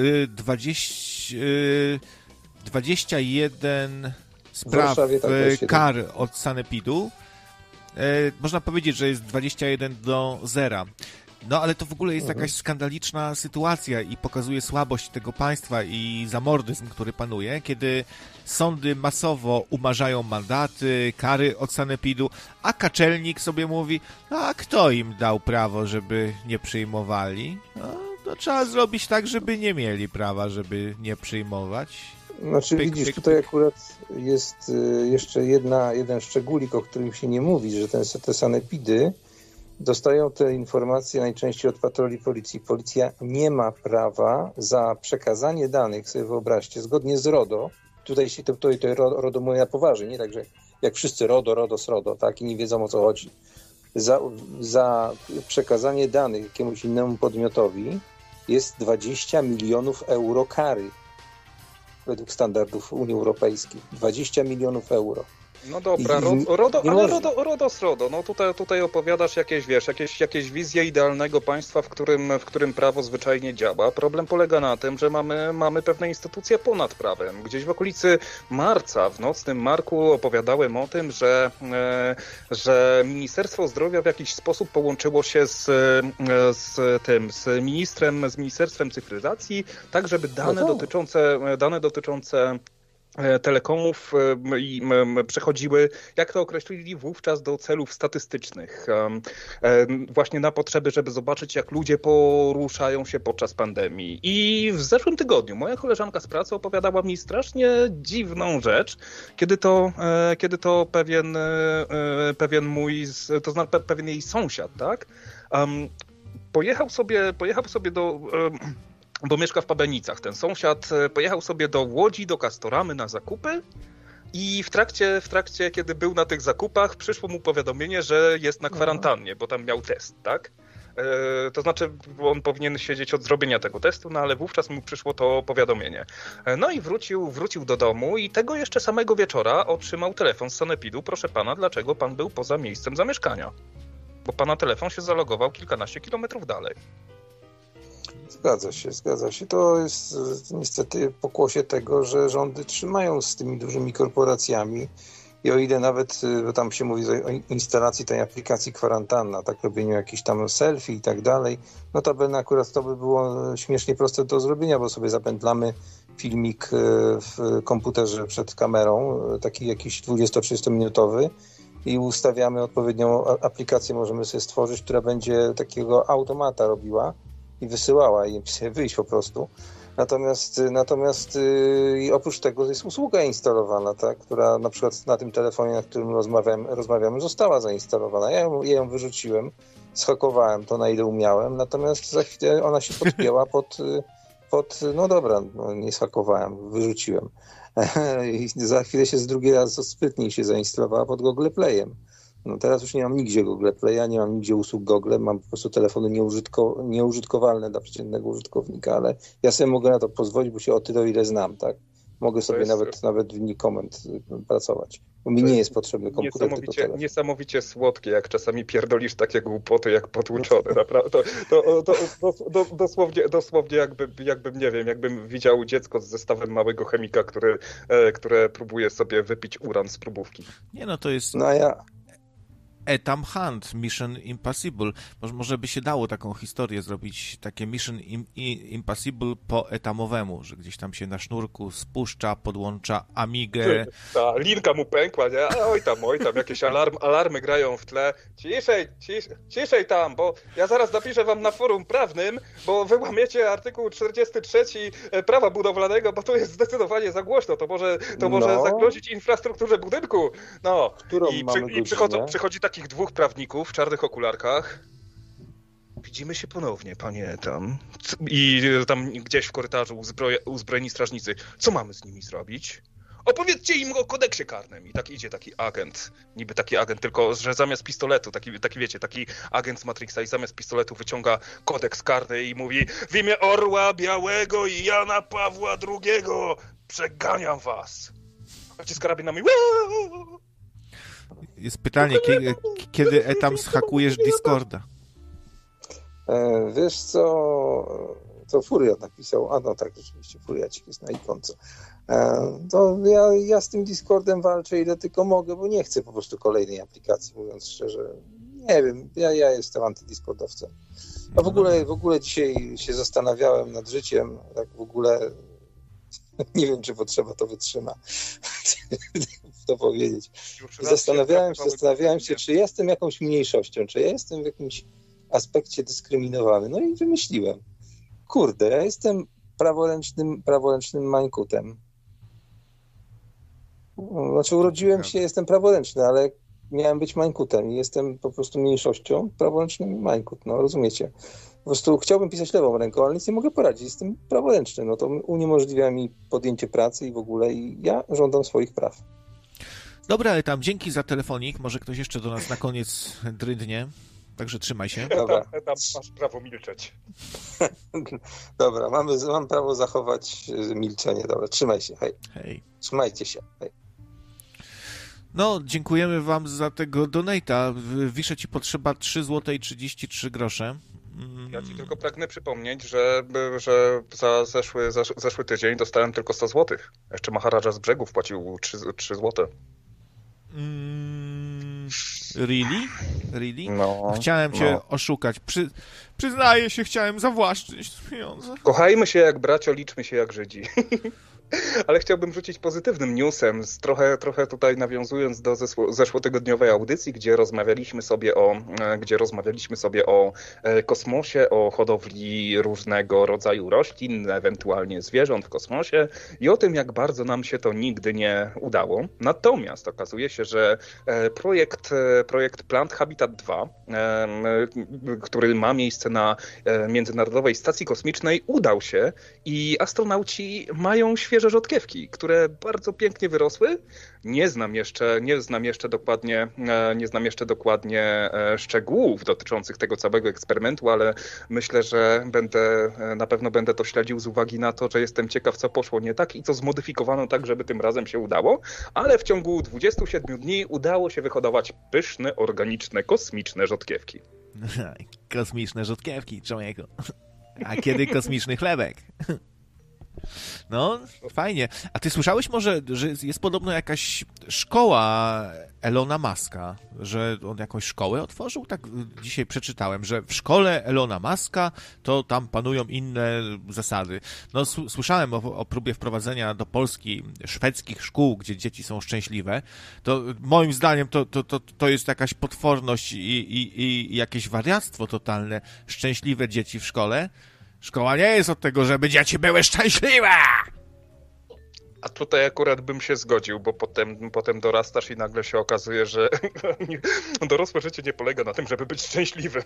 21 spraw kar od sanepidu. Można powiedzieć, że jest 21-0. No ale to w ogóle jest jakaś skandaliczna sytuacja i pokazuje słabość tego państwa i zamordyzm, który panuje, kiedy sądy masowo umarzają mandaty, kary od sanepidu, a Kaczelnik sobie mówi, a kto im dał prawo, żeby nie przyjmowali? No, to trzeba zrobić tak, żeby nie mieli prawa, żeby nie przyjmować. Znaczy widzisz, tutaj akurat jest jeszcze jeden szczególik, o którym się nie mówi, że te sanepidy dostają te informacje najczęściej od patroli policji. Policja nie ma prawa za przekazanie danych, sobie wyobraźcie, zgodnie z RODO, tutaj się to RODO mówi na poważnie, nie tak, że jak wszyscy RODO, SRODO, tak, i nie wiedzą o co chodzi. Za przekazanie danych jakiemuś innemu podmiotowi jest 20 milionów euro kary według standardów Unii Europejskiej. 20 milionów euro. No dobra, RODO, no tutaj opowiadasz jakieś wizje idealnego państwa, w którym prawo zwyczajnie działa. Problem polega na tym, że mamy pewne instytucje ponad prawem. Gdzieś w okolicy marca, w nocnym marku opowiadałem o tym, że Ministerstwo Zdrowia w jakiś sposób połączyło się z Ministerstwem Cyfryzacji, tak żeby dane dotyczące telekomów przechodziły, jak to określili wówczas, do celów statystycznych. Właśnie na potrzeby, żeby zobaczyć, jak ludzie poruszają się podczas pandemii. I w zeszłym tygodniu moja koleżanka z pracy opowiadała mi strasznie dziwną rzecz, kiedy to pewien jej sąsiad, tak? Pojechał sobie bo mieszka w Pabenicach. Ten sąsiad pojechał sobie do Łodzi, do Castoramy na zakupy i w trakcie, kiedy był na tych zakupach, przyszło mu powiadomienie, że jest na kwarantannie, bo tam miał test, tak? To znaczy, on powinien siedzieć od zrobienia tego testu, no ale wówczas mu przyszło to powiadomienie. No i wrócił do domu i tego jeszcze samego wieczora otrzymał telefon z sanepidu. Proszę pana, dlaczego pan był poza miejscem zamieszkania? Bo pana telefon się zalogował kilkanaście kilometrów dalej. Zgadza się. To jest niestety pokłosie tego, że rządy trzymają z tymi dużymi korporacjami i o ile nawet, bo tam się mówi o instalacji tej aplikacji kwarantanna, tak, robieniu jakichś tam selfie i tak dalej, notabene akurat to by było śmiesznie proste do zrobienia, bo sobie zapętlamy filmik w komputerze przed kamerą, taki jakiś 20-30 minutowy i ustawiamy odpowiednią aplikację, możemy sobie stworzyć, która będzie takiego automata robiła i wysyłała i wyjść po prostu. Natomiast oprócz tego jest usługa instalowana, tak, która na przykład na tym telefonie, na którym rozmawiamy, została zainstalowana. Ja ją wyrzuciłem, schakowałem to, na ile umiałem, natomiast za chwilę ona się podpięła no dobra, nie schakowałem, wyrzuciłem. I za chwilę się drugi raz sprytniej się zainstalowała pod Google Playem. No teraz już nie mam nigdzie Google Playa, nie mam nigdzie usług Google, mam po prostu telefony nieużytkowalne dla przeciętnego użytkownika, ale ja sobie mogę na to pozwolić, bo się o tyle, o ile znam, tak? Mogę sobie nawet w linii komend pracować, bo mi nie jest potrzebny komputer, tylko telefon. Niesamowicie słodkie, jak czasami pierdolisz takie głupoty jak potłuczone, naprawdę. Dosłownie jakbym, nie wiem, jakbym widział dziecko z zestawem małego chemika, które próbuje sobie wypić uran z próbówki. Nie, no to jest... Ethan Hunt, Mission Impossible. Może by się dało taką historię zrobić, takie Mission Impossible po etamowemu, że gdzieś tam się na sznurku spuszcza, podłącza Amigę. Ta linka mu pękła, nie? Oj tam, jakieś alarmy grają w tle. Ciszej tam, bo ja zaraz napiszę wam na forum prawnym, bo wy łamiecie artykuł 43 prawa budowlanego, bo to jest zdecydowanie za głośno. To może zagrozić infrastrukturze budynku. No. I przychodzi takich dwóch prawników w czarnych okularkach. Widzimy się ponownie, panie tam. I tam gdzieś w korytarzu uzbrojeni strażnicy. Co mamy z nimi zrobić? Opowiedzcie im o kodeksie karnym. I tak idzie taki agent, niby taki agent, tylko że zamiast pistoletu, taki wiecie, taki agent z Matrixa i zamiast pistoletu wyciąga kodeks karny i mówi: w imię Orła Białego i Jana Pawła II przeganiam was. A ci z karabinami. Jest pytanie, kiedy Etam zhakujesz Discorda? Wiesz co, to Furiat napisał, a no tak, rzeczywiście Furiacik jest na ikonce. To ja z tym Discordem walczę ile tylko mogę, bo nie chcę po prostu kolejnej aplikacji, mówiąc szczerze. Nie wiem, ja jestem antydiscordowcem. A w ogóle dzisiaj się zastanawiałem nad życiem, tak w ogóle nie wiem, czy potrzeba to wytrzyma. To powiedzieć. Zastanawiałem się, czy jestem jakąś mniejszością, czy ja jestem w jakimś aspekcie dyskryminowany. No i wymyśliłem. Kurde, ja jestem praworęcznym mańkutem. Znaczy urodziłem się, jestem praworęczny, ale miałem być mańkutem i jestem po prostu mniejszością, praworęcznym mańkut, no rozumiecie? Po prostu chciałbym pisać lewą ręką, ale nic nie mogę poradzić, jestem praworęczny, no to uniemożliwia mi podjęcie pracy i w ogóle i ja żądam swoich praw. Dobra, ale tam dzięki za telefonik, może ktoś jeszcze do nas na koniec drydnie, także trzymaj się. Dobra. Tam masz prawo milczeć. Dobra, mam prawo zachować milczenie, dobra, trzymaj się, hej. Hej. Trzymajcie się, hej. No, dziękujemy wam za tego donate'a. Wiszę ci potrzeba 3 zł i 33 grosze. Ja ci tylko pragnę przypomnieć, że za zeszły tydzień dostałem tylko 100 zł. Jeszcze Maharadża z Brzegów płacił 3 zł. Really? No, chciałem cię oszukać. Przyznaję się, chciałem zawłaszczyć pieniądze. Kochajmy się jak bracio, liczmy się jak Żydzi. Ale chciałbym rzucić pozytywnym newsem, trochę tutaj nawiązując do zeszłotygodniowej audycji, gdzie rozmawialiśmy sobie o kosmosie, o hodowli różnego rodzaju roślin, ewentualnie zwierząt w kosmosie i o tym, jak bardzo nam się to nigdy nie udało. Natomiast okazuje się, że projekt Plant Habitat 2, który ma miejsce na Międzynarodowej Stacji Kosmicznej, udał się i astronauci mają świeże rzodkiewki, które bardzo pięknie wyrosły. Nie znam jeszcze dokładnie szczegółów dotyczących tego całego eksperymentu, ale myślę, że na pewno będę to śledził z uwagi na to, że jestem ciekaw, co poszło nie tak i co zmodyfikowano tak, żeby tym razem się udało, ale w ciągu 27 dni udało się wyhodować pyszne, organiczne, kosmiczne rzodkiewki. Kosmiczne rzodkiewki, człowieku. A kiedy kosmiczny chlebek? No, fajnie. A ty słyszałeś może, że jest podobno jakaś szkoła Elona Muska, że on jakąś szkołę otworzył? Tak dzisiaj przeczytałem, że w szkole Elona Muska to tam panują inne zasady. No, słyszałem o próbie wprowadzenia do Polski szwedzkich szkół, gdzie dzieci są szczęśliwe. To moim zdaniem to jest jakaś potworność i jakieś wariactwo totalne. Szczęśliwe dzieci w szkole. Szkoła nie jest od tego, żeby dzieci były szczęśliwe! A tutaj akurat bym się zgodził, bo potem dorastasz i nagle się okazuje, że dorosłe życie nie polega na tym, żeby być szczęśliwym.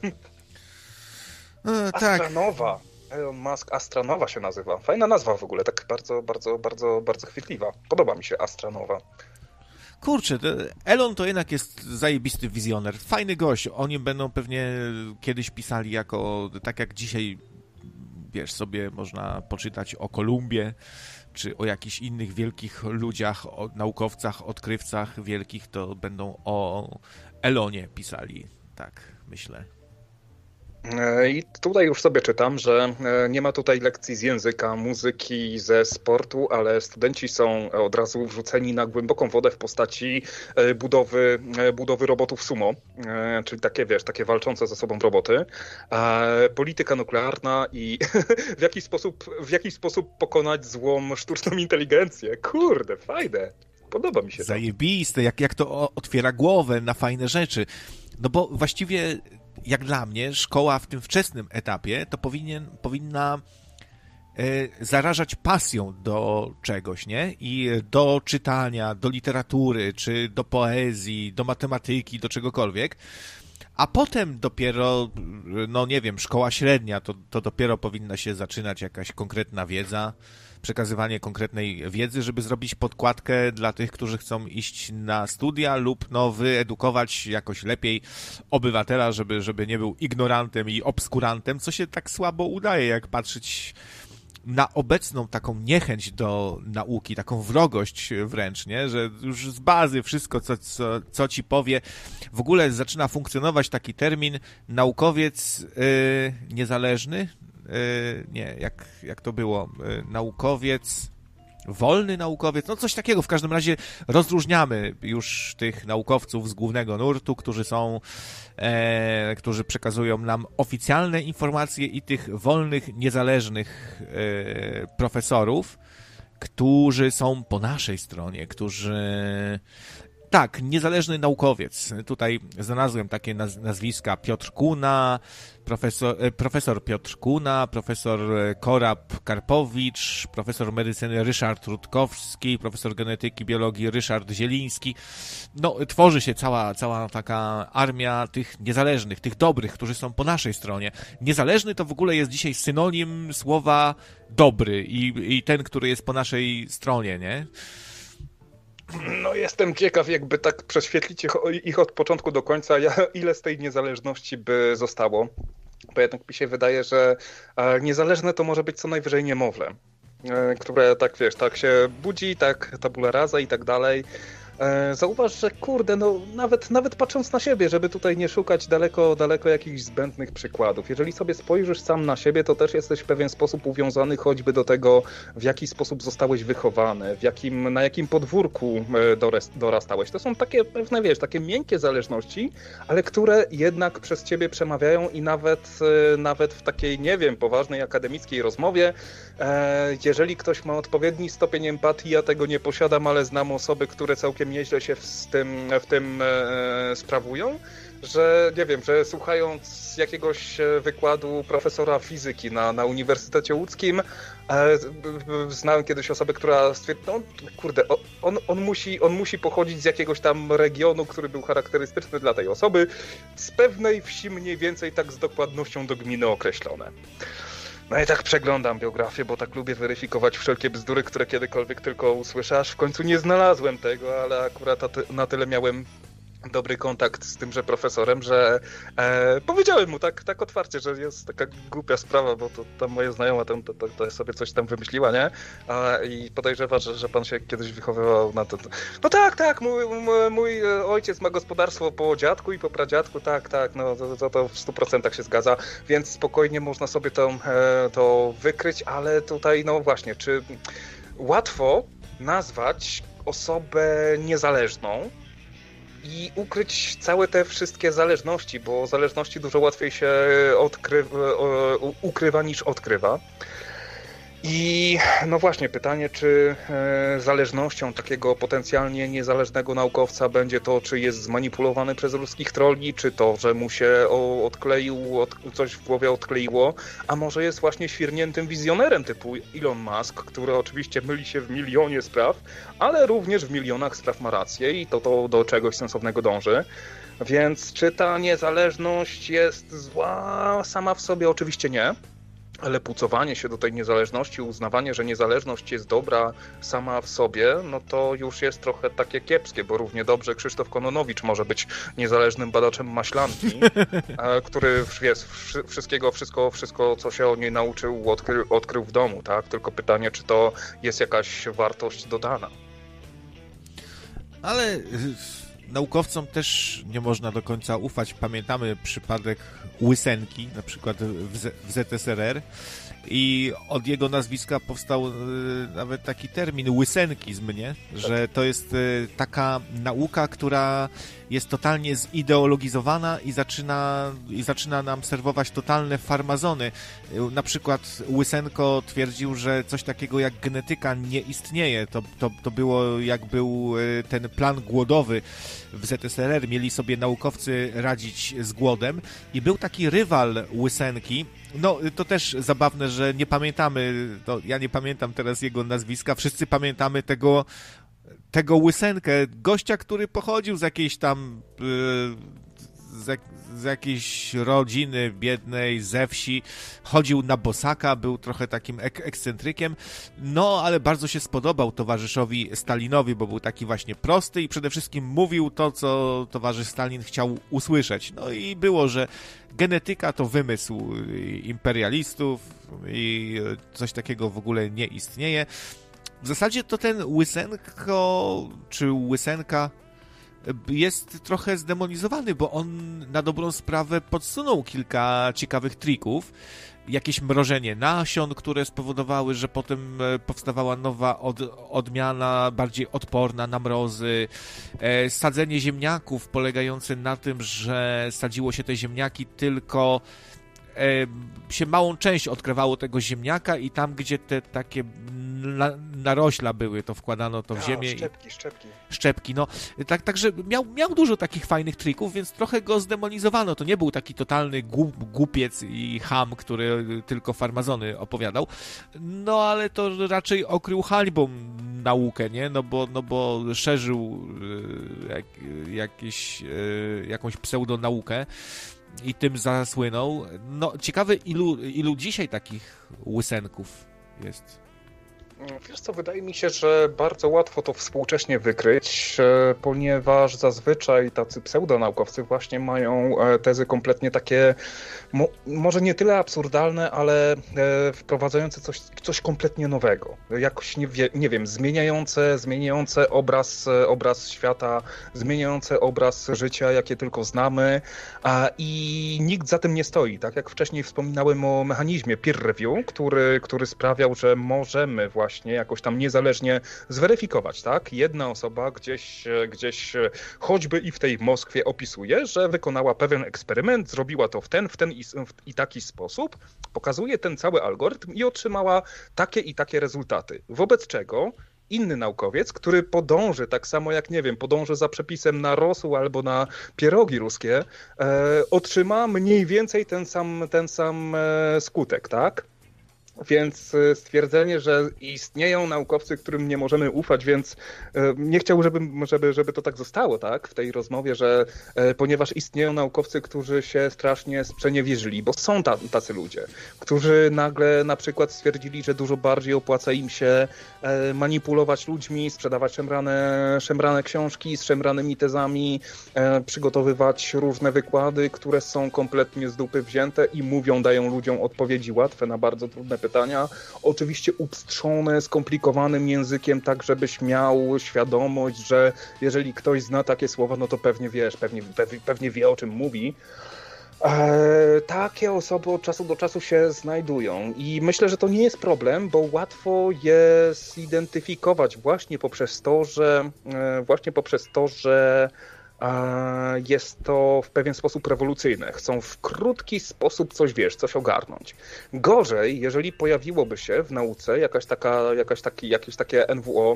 Tak. Astranowa. Elon Musk Astranowa się nazywa. Fajna nazwa w ogóle, tak bardzo, bardzo, bardzo, bardzo chwytliwa. Podoba mi się Astranowa. Kurczę, Elon to jednak jest zajebisty wizjoner. Fajny gość. O nim będą pewnie kiedyś pisali jako, tak jak dzisiaj, wiesz, sobie można poczytać o Kolumbie, czy o jakichś innych wielkich ludziach, o naukowcach, odkrywcach wielkich, to będą o Elonie pisali. Tak, myślę. I tutaj już sobie czytam, że nie ma tutaj lekcji z języka, muzyki, ze sportu, ale studenci są od razu wrzuceni na głęboką wodę w postaci budowy robotów sumo, czyli takie, wiesz, takie walczące ze sobą roboty. Polityka nuklearna i w jaki sposób pokonać złą sztuczną inteligencję. Kurde, fajne. Podoba mi się to. Zajebiste, jak to otwiera głowę na fajne rzeczy. No bo właściwie, jak dla mnie, szkoła w tym wczesnym etapie to powinna zarażać pasją do czegoś, nie? I do czytania, do literatury, czy do poezji, do matematyki, do czegokolwiek. A potem dopiero, no nie wiem, szkoła średnia, to dopiero powinna się zaczynać jakaś konkretna wiedza, przekazywanie konkretnej wiedzy, żeby zrobić podkładkę dla tych, którzy chcą iść na studia lub wyedukować jakoś lepiej obywatela, żeby nie był ignorantem i obskurantem, co się tak słabo udaje, jak patrzeć na obecną taką niechęć do nauki, taką wrogość wręcz, nie? Że już z bazy wszystko, co ci powie, w ogóle zaczyna funkcjonować taki termin naukowiec niezależny, nie, jak to było, wolny naukowiec, no coś takiego, w każdym razie rozróżniamy już tych naukowców z głównego nurtu, którzy przekazują nam oficjalne informacje i tych wolnych, niezależnych profesorów, którzy są po naszej stronie, tak, niezależny naukowiec. Tutaj znalazłem takie nazwiska: Piotr Kuna, profesor Piotr Kuna, profesor Korab Karpowicz, profesor medycyny Ryszard Rutkowski, profesor genetyki, biologii Ryszard Zieliński. No, tworzy się cała taka armia tych niezależnych, tych dobrych, którzy są po naszej stronie. Niezależny to w ogóle jest dzisiaj synonim słowa dobry i ten, który jest po naszej stronie, nie? No jestem ciekaw, jakby tak prześwietlić ich od początku do końca, ile z tej niezależności by zostało. Bo jednak mi się wydaje, że niezależne to może być co najwyżej niemowlę, które tak, wiesz, tak się budzi, tak tabula rasa i tak dalej. Zauważ, że kurde, no nawet patrząc na siebie, żeby tutaj nie szukać daleko jakichś zbędnych przykładów. Jeżeli sobie spojrzysz sam na siebie, to też jesteś w pewien sposób uwiązany choćby do tego, w jaki sposób zostałeś wychowany, na jakim podwórku dorastałeś. To są takie pewne, wiesz, takie miękkie zależności, ale które jednak przez ciebie przemawiają i nawet w takiej, nie wiem, poważnej akademickiej rozmowie, jeżeli ktoś ma odpowiedni stopień empatii, ja tego nie posiadam, ale znam osoby, które całkiem nieźle się w tym sprawują, że nie wiem, że słuchając jakiegoś wykładu profesora fizyki na Uniwersytecie Łódzkim, znałem kiedyś osobę, która stwierdziła, no kurde, on musi pochodzić z jakiegoś tam regionu, który był charakterystyczny dla tej osoby, z pewnej wsi mniej więcej tak z dokładnością do gminy określone. No i tak przeglądam biografię, bo tak lubię weryfikować wszelkie bzdury, które kiedykolwiek tylko usłyszę, aż w końcu nie znalazłem tego, ale akurat na tyle miałem dobry kontakt z tymże profesorem, że powiedziałem mu tak otwarcie, że jest taka głupia sprawa, bo to tam moja znajoma to sobie coś tam wymyśliła, nie? I podejrzewa, że pan się kiedyś wychowywał na to. No tak, mój ojciec ma gospodarstwo po dziadku i po pradziadku, tak, no to w 100% się zgadza, więc spokojnie można sobie to wykryć, ale tutaj no właśnie, czy łatwo nazwać osobę niezależną i ukryć całe te wszystkie zależności, bo zależności dużo łatwiej się ukrywa niż odkrywa. I no właśnie pytanie, czy zależnością takiego potencjalnie niezależnego naukowca będzie to, czy jest zmanipulowany przez ruskich trolli, czy to, że mu się coś w głowie odkleiło, a może jest właśnie świrniętym wizjonerem typu Elon Musk, który oczywiście myli się w milionie spraw, ale również w milionach spraw ma rację i to do czegoś sensownego dąży. Więc czy ta niezależność jest zła sama w sobie? Oczywiście nie. Ale pucowanie się do tej niezależności, uznawanie, że niezależność jest dobra sama w sobie, no to już jest trochę takie kiepskie, bo równie dobrze Krzysztof Kononowicz może być niezależnym badaczem maślanki, który wszystko, co się o niej nauczył, odkrył w domu, tak? Tylko pytanie, czy to jest jakaś wartość dodana. Ale naukowcom też nie można do końca ufać. Pamiętamy przypadek Łysenki, na przykład w ZSRR, i od jego nazwiska powstał nawet taki termin łysenkizm, nie? Że to jest taka nauka, która jest totalnie zideologizowana i zaczyna nam serwować totalne farmazony. Na przykład Łysenko twierdził, że coś takiego jak genetyka nie istnieje. To było, jak był ten plan głodowy w ZSRR. Mieli sobie naukowcy radzić z głodem i był taki rywal Łysenki. No, to też zabawne, że nie pamiętamy, ja nie pamiętam teraz jego nazwiska, wszyscy pamiętamy tego Łysenkę, gościa, który pochodził z jakiejś tam z jakiejś rodziny biednej, ze wsi, chodził na bosaka, był trochę takim ekscentrykiem, no ale bardzo się spodobał towarzyszowi Stalinowi, bo był taki właśnie prosty i przede wszystkim mówił to, co towarzysz Stalin chciał usłyszeć. No i było, że genetyka to wymysł imperialistów i coś takiego w ogóle nie istnieje. W zasadzie to ten Łysenko, czy Łysenka jest trochę zdemonizowany, bo on na dobrą sprawę podsunął kilka ciekawych trików. Jakieś mrożenie nasion, które spowodowały, że potem powstawała nowa odmiana, bardziej odporna na mrozy. Sadzenie ziemniaków polegające na tym, że sadziło się te ziemniaki tylko się małą część odkrywało tego ziemniaka i tam, gdzie te takie narośla były, to wkładano to w ziemię. Szczepki, no. Także miał dużo takich fajnych trików, więc trochę go zdemonizowano. To nie był taki totalny głupiec i cham, który tylko farmazony opowiadał. No, ale to raczej okrył hańbą naukę, nie? No bo szerzył jakąś pseudonaukę i tym zasłynął. No, ciekawe, ilu dzisiaj takich Łysenków jest. Wiesz co, wydaje mi się, że bardzo łatwo to współcześnie wykryć, ponieważ zazwyczaj tacy pseudonaukowcy właśnie mają tezy kompletnie takie, może nie tyle absurdalne, ale wprowadzające coś kompletnie nowego. Jakoś, nie wiem, zmieniające obraz świata, zmieniające obraz życia, jakie tylko znamy, i nikt za tym nie stoi. Tak jak wcześniej wspominałem o mechanizmie peer review, który sprawiał, że możemy właśnie jakoś tam niezależnie zweryfikować, tak? Jedna osoba gdzieś choćby i w tej Moskwie opisuje, że wykonała pewien eksperyment, zrobiła to w ten i taki sposób, pokazuje ten cały algorytm i otrzymała takie i takie rezultaty. Wobec czego inny naukowiec, który podąży, tak samo jak, nie wiem, podąży za przepisem na rosół albo na pierogi ruskie, otrzyma mniej więcej ten sam skutek, tak? Więc stwierdzenie, że istnieją naukowcy, którym nie możemy ufać, więc nie chciałbym, żeby to tak zostało, tak, w tej rozmowie, że ponieważ istnieją naukowcy, którzy się strasznie sprzeniewierzyli, bo są tacy ludzie, którzy nagle na przykład stwierdzili, że dużo bardziej opłaca im się manipulować ludźmi, sprzedawać szemrane książki z szemranymi tezami, przygotowywać różne wykłady, które są kompletnie z dupy wzięte i dają ludziom odpowiedzi łatwe na bardzo trudne pytania, oczywiście upstrzone, skomplikowanym językiem, tak żebyś miał świadomość, że jeżeli ktoś zna takie słowa, no to pewnie wie, o czym mówi. Takie osoby od czasu do czasu się znajdują i myślę, że to nie jest problem, bo łatwo je zidentyfikować właśnie poprzez to, że jest to w pewien sposób rewolucyjne. Chcą w krótki sposób coś ogarnąć. Gorzej, jeżeli pojawiłoby się w nauce jakieś takie NWO,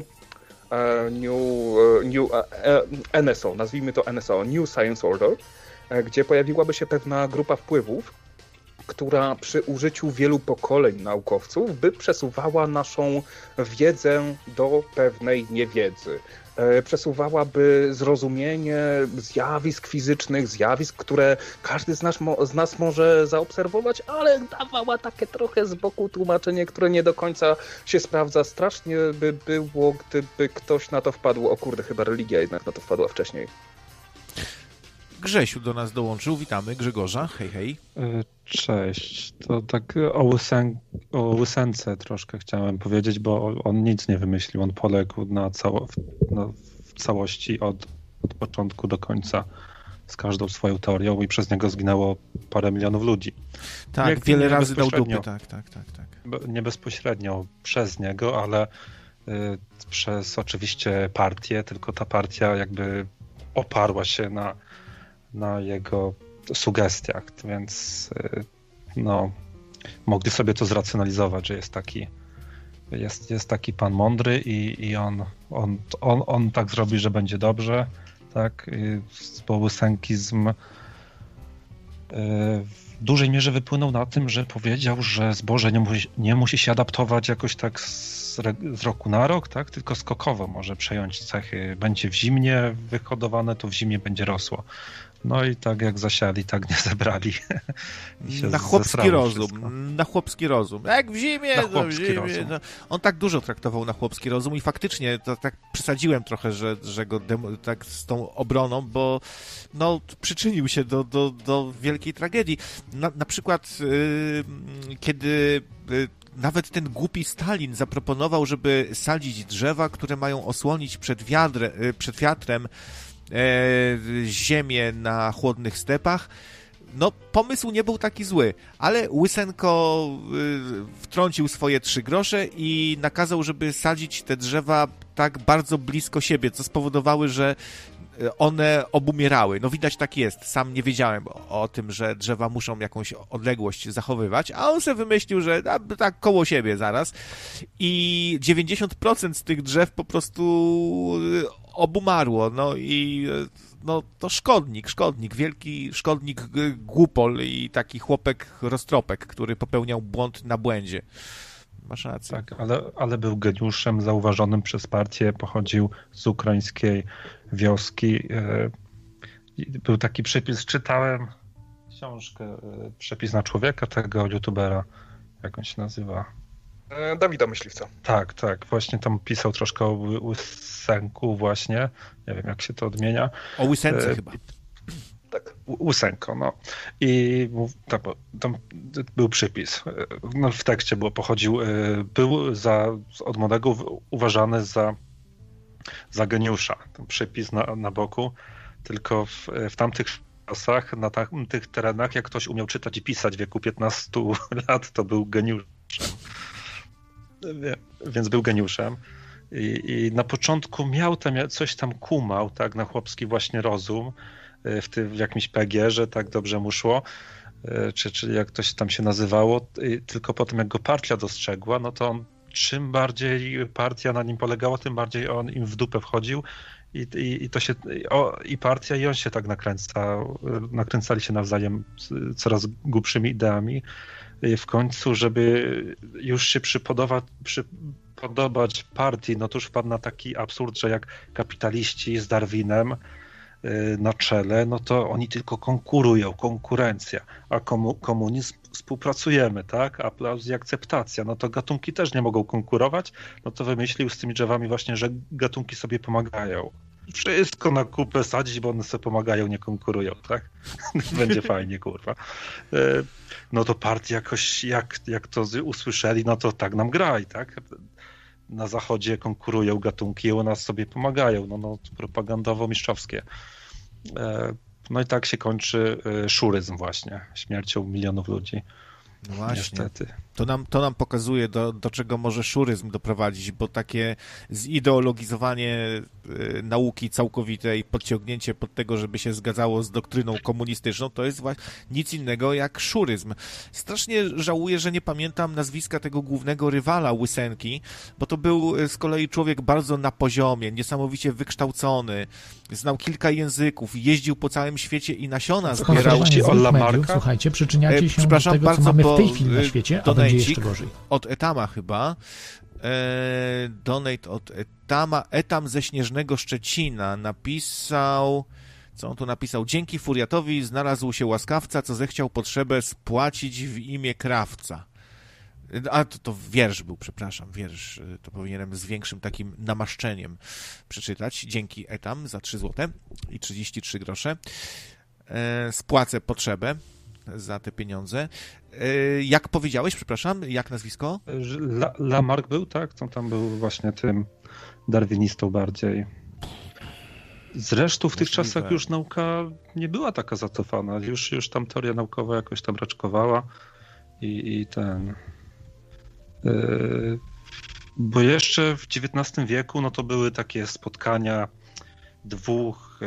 NSO, nazwijmy to NSO, New Science Order, gdzie pojawiłaby się pewna grupa wpływów, która przy użyciu wielu pokoleń naukowców by przesuwała naszą wiedzę do pewnej niewiedzy. Przesuwałaby zrozumienie zjawisk fizycznych, zjawisk, które każdy z nas może zaobserwować, ale dawała takie trochę z boku tłumaczenie, które nie do końca się sprawdza. Strasznie by było, gdyby ktoś na to wpadł. O kurde, chyba religia jednak na to wpadła wcześniej. Grzesiu do nas dołączył. Witamy Grzegorza. Hej, hej. Cześć. To tak o Łysence troszkę chciałem powiedzieć, bo on nic nie wymyślił. On poległ w całości od początku do końca z każdą swoją teorią i przez niego zginęło parę milionów ludzi. Tak, wiele razy dał dupy. Tak. Nie bezpośrednio przez niego, ale przez oczywiście partię, tylko ta partia jakby oparła się na jego sugestiach, więc no, mogli sobie to zracjonalizować, że jest taki pan mądry i on tak zrobi, że będzie dobrze, tak? Bo łysenkizm w dużej mierze wypłynął na tym, że powiedział, że zboże nie musi się adaptować jakoś tak z roku na rok, tak? Tylko skokowo może przejąć cechy. Będzie w zimnie wyhodowane, to w zimie będzie rosło. No i tak jak zasiali, tak nie zebrali. Na chłopski rozum. Jak w zimie, to w zimie. No. On tak dużo traktował na chłopski rozum i faktycznie to tak przesadziłem trochę, że go tak z tą obroną, bo no, przyczynił się do wielkiej tragedii. Na przykład kiedy nawet ten głupi Stalin zaproponował, żeby sadzić drzewa, które mają osłonić przed wiatrem ziemię na chłodnych stepach. No, pomysł nie był taki zły, ale Łysenko wtrącił swoje 3 grosze i nakazał, żeby sadzić te drzewa tak bardzo blisko siebie, co spowodowały, że one obumierały. No widać tak jest. Sam nie wiedziałem o tym, że drzewa muszą jakąś odległość zachowywać, a on sobie wymyślił, że tak koło siebie zaraz i 90% z tych drzew po prostu obumarło. No i no to szkodnik, wielki szkodnik głupol i taki chłopek roztropek, który popełniał błąd na błędzie. Masz rację. Tak, ale był geniuszem zauważonym przez partię, pochodził z ukraińskiej wioski. Był taki przepis, czytałem książkę, przepis na człowieka, tego youtubera, jak on się nazywa? Dawida Myśliwca. Tak, właśnie tam pisał troszkę o Łysenku właśnie, nie wiem jak się to odmienia. O Łysence chyba. Tak. Łysenko, no. I tam był przypis. No, w tekście był od młodego uważany za geniusza. Ten przypis na boku, tylko w tamtych czasach, na tych terenach, jak ktoś umiał czytać i pisać w wieku 15 lat, to był geniuszem. Więc był geniuszem. I na początku miał coś tam kumał, tak, na chłopski właśnie rozum, w jakimś PG-że tak dobrze mu szło, czy jak to się tam się nazywało, tylko potem jak go partia dostrzegła, no to on czym bardziej partia na nim polegała, tym bardziej on im w dupę wchodził i partia i on się tak nakręcali się nawzajem coraz głupszymi ideami. I w końcu, żeby już się przypodobać partii, no to już wpadł na taki absurd, że jak kapitaliści z Darwinem na czele, no to oni tylko konkurencja, a komunizm współpracujemy, tak? Aplauz i akceptacja, no to gatunki też nie mogą konkurować, no to wymyślił z tymi drzewami właśnie, że gatunki sobie pomagają. Wszystko na kupę sadzić, bo one sobie pomagają, nie konkurują, tak? Będzie fajnie, kurwa. No to partie jakoś, jak to usłyszeli, no to tak nam graj, tak? Na zachodzie konkurują gatunki, u nas sobie pomagają, no propagandowo-mistrzowskie. No i tak się kończy szuryzm właśnie, śmiercią milionów ludzi. No właśnie. Niestety. To nam pokazuje, do czego może szuryzm doprowadzić, bo takie zideologizowanie nauki całkowitej, podciągnięcie pod tego, żeby się zgadzało z doktryną komunistyczną, to jest właśnie nic innego jak szuryzm. Strasznie żałuję, że nie pamiętam nazwiska tego głównego rywala Łysenki, bo to był z kolei człowiek bardzo na poziomie, niesamowicie wykształcony, znał kilka języków, jeździł po całym świecie i nasiona zbierał. Mediów, słuchajcie, przyczyniacie się do tego, co mamy w tej chwili na świecie, a będzie jeszcze gorzej. Od Etama chyba. Donate od Etama. Etam ze Śnieżnego Szczecina napisał... Co on tu napisał? Dzięki Furiatowi znalazł się łaskawca, co zechciał potrzebę spłacić w imię krawca. A to wiersz był, przepraszam, wiersz. To powinienem z większym takim namaszczeniem przeczytać. Dzięki Etam za 3 zł i 33 grosze. Spłacę potrzebę za te pieniądze. Jak powiedziałeś, przepraszam, jak nazwisko? Lamarck był, tak? To tam był właśnie tym darwinistą bardziej. Zresztą w tych czasach już nauka nie była taka zacofana. Już tam teoria naukowa jakoś tam raczkowała i ten... Bo jeszcze w XIX wieku no to były takie spotkania dwóch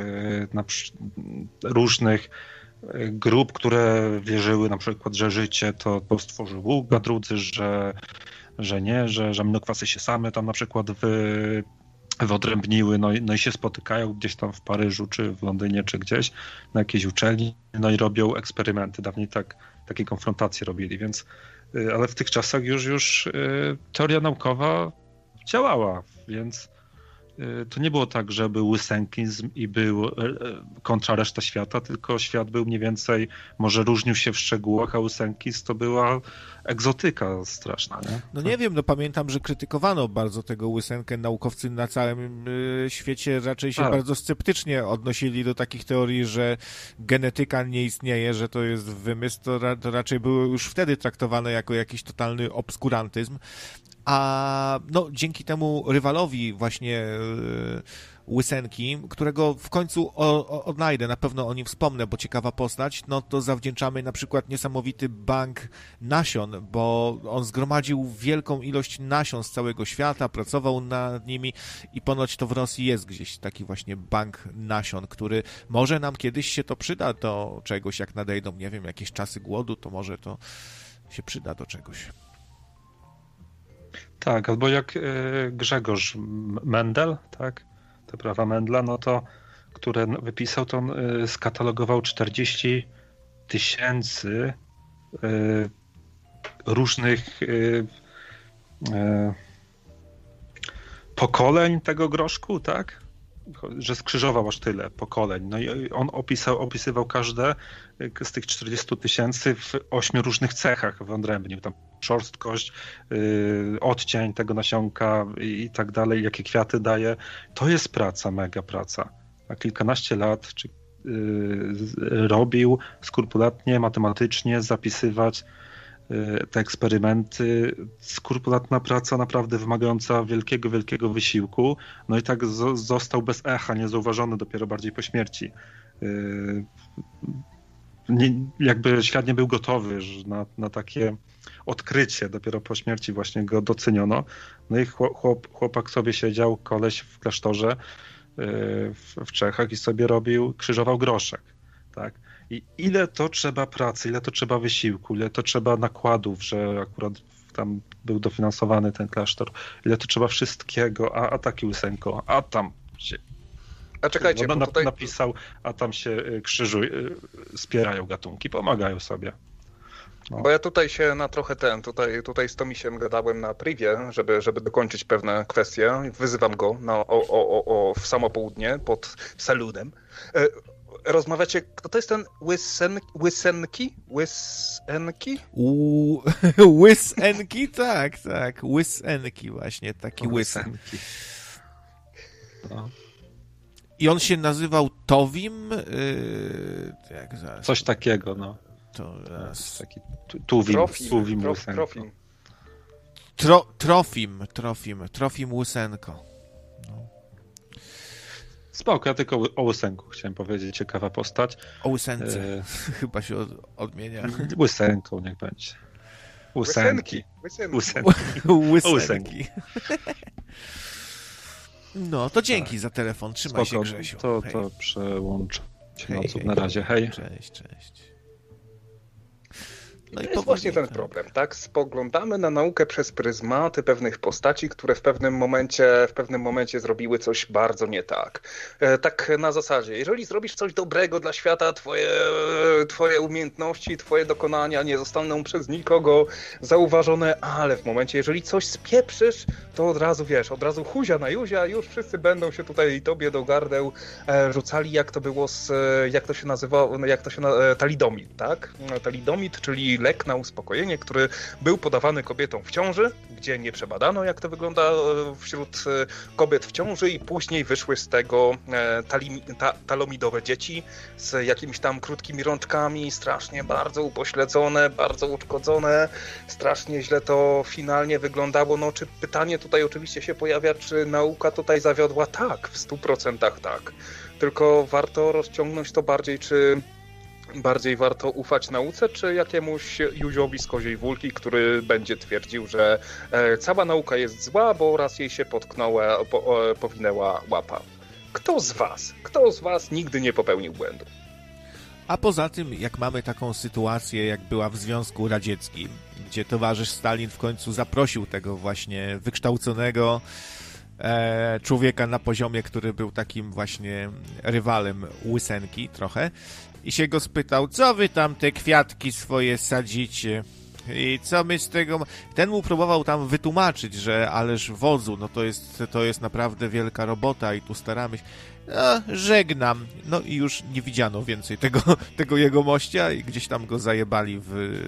różnych grup, które wierzyły na przykład, że życie to stworzył Bóg, a drudzy, że nie, że aminokwasy się same tam na przykład wyodrębniły, no i się spotykają gdzieś tam w Paryżu, czy w Londynie, czy gdzieś na jakiejś uczelni, no i robią eksperymenty. Dawniej takie konfrontacje robili, więc ale w tych czasach już teoria naukowa działała, więc to nie było tak, że był łysenkizm i był kontra reszta świata, tylko świat był mniej więcej, może różnił się w szczegółach, a łysenkizm to była egzotyka straszna, nie? No nie wiem, pamiętam, że krytykowano bardzo tego Łysenkę. Naukowcy na całym świecie raczej się bardzo sceptycznie odnosili do takich teorii, że genetyka nie istnieje, że to jest wymysł, to raczej było już wtedy traktowane jako jakiś totalny obskurantyzm. A no, dzięki temu rywalowi właśnie Łysenki, którego w końcu odnajdę, na pewno o nim wspomnę, bo ciekawa postać, no to zawdzięczamy na przykład niesamowity bank nasion, bo on zgromadził wielką ilość nasion z całego świata, pracował nad nimi i ponoć to w Rosji jest gdzieś taki właśnie bank nasion, który może nam kiedyś się to przyda do czegoś, jak nadejdą, nie wiem, jakieś czasy głodu, to może to się przyda do czegoś. Tak, albo jak Grzegorz Mendel, tak, te prawa Mendla, no to, które wypisał, to on skatalogował 40 000 różnych pokoleń tego groszku, tak? Że skrzyżował aż tyle pokoleń. No i on opisywał każde z tych 40 000 w 8 różnych cechach wyodrębnił. Tam szorstkość, odcień tego nasionka i tak dalej, jakie kwiaty daje. To jest praca, mega praca. A kilkanaście lat robił skrupulatnie, matematycznie, zapisywać te eksperymenty, skrupulatna praca, naprawdę wymagająca wielkiego wysiłku. No i tak został bez echa, niezauważony dopiero bardziej po śmierci. Jakby świat nie był gotowy na takie odkrycie, dopiero po śmierci właśnie go doceniono. No i chłopak sobie siedział, koleś w klasztorze w Czechach i sobie krzyżował groszek, tak? I ile to trzeba pracy, ile to trzeba wysiłku, ile to trzeba nakładów, że akurat tam był dofinansowany ten klasztor, ile to trzeba wszystkiego, a taki Łysenko, a tam się... A czekajcie, bo tutaj... napisał, a tam się spierają gatunki, pomagają sobie. No. Bo ja tutaj się na trochę tutaj z Tomisiem gadałem na privie, żeby dokończyć pewne kwestie. Wyzywam go w samo południe pod salutem. Rozmawiacie, kto to jest ten Łysenki? Łysenki? Tak. Łysenki właśnie, taki Łysenki. No. I on się nazywał Towim? Coś takiego, no. To raz. Taki Tuwim Łysenko. Trofim Łysenko. No. Spoko, ja tylko o Łysenku chciałem powiedzieć, ciekawa postać. O Łysence chyba się odmienia. Łysenką niech będzie. Łysenki. Łysenki. No, to dzięki za telefon. Trzymaj się, Grzesiu. To przełączę się na razie. Hej. Cześć. No i to jest właśnie ten problem, tak? Spoglądamy na naukę przez pryzmaty pewnych postaci, które w pewnym momencie zrobiły coś bardzo nie tak. Tak na zasadzie, jeżeli zrobisz coś dobrego dla świata, twoje umiejętności, twoje dokonania nie zostaną przez nikogo zauważone, ale w momencie, jeżeli coś spieprzysz, to od razu huzia na Juzia, już wszyscy będą się tutaj tobie do gardeł rzucali, jak to było talidomid, tak? Talidomid, czyli lek na uspokojenie, który był podawany kobietom w ciąży, gdzie nie przebadano, jak to wygląda wśród kobiet w ciąży i później wyszły z tego talomidowe dzieci z jakimiś tam krótkimi rączkami, strasznie bardzo upośledzone, bardzo uszkodzone, strasznie źle to finalnie wyglądało. No, czy pytanie tutaj oczywiście się pojawia, czy nauka tutaj zawiodła? Tak, w 100% tak. Tylko warto rozciągnąć to bardziej warto ufać nauce, czy jakiemuś Juziowi z koziej wólki, który będzie twierdził, że cała nauka jest zła, bo raz jej się powinęła łapa. Kto z was nigdy nie popełnił błędu? A poza tym, jak mamy taką sytuację, jak była w Związku Radzieckim, gdzie towarzysz Stalin w końcu zaprosił tego właśnie wykształconego człowieka na poziomie, który był takim właśnie rywalem Łysenki trochę, i się go spytał, co wy tam te kwiatki swoje sadzicie i co my z tego... Ten mu próbował tam wytłumaczyć, że ależ wodzu, no to jest naprawdę wielka robota i tu staramy się... No, żegnam. No i już nie widziano więcej tego jego mościa i gdzieś tam go zajebali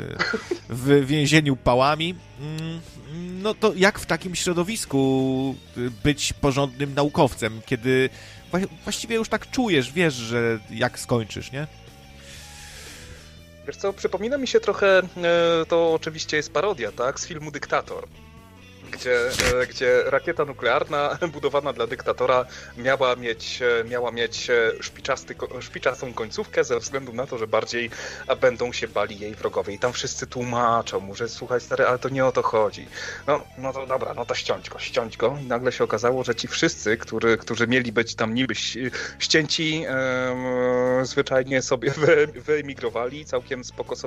w więzieniu pałami. No to jak w takim środowisku być porządnym naukowcem, kiedy właściwie już tak czujesz, wiesz, że jak skończysz, nie? Wiesz co, przypomina mi się trochę, to oczywiście jest parodia, tak, z filmu Dyktator, gdzie rakieta nuklearna budowana dla dyktatora miała mieć szpiczastą końcówkę ze względu na to, że bardziej będą się bali jej wrogowie. I tam wszyscy tłumaczą mu, że słuchaj stary, ale to nie o to chodzi. No to dobra, no to ściąć go. I nagle się okazało, że ci wszyscy, którzy mieli być tam niby ścięci, zwyczajnie sobie wyemigrowali, całkiem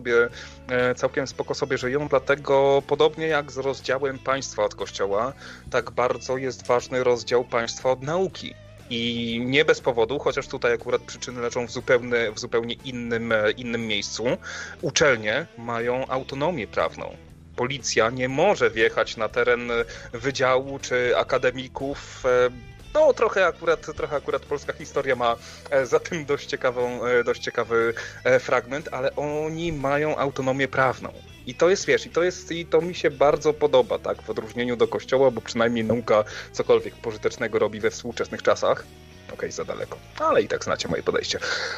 spoko sobie żyją, dlatego podobnie jak z rozdziałem państwa od Kościoła, tak bardzo jest ważny rozdział państwa od nauki. I nie bez powodu, chociaż tutaj akurat przyczyny leżą w zupełnie innym miejscu, uczelnie mają autonomię prawną. Policja nie może wjechać na teren wydziału czy akademików. No, trochę akurat polska historia ma za tym dość ciekawy fragment, ale oni mają autonomię prawną. I to jest, i to mi się bardzo podoba, tak, w odróżnieniu do Kościoła, bo przynajmniej nauka cokolwiek pożytecznego robi we współczesnych czasach. Okej, za daleko, ale i tak znacie moje podejście.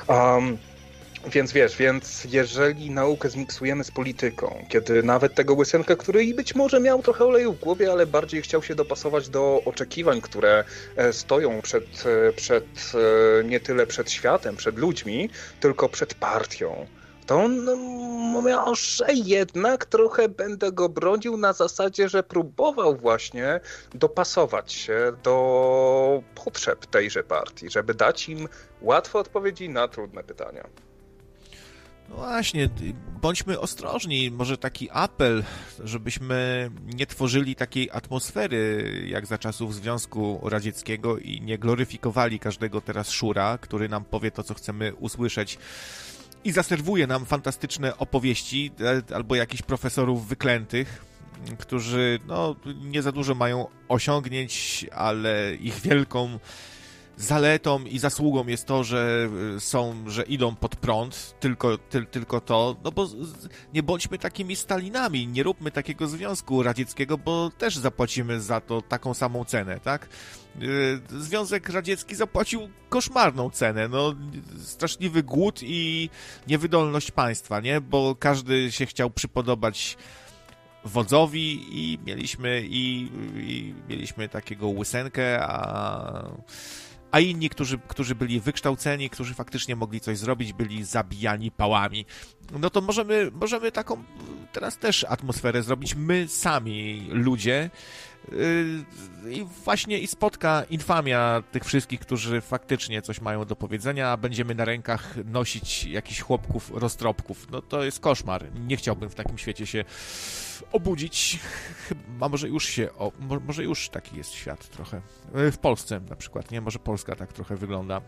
Więc jeżeli naukę zmiksujemy z polityką, kiedy nawet tego Łysenka, który być może miał trochę oleju w głowie, ale bardziej chciał się dopasować do oczekiwań, które stoją nie tyle przed światem, przed ludźmi, tylko przed partią, to on może jednak trochę będę go bronił na zasadzie, że próbował właśnie dopasować się do potrzeb tejże partii, żeby dać im łatwe odpowiedzi na trudne pytania. No właśnie, bądźmy ostrożni, może taki apel, żebyśmy nie tworzyli takiej atmosfery jak za czasów Związku Radzieckiego i nie gloryfikowali każdego teraz szura, który nam powie to, co chcemy usłyszeć i zaserwuje nam fantastyczne opowieści albo jakichś profesorów wyklętych, którzy nie za dużo mają osiągnięć, ale ich wielką zaletą i zasługą jest to, że idą pod prąd, tylko to, no bo nie bądźmy takimi Stalinami, nie róbmy takiego Związku Radzieckiego, bo też zapłacimy za to taką samą cenę, tak? Związek Radziecki zapłacił koszmarną cenę, straszliwy głód i niewydolność państwa, nie? Bo każdy się chciał przypodobać wodzowi i mieliśmy takiego Łysenkę, a inni, którzy byli wykształceni, którzy faktycznie mogli coś zrobić, byli zabijani pałami. No to możemy taką teraz też atmosferę zrobić my sami, ludzie, i właśnie spotka infamia tych wszystkich, którzy faktycznie coś mają do powiedzenia, a będziemy na rękach nosić jakichś chłopków, roztropków. No to jest koszmar. Nie chciałbym w takim świecie się obudzić. A może już taki jest świat trochę. W Polsce na przykład, nie? Może Polska tak trochę wygląda.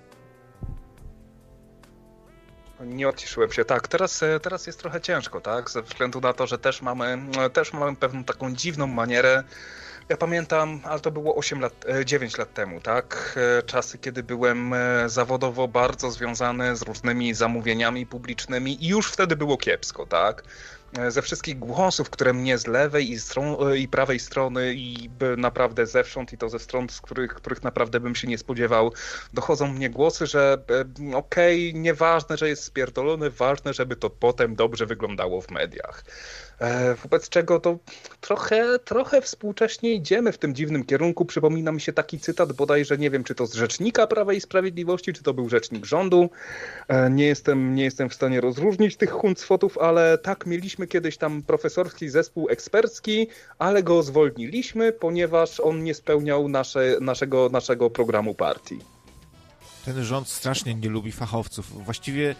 Nie odciszyłem się. Tak, teraz jest trochę ciężko, tak? Ze względu na to, że też mamy pewną taką dziwną manierę. Ja pamiętam, ale to było 9 lat temu, tak? Czasy, kiedy byłem zawodowo bardzo związany z różnymi zamówieniami publicznymi i już wtedy było kiepsko, tak? Ze wszystkich głosów, które mnie z lewej i prawej strony i naprawdę zewsząd i to ze stron, z których naprawdę bym się nie spodziewał, dochodzą mnie głosy, że okej, nieważne, że jest spierdolony, ważne, żeby to potem dobrze wyglądało w mediach. Wobec czego to trochę współcześnie idziemy w tym dziwnym kierunku. Przypomina mi się taki cytat bodajże, nie wiem, czy to z rzecznika Prawa i Sprawiedliwości, czy to był rzecznik rządu. Nie jestem w stanie rozróżnić tych huncwotów, ale tak, mieliśmy kiedyś tam profesorski zespół ekspercki, ale go zwolniliśmy, ponieważ on nie spełniał naszego programu partii. Ten rząd strasznie nie lubi fachowców. Właściwie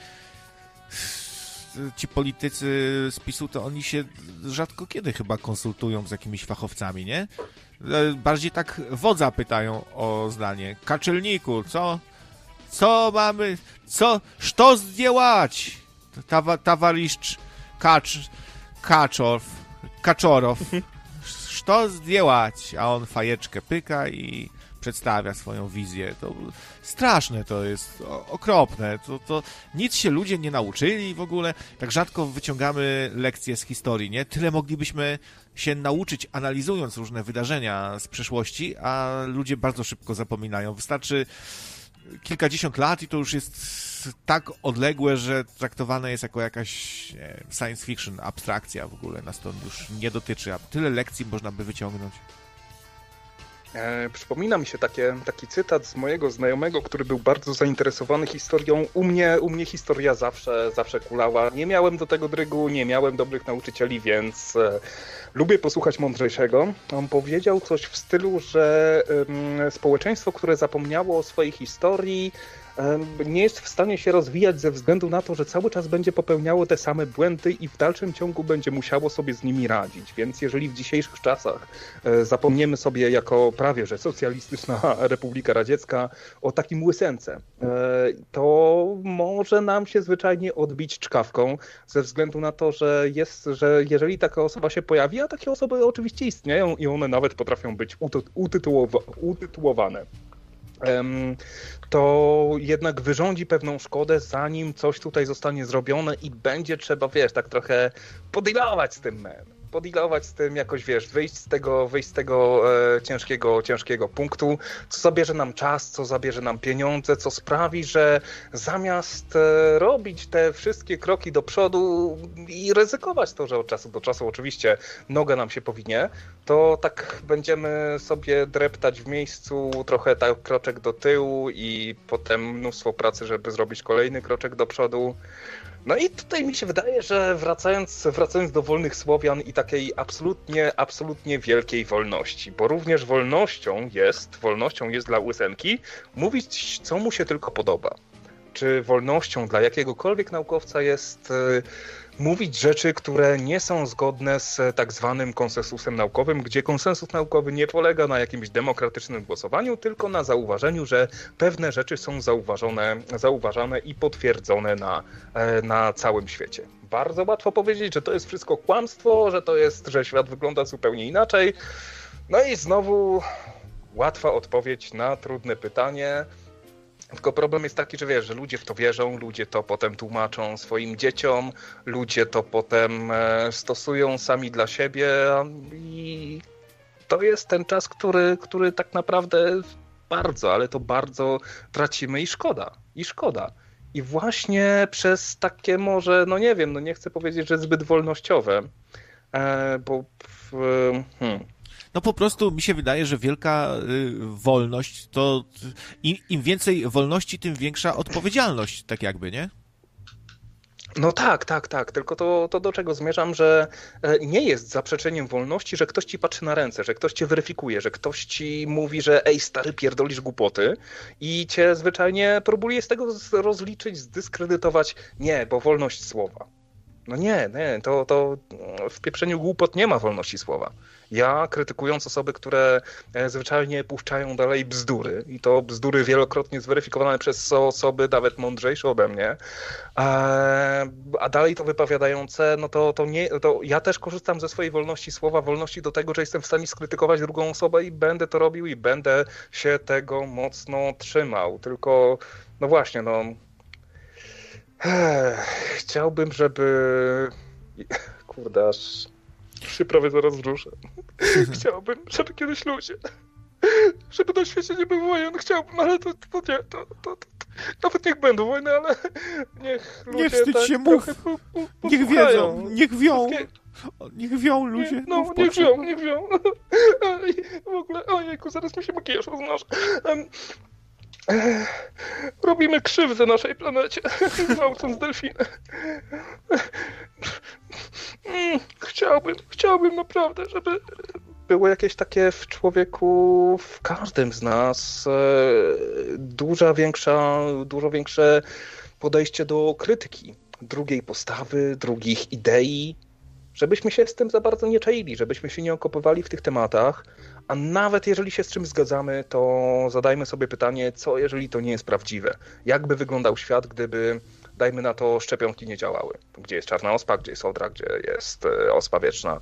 ci politycy z PiS-u, to oni się rzadko kiedy chyba konsultują z jakimiś fachowcami, nie? Bardziej tak wodza pytają o zdanie. Kaczelniku, co mamy, co zdjęłać? Tawariszcz Kaczorow, co zdjęłać? A on fajeczkę pyka i przedstawia swoją wizję. To straszne to jest, okropne. To nic się ludzie nie nauczyli w ogóle. Tak rzadko wyciągamy lekcje z historii, nie? Tyle moglibyśmy się nauczyć, analizując różne wydarzenia z przeszłości, a ludzie bardzo szybko zapominają. Wystarczy kilkadziesiąt lat i to już jest tak odległe, że traktowane jest jako jakaś science fiction, abstrakcja w ogóle. Nas to już nie dotyczy, a tyle lekcji można by wyciągnąć. Przypomina mi się taki cytat z mojego znajomego, który był bardzo zainteresowany historią. U mnie historia zawsze kulała. Nie miałem do tego drygu, nie miałem dobrych nauczycieli, więc lubię posłuchać mądrzejszego. On powiedział coś w stylu, że społeczeństwo, które zapomniało o swojej historii, nie jest w stanie się rozwijać ze względu na to, że cały czas będzie popełniało te same błędy i w dalszym ciągu będzie musiało sobie z nimi radzić. Więc jeżeli w dzisiejszych czasach zapomniemy sobie jako prawie że socjalistyczna Republika Radziecka o takim łysence, to może nam się zwyczajnie odbić czkawką ze względu na to, że jeżeli taka osoba się pojawi, a takie osoby oczywiście istnieją i one nawet potrafią być utytułowane, to jednak wyrządzi pewną szkodę, zanim coś tutaj zostanie zrobione i będzie trzeba, tak trochę podealować z tym podilować z tym, jakoś wyjść z tego ciężkiego punktu, co zabierze nam czas, co zabierze nam pieniądze, co sprawi, że zamiast robić te wszystkie kroki do przodu i ryzykować to, że od czasu do czasu oczywiście noga nam się powinie, to tak będziemy sobie dreptać w miejscu, trochę tak kroczek do tyłu i potem mnóstwo pracy, żeby zrobić kolejny kroczek do przodu. No i tutaj mi się wydaje, że wracając do wolnych Słowian i takiej absolutnie wielkiej wolności, bo również wolnością jest dla Łysenki mówić, co mu się tylko podoba. Czy wolnością dla jakiegokolwiek naukowca jest mówić rzeczy, które nie są zgodne z tak zwanym konsensusem naukowym, gdzie konsensus naukowy nie polega na jakimś demokratycznym głosowaniu, tylko na zauważeniu, że pewne rzeczy są zauważane i potwierdzone na całym świecie. Bardzo łatwo powiedzieć, że to jest wszystko kłamstwo, że świat wygląda zupełnie inaczej. No i znowu łatwa odpowiedź na trudne pytanie. Tylko problem jest taki, że ludzie w to wierzą, ludzie to potem tłumaczą swoim dzieciom, ludzie to potem stosują sami dla siebie i to jest ten czas, który tak naprawdę ale to bardzo tracimy i szkoda. I właśnie przez takie może, nie chcę powiedzieć, że zbyt wolnościowe, bo No po prostu mi się wydaje, że wielka wolność to im więcej wolności, tym większa odpowiedzialność, tak jakby, nie? No tak, tylko to do czego zmierzam, że nie jest zaprzeczeniem wolności, że ktoś ci patrzy na ręce, że ktoś cię weryfikuje, że ktoś ci mówi, że ej stary, pierdolisz głupoty i cię zwyczajnie próbuje z tego rozliczyć, zdyskredytować. Nie, bo wolność słowa. No nie, to w pieprzeniu głupot nie ma wolności słowa. Ja, krytykując osoby, które zwyczajnie puszczają dalej bzdury i to bzdury wielokrotnie zweryfikowane przez osoby nawet mądrzejsze ode mnie, a dalej to wypowiadające, no to ja też korzystam ze swojej wolności słowa, wolności do tego, że jestem w stanie skrytykować drugą osobę i będę to robił i będę się tego mocno trzymał. Tylko, no właśnie, chciałbym, żeby... Kurde, aż się prawie zaraz wzruszę. Chciałbym, żeby kiedyś ludzie... Żeby na świecie nie było wojen, chciałbym, ale to nie, to nawet niech będą wojny, ale niech ludzie... Nie wstydź się, mów! Niech wiedzą, niech wią! Niech wią ludzie. Niech wią. W ogóle, ojejku, zaraz mi się makijaż roznoszę. Robimy krzywdę naszej planecie, gwałcąc delfiny. Chciałbym naprawdę, żeby było jakieś takie w człowieku, w każdym z nas dużo większe podejście do krytyki drugiej postawy, drugich idei, żebyśmy się z tym za bardzo nie czaili, żebyśmy się nie okopywali w tych tematach, a nawet jeżeli się z czymś zgadzamy, to zadajmy sobie pytanie, co jeżeli to nie jest prawdziwe? Jak by wyglądał świat, gdyby, dajmy na to, szczepionki nie działały? Gdzie jest czarna ospa, gdzie jest odra, gdzie jest ospa wieczna?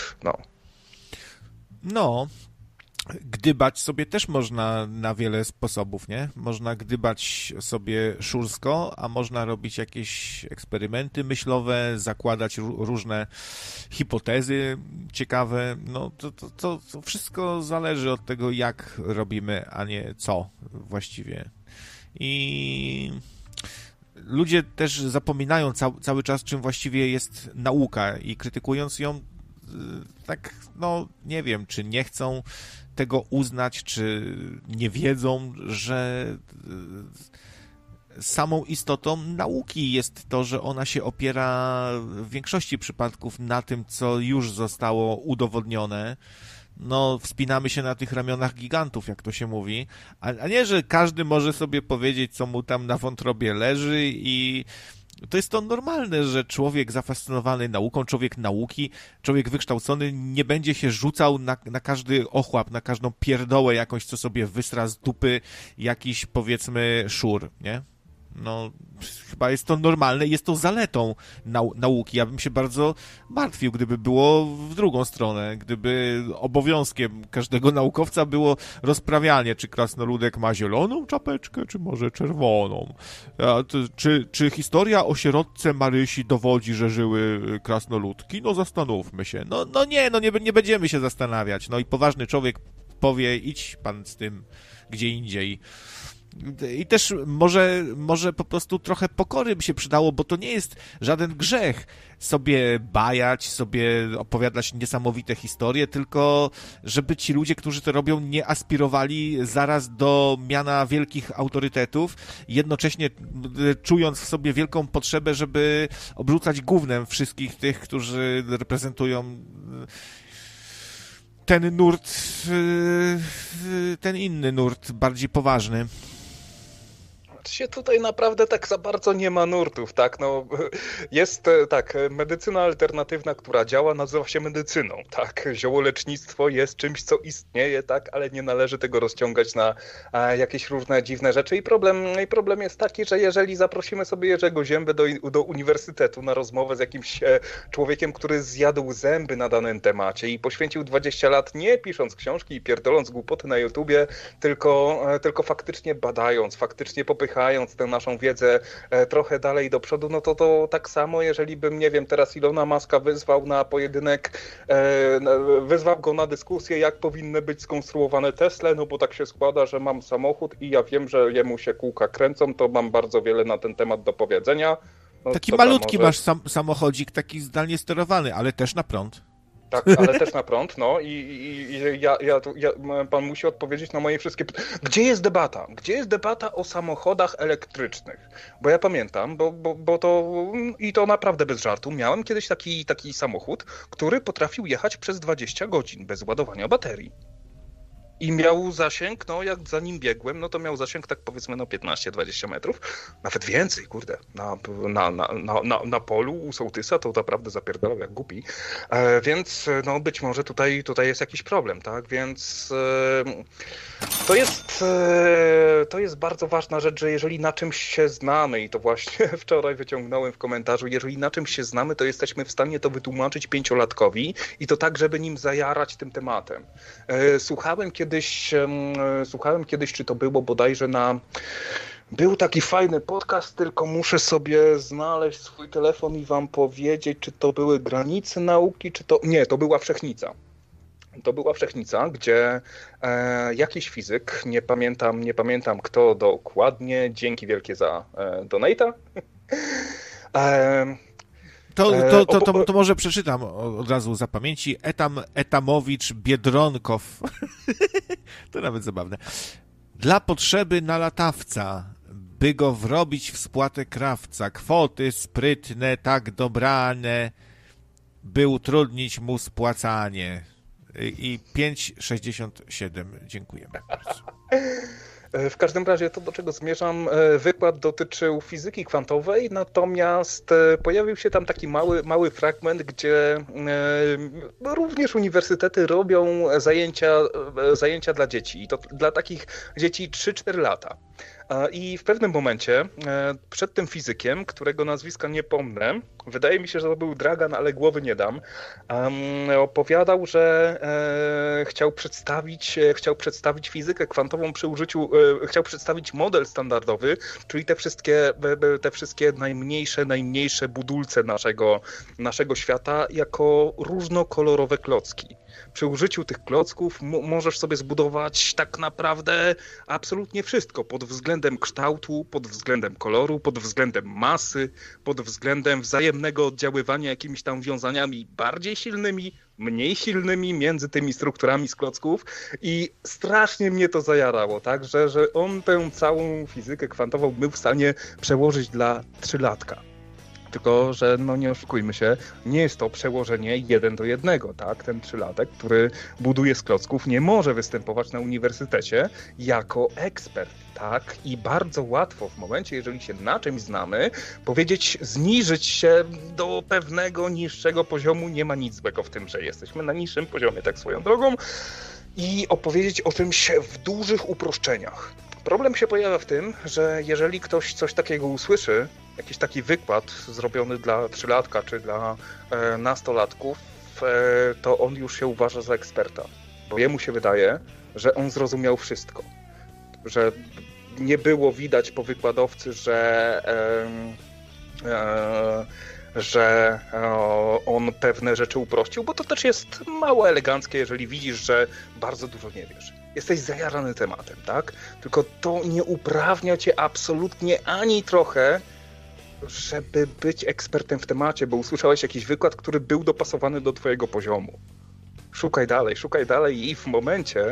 No, gdybać sobie też można na wiele sposobów, nie? Można gdybać sobie szursko, a można robić jakieś eksperymenty myślowe, zakładać różne hipotezy ciekawe. No, to wszystko zależy od tego, jak robimy, a nie co właściwie. I ludzie też zapominają cały czas, czym właściwie jest nauka i krytykując ją, tak, no nie wiem, czy nie chcą tego uznać, czy nie wiedzą, że samą istotą nauki jest to, że ona się opiera w większości przypadków na tym, co już zostało udowodnione. No, wspinamy się na tych ramionach gigantów, jak to się mówi, a nie, że każdy może sobie powiedzieć, co mu tam na wątrobie leży i to jest to normalne, że człowiek zafascynowany nauką, człowiek nauki, człowiek wykształcony nie będzie się rzucał na każdy ochłap, na każdą pierdołę jakąś, co sobie wysra z dupy jakiś, powiedzmy, szur, nie? No, chyba jest to normalne i jest to zaletą nauki. Ja bym się bardzo martwił, gdyby było w drugą stronę, gdyby obowiązkiem każdego naukowca było rozprawianie, czy krasnoludek ma zieloną czapeczkę, czy może czerwoną. Czy historia o sierotce Marysi dowodzi, że żyły krasnoludki? No zastanówmy się. Nie będziemy się zastanawiać. No i poważny człowiek powie, idź pan z tym gdzie indziej. I też może po prostu trochę pokory by się przydało, bo to nie jest żaden grzech sobie bajać, sobie opowiadać niesamowite historie, tylko żeby ci ludzie, którzy to robią, nie aspirowali zaraz do miana wielkich autorytetów, jednocześnie czując w sobie wielką potrzebę, żeby obrzucać gównem wszystkich tych, którzy reprezentują ten nurt, ten inny nurt, bardziej poważny. Się tutaj naprawdę tak za bardzo nie ma nurtów, tak? No, jest tak, medycyna alternatywna, która działa, nazywa się medycyną, tak? Ziołolecznictwo jest czymś, co istnieje, tak? Ale nie należy tego rozciągać na jakieś różne dziwne rzeczy i problem jest taki, że jeżeli zaprosimy sobie Jerzego Ziębę do uniwersytetu na rozmowę z jakimś człowiekiem, który zjadł zęby na danym temacie i poświęcił 20 lat nie pisząc książki i pierdoląc głupoty na YouTubie, tylko faktycznie badając, faktycznie popychając tę naszą wiedzę trochę dalej do przodu, no to tak samo, jeżeli bym, nie wiem, teraz Ilona Muska wyzwał na pojedynek, wyzwał go na dyskusję, jak powinny być skonstruowane Tesle, no bo tak się składa, że mam samochód i ja wiem, że jemu się kółka kręcą, to mam bardzo wiele na ten temat do powiedzenia. No, taki malutki masz samochodzik, taki zdalnie sterowany, ale też na prąd. Tak, ale też na prąd, no i pan musi odpowiedzieć na moje wszystkie pytania. Gdzie jest debata? Gdzie jest debata o samochodach elektrycznych? Bo ja pamiętam, bo to, i to naprawdę bez żartu, miałem kiedyś taki samochód, który potrafił jechać przez 20 godzin bez ładowania baterii. I miał zasięg, no jak za nim biegłem, no to miał zasięg tak powiedzmy 15-20 metrów, nawet więcej, kurde, na polu u sołtysa to naprawdę zapierdalał jak głupi, więc no być może tutaj jest jakiś problem, tak, więc to jest bardzo ważna rzecz, że jeżeli na czymś się znamy i to właśnie wczoraj wyciągnąłem w komentarzu, jeżeli na czymś się znamy, to jesteśmy w stanie to wytłumaczyć 5-latkowi i to tak, żeby nim zajarać tym tematem. Słuchałem kiedyś, czy to było bodajże był taki fajny podcast, tylko muszę sobie znaleźć swój telefon i wam powiedzieć, czy to były Granice Nauki, czy to... Nie, to była Wszechnica. To była Wszechnica, gdzie jakiś fizyk, nie pamiętam kto dokładnie, dzięki wielkie za donate'a. To może przeczytam od razu za pamięci. Etamowicz Biedronkow. To nawet zabawne. Dla potrzeby na latawca, by go wrobić w spłatę krawca, kwoty sprytne, tak dobrane, by utrudnić mu spłacanie. I 5,67. Dziękujemy bardzo. W każdym razie to, do czego zmierzam, wykład dotyczył fizyki kwantowej, natomiast pojawił się tam taki mały fragment, gdzie również uniwersytety robią zajęcia dla dzieci. I to dla takich dzieci 3-4 lata. I w pewnym momencie przed tym fizykiem, którego nazwiska nie pomnę, wydaje mi się, że to był Dragan, ale głowy nie dam, opowiadał, że chciał przedstawić fizykę kwantową przy użyciu, chciał przedstawić model standardowy, czyli te wszystkie najmniejsze budulce naszego świata jako różnokolorowe klocki. Przy użyciu tych klocków możesz sobie zbudować tak naprawdę absolutnie wszystko pod względem kształtu, pod względem koloru, pod względem masy, pod względem wzajemnego oddziaływania jakimiś tam wiązaniami bardziej silnymi, mniej silnymi między tymi strukturami z klocków i strasznie mnie to zajarało, tak, że on tę całą fizykę kwantową był w stanie przełożyć dla 3-latka. Tylko, że no nie oszukujmy się, nie jest to przełożenie 1:1, tak? Ten 3-latek, który buduje z klocków, nie może występować na uniwersytecie jako ekspert, tak? I bardzo łatwo w momencie, jeżeli się na czymś znamy, powiedzieć, zniżyć się do pewnego niższego poziomu, nie ma nic złego w tym, że jesteśmy na niższym poziomie, tak swoją drogą, i opowiedzieć o czymś w dużych uproszczeniach. Problem się pojawia w tym, że jeżeli ktoś coś takiego usłyszy, jakiś taki wykład zrobiony dla 3-latka czy dla nastolatków, to on już się uważa za eksperta. Bo jemu się wydaje, że on zrozumiał wszystko. Że nie było widać po wykładowcy, że on pewne rzeczy uprościł, bo to też jest mało eleganckie, jeżeli widzisz, że bardzo dużo nie wiesz. Jesteś zajarany tematem, tak? Tylko to nie uprawnia cię absolutnie ani trochę, żeby być ekspertem w temacie, bo usłyszałeś jakiś wykład, który był dopasowany do twojego poziomu. Szukaj dalej i w momencie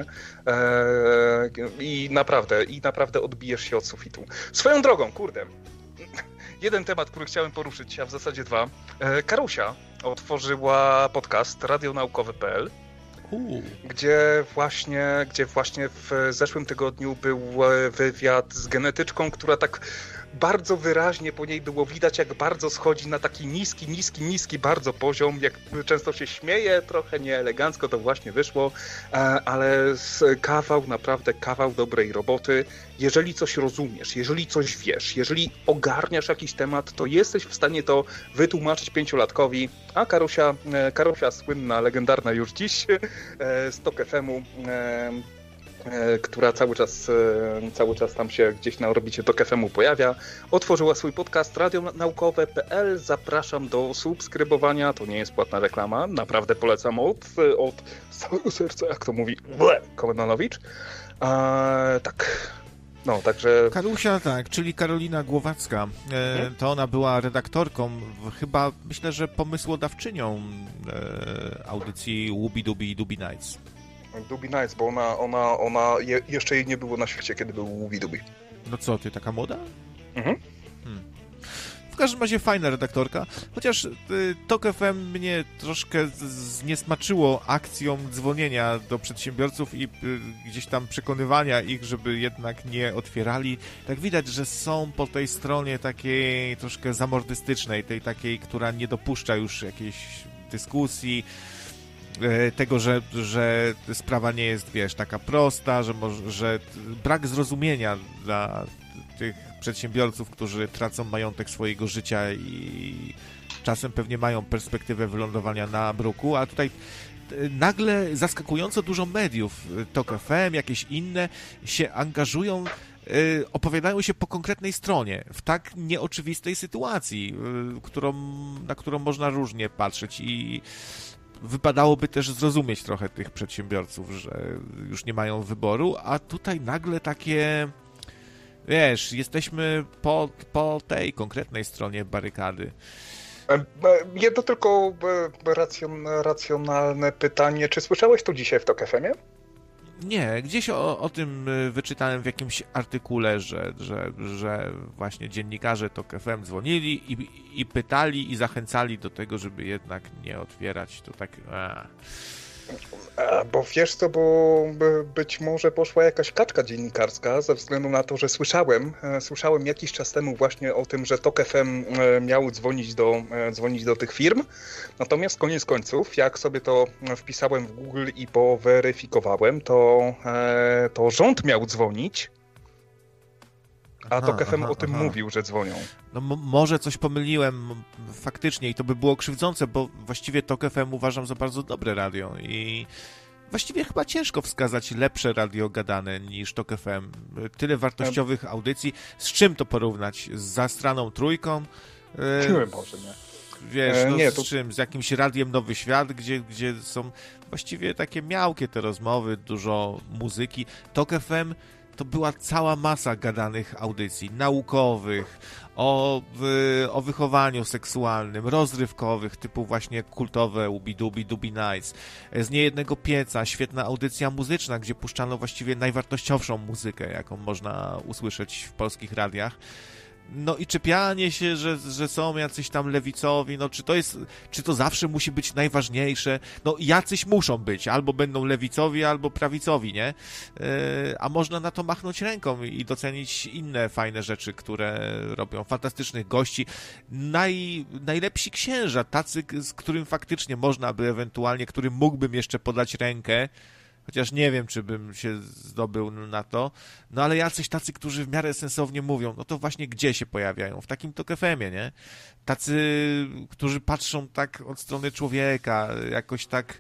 i naprawdę odbijesz się od sufitu. Swoją drogą, kurde, jeden temat, który chciałem poruszyć, a w zasadzie dwa. Karusia otworzyła podcast radionaukowy.pl, gdzie właśnie w zeszłym tygodniu był wywiad z genetyczką, która tak bardzo wyraźnie po niej było widać, jak bardzo schodzi na taki niski bardzo poziom, jak często się śmieje, trochę nieelegancko to właśnie wyszło, ale naprawdę kawał dobrej roboty. Jeżeli coś rozumiesz, jeżeli coś wiesz, jeżeli ogarniasz jakiś temat, to jesteś w stanie to wytłumaczyć 5-latkowi, a Karusia słynna, legendarna już dziś z Tok FM-u, która cały czas tam się gdzieś na orbicie Tok FM-u pojawia, otworzyła swój podcast radionaukowe.pl. Zapraszam do subskrybowania, to nie jest płatna reklama, naprawdę polecam od całego serca, jak to mówi Komendanowicz. Tak. No, także... Karusia, tak, czyli Karolina Głowacka. To ona była redaktorką, chyba myślę, że pomysłodawczynią audycji Łubi Dubi Dubi Nights. Dubi Nights, bo ona jeszcze jej nie było na świecie, kiedy był Łubi Dubi. No co, ty taka młoda? W każdym razie fajna redaktorka, chociaż TOK FM mnie troszkę zniesmaczyło akcją dzwonienia do przedsiębiorców i gdzieś tam przekonywania ich, żeby jednak nie otwierali. Tak widać, że są po tej stronie takiej troszkę zamordystycznej, tej takiej, która nie dopuszcza już jakiejś dyskusji, tego, że sprawa nie jest, wiesz, taka prosta, że brak zrozumienia dla tych przedsiębiorców, którzy tracą majątek swojego życia i czasem pewnie mają perspektywę wylądowania na bruku, a tutaj nagle zaskakująco dużo mediów, TOK FM, jakieś inne, się angażują, opowiadają się po konkretnej stronie, w tak nieoczywistej sytuacji, na którą można różnie patrzeć i wypadałoby też zrozumieć trochę tych przedsiębiorców, że już nie mają wyboru, a tutaj nagle takie... Wiesz, jesteśmy po tej konkretnej stronie barykady. Jedno tylko racjonalne pytanie. Czy słyszałeś to dzisiaj w TOK FM-ie? Nie, gdzieś o tym wyczytałem w jakimś artykule, że właśnie dziennikarze TOK FM dzwonili i pytali i zachęcali do tego, żeby jednak nie otwierać. To tak... Bo wiesz co, bo być może poszła jakaś kaczka dziennikarska ze względu na to, że słyszałem jakiś czas temu właśnie o tym, że TOK FM miał dzwonić do tych firm. Natomiast koniec końców, jak sobie to wpisałem w Google i poweryfikowałem, to rząd miał dzwonić, a TOK FM o tym mówił, że dzwonią. No może coś pomyliłem faktycznie i to by było krzywdzące, bo właściwie TOK FM uważam za bardzo dobre radio i właściwie chyba ciężko wskazać lepsze radio gadane niż TOK FM. Tyle wartościowych audycji. Z czym to porównać? Z Zastraną Trójką? Boże, nie. Wiesz, z czym? Z jakimś radiem Nowy Świat, gdzie są właściwie takie miałkie te rozmowy, dużo muzyki. TOK FM to była cała masa gadanych audycji naukowych, o wychowaniu seksualnym, rozrywkowych, typu właśnie kultowe Łubi Dubi Dubi Nights, z niejednego pieca, świetna audycja muzyczna, gdzie puszczano właściwie najwartościowszą muzykę, jaką można usłyszeć w polskich radiach. No i czepianie się, że są jacyś tam lewicowi, no czy to zawsze musi być najważniejsze? No jacyś muszą być, albo będą lewicowi, albo prawicowi, nie? A można na to machnąć ręką i docenić inne fajne rzeczy, które robią, fantastycznych gości, najlepsi księża, tacy, z którym faktycznie można by ewentualnie, którym mógłbym jeszcze podać rękę, chociaż nie wiem, czy bym się zdobył na to, no ale jacyś tacy, którzy w miarę sensownie mówią, no to właśnie gdzie się pojawiają? W takim TOK FM-ie, nie? Tacy, którzy patrzą tak od strony człowieka, jakoś tak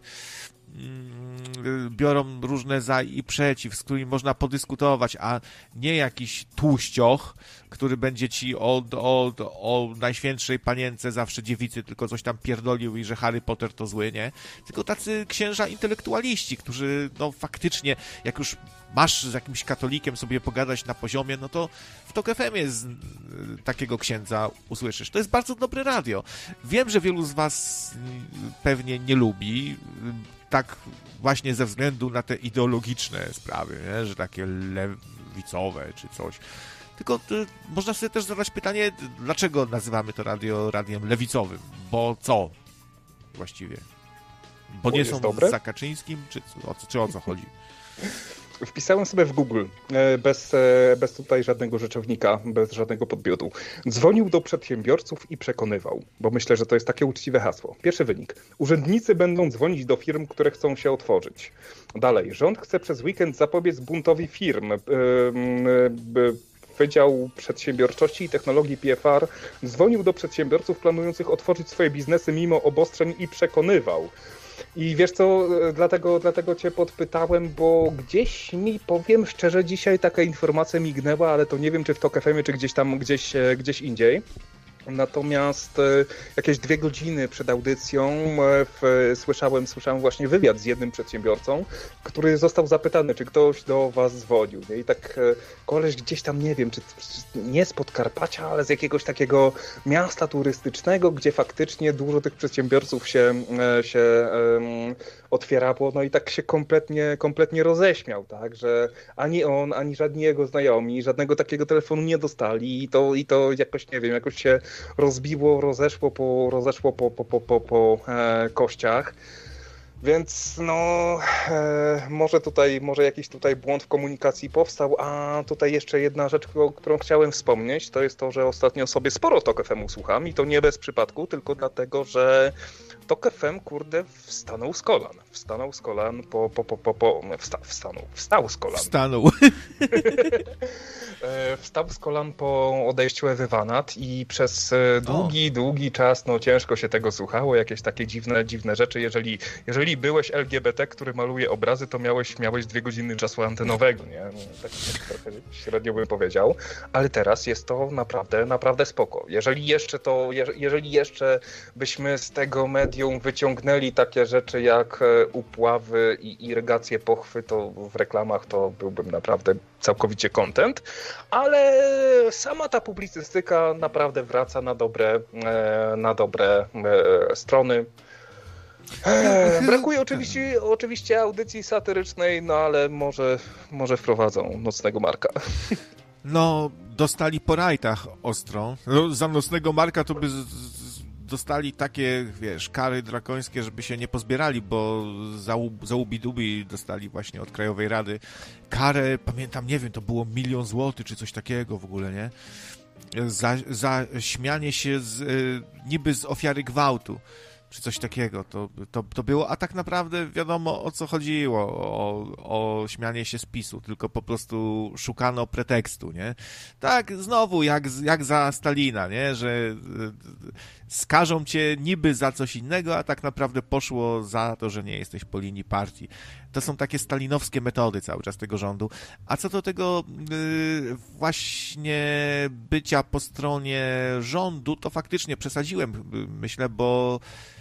biorą różne za i przeciw, z którymi można podyskutować, a nie jakiś tłuścioch, który będzie ci o najświętszej panience zawsze dziewicy tylko coś tam pierdolił i że Harry Potter to zły, nie? Tylko tacy księża intelektualiści, którzy no faktycznie, jak już masz z jakimś katolikiem sobie pogadać na poziomie, no to w TOK FM-ie takiego księdza usłyszysz. To jest bardzo dobre radio. Wiem, że wielu z was pewnie nie lubi, tak właśnie ze względu na te ideologiczne sprawy, nie? Że takie lewicowe czy coś. Tylko można sobie też zadać pytanie, dlaczego nazywamy to radio radiem lewicowym? Bo co właściwie? Bo nie są za Kaczyńskim? Czy o co chodzi? Wpisałem sobie w Google, bez tutaj żadnego rzeczownika, bez żadnego podmiotu. Dzwonił do przedsiębiorców i przekonywał, bo myślę, że to jest takie uczciwe hasło. Pierwszy wynik. Urzędnicy będą dzwonić do firm, które chcą się otworzyć. Dalej. Rząd chce przez weekend zapobiec buntowi firm. Wydział Przedsiębiorczości i Technologii PFR dzwonił do przedsiębiorców planujących otworzyć swoje biznesy mimo obostrzeń i przekonywał. I wiesz co, dlatego cię podpytałem, bo gdzieś mi, powiem szczerze, dzisiaj taka informacja mignęła, ale to nie wiem, czy w TOK FM-ie, czy gdzieś indziej. Natomiast jakieś 2 godziny przed audycją słyszałem właśnie wywiad z jednym przedsiębiorcą, który został zapytany, czy ktoś do was dzwonił. I tak koleś gdzieś tam, nie wiem, czy nie z Podkarpacia, ale z jakiegoś takiego miasta turystycznego, gdzie faktycznie dużo tych przedsiębiorców się otwierało, no i tak się kompletnie roześmiał, tak, że ani on, ani żadni jego znajomi żadnego takiego telefonu nie dostali i to jakoś, nie wiem, jakoś się rozeszło po kościach. Więc no, może jakiś tutaj błąd w komunikacji powstał, a tutaj jeszcze jedna rzecz, którą chciałem wspomnieć, to jest to, że ostatnio sobie sporo Tok FM-u słucham i to nie bez przypadku, tylko dlatego, że Tok FM, kurde, wstał z kolan. Wstał z kolan Wstał z kolan po odejściu Ewy Wanat i przez długi czas, no ciężko się tego słuchało, jakieś takie dziwne rzeczy. Jeżeli byłeś LGBT, który maluje obrazy, to miałeś 2 godziny czasu antenowego, nie? Tak trochę średnio bym powiedział, ale teraz jest to naprawdę spoko. Jeżeli jeszcze byśmy z tego medium wyciągnęli takie rzeczy jak upławy i irygację pochwy, to w reklamach to byłbym naprawdę całkowicie content, ale sama ta publicystyka naprawdę wraca na dobre strony. Brakuje oczywiście audycji satyrycznej, no ale może wprowadzą Nocnego Marka. No, dostali po rajtach ostro. No, za Nocnego Marka to by dostali takie, wiesz, kary drakońskie, żeby się nie pozbierali, bo za Ubidubi dostali właśnie od Krajowej Rady karę, pamiętam, nie wiem, to było 1 000 000 złotych, czy coś takiego w ogóle, nie? Za śmianie się niby z ofiary gwałtu, czy coś takiego, to było, a tak naprawdę wiadomo, o co chodziło, o śmianie się z PiS-u, tylko po prostu szukano pretekstu, nie? Tak, znowu, jak za Stalina, nie? Że skażą cię niby za coś innego, a tak naprawdę poszło za to, że nie jesteś po linii partii. To są takie stalinowskie metody cały czas tego rządu. A co do tego właśnie bycia po stronie rządu, to faktycznie przesadziłem, myślę, bo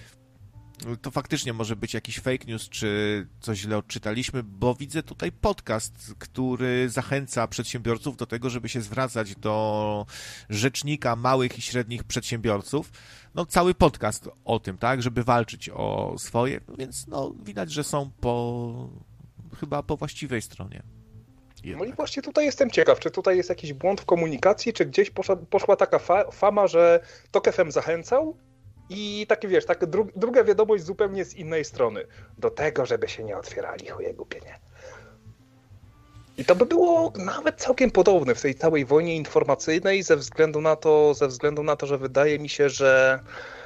to faktycznie może być jakiś fake news, czy coś źle odczytaliśmy, bo widzę tutaj podcast, który zachęca przedsiębiorców do tego, żeby się zwracać do rzecznika małych i średnich przedsiębiorców. No cały podcast o tym, tak, żeby walczyć o swoje, więc no widać, że są chyba po właściwej stronie. No i właśnie tutaj jestem ciekaw, czy tutaj jest jakiś błąd w komunikacji, czy gdzieś poszła taka fama, że Tok FM zachęcał i takie, wiesz, druga wiadomość zupełnie z innej strony. Do tego, żeby się nie otwierali, chuje głupie, nie? I to by było nawet całkiem podobne w tej całej wojnie informacyjnej ze względu na to, że wydaje mi się, że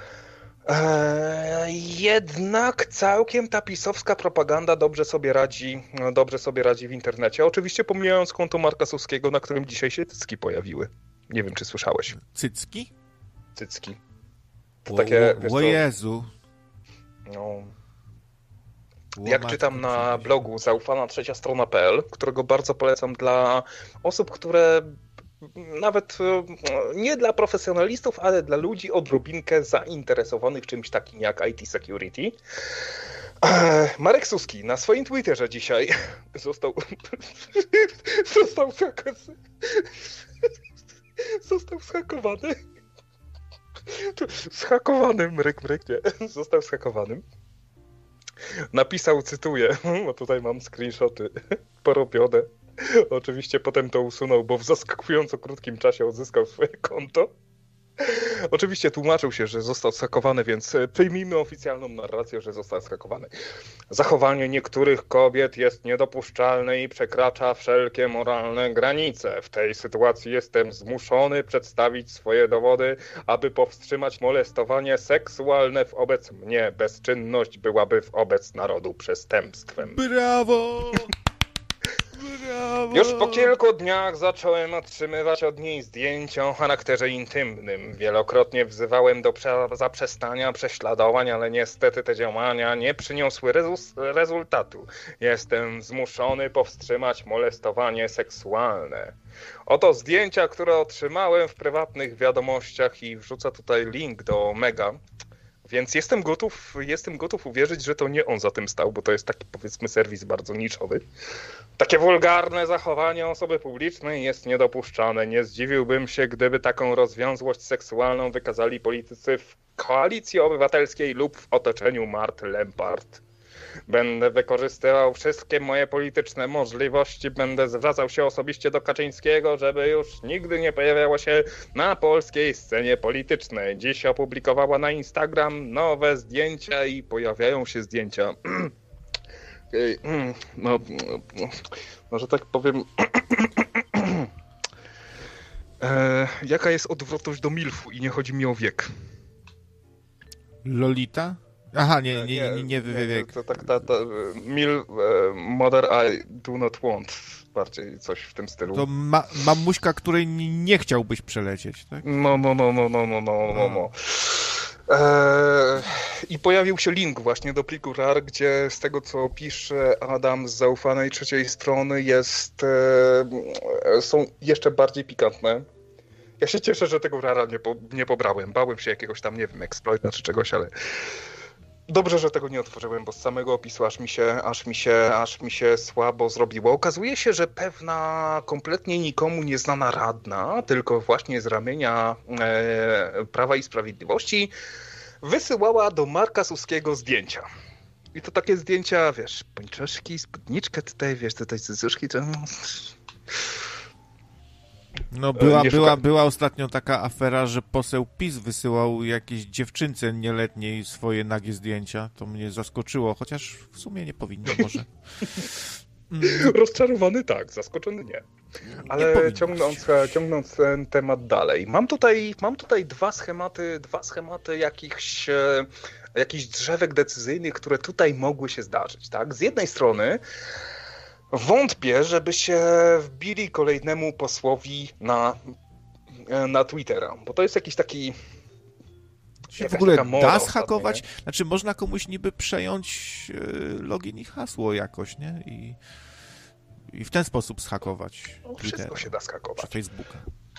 jednak całkiem ta pisowska propaganda dobrze sobie radzi w internecie. Oczywiście pomijając konto Marka Suskiego, na którym dzisiaj się cycki pojawiły. Nie wiem, czy słyszałeś. Cycki? Cycki. To takie, wiesz, o Jezu. No. Jak czytam na blogu zaufana3strona.pl, którego bardzo polecam dla osób, które nawet nie dla profesjonalistów, ale dla ludzi odrobinkę zainteresowanych czymś takim jak IT security. Marek Suski na swoim Twitterze dzisiaj został zhakowany. Został zhakowanym. Napisał, cytuję, bo tutaj mam screenshoty porobione. Oczywiście potem to usunął, bo w zaskakująco krótkim czasie odzyskał swoje konto. Oczywiście tłumaczył się, że został zhakowany, więc przyjmijmy oficjalną narrację, że został zhakowany. Zachowanie niektórych kobiet jest niedopuszczalne i przekracza wszelkie moralne granice. W tej sytuacji jestem zmuszony przedstawić swoje dowody, aby powstrzymać molestowanie seksualne wobec mnie. Bezczynność byłaby wobec narodu przestępstwem. Brawo! Brawo! Już po kilku dniach zacząłem otrzymywać od niej zdjęcia o charakterze intymnym. Wielokrotnie wzywałem do zaprzestania prześladowań, ale niestety te działania nie przyniosły rezultatu. Jestem zmuszony powstrzymać molestowanie seksualne. Oto zdjęcia, które otrzymałem w prywatnych wiadomościach i wrzucę tutaj link do Mega. Więc jestem gotów uwierzyć, że to nie on za tym stał, bo to jest taki, powiedzmy, serwis bardzo niczowy. Takie wulgarne zachowanie osoby publicznej jest niedopuszczane. Nie zdziwiłbym się, gdyby taką rozwiązłość seksualną wykazali politycy w Koalicji Obywatelskiej lub w otoczeniu Marty Lempart. Będę wykorzystywał wszystkie moje polityczne możliwości, będę zwracał się osobiście do Kaczyńskiego, żeby już nigdy nie pojawiało się na polskiej scenie politycznej. Dziś opublikowała na Instagram nowe zdjęcia i pojawiają się zdjęcia. No, może tak powiem... Jaka jest odwrotność do milfu i nie chodzi mi o wiek? Lolita? Aha, nie wiek. To tak, mother I do not want. Bardziej coś w tym stylu. To mamuśka, której nie chciałbyś przelecieć, tak? No. I pojawił się link właśnie do pliku RAR, gdzie z tego, co pisze Adam z zaufanej trzeciej strony, są jeszcze bardziej pikantne. Ja się cieszę, że tego RAR-a nie pobrałem. Bałem się jakiegoś tam, nie wiem, exploita czy czegoś, ale... Dobrze, że tego nie otworzyłem, bo z samego opisu aż mi się słabo zrobiło. Okazuje się, że pewna kompletnie nikomu nieznana radna, tylko właśnie z ramienia Prawa i Sprawiedliwości, wysyłała do Marka Suskiego zdjęcia. I to takie zdjęcia, wiesz, pończoszki, spódniczkę tutaj, wiesz, tutaj cycuszki, to... No była ostatnio taka afera, że poseł PiS wysyłał jakiejś dziewczynce nieletniej swoje nagie zdjęcia. To mnie zaskoczyło, chociaż w sumie nie powinno może. Rozczarowany tak, zaskoczony nie. Ale ciągnąc ten temat dalej. Mam tutaj dwa schematy jakichś drzewek decyzyjnych, które tutaj mogły się zdarzyć. Tak? Z jednej strony wątpię, żeby się wbili kolejnemu posłowi na Twittera, bo to jest jakiś taki... Się w ogóle da zhakować? Znaczy można komuś niby przejąć login i hasło jakoś, nie? I w ten sposób zhakować Twittera. Wszystko się da zhakować. Czy Facebooka.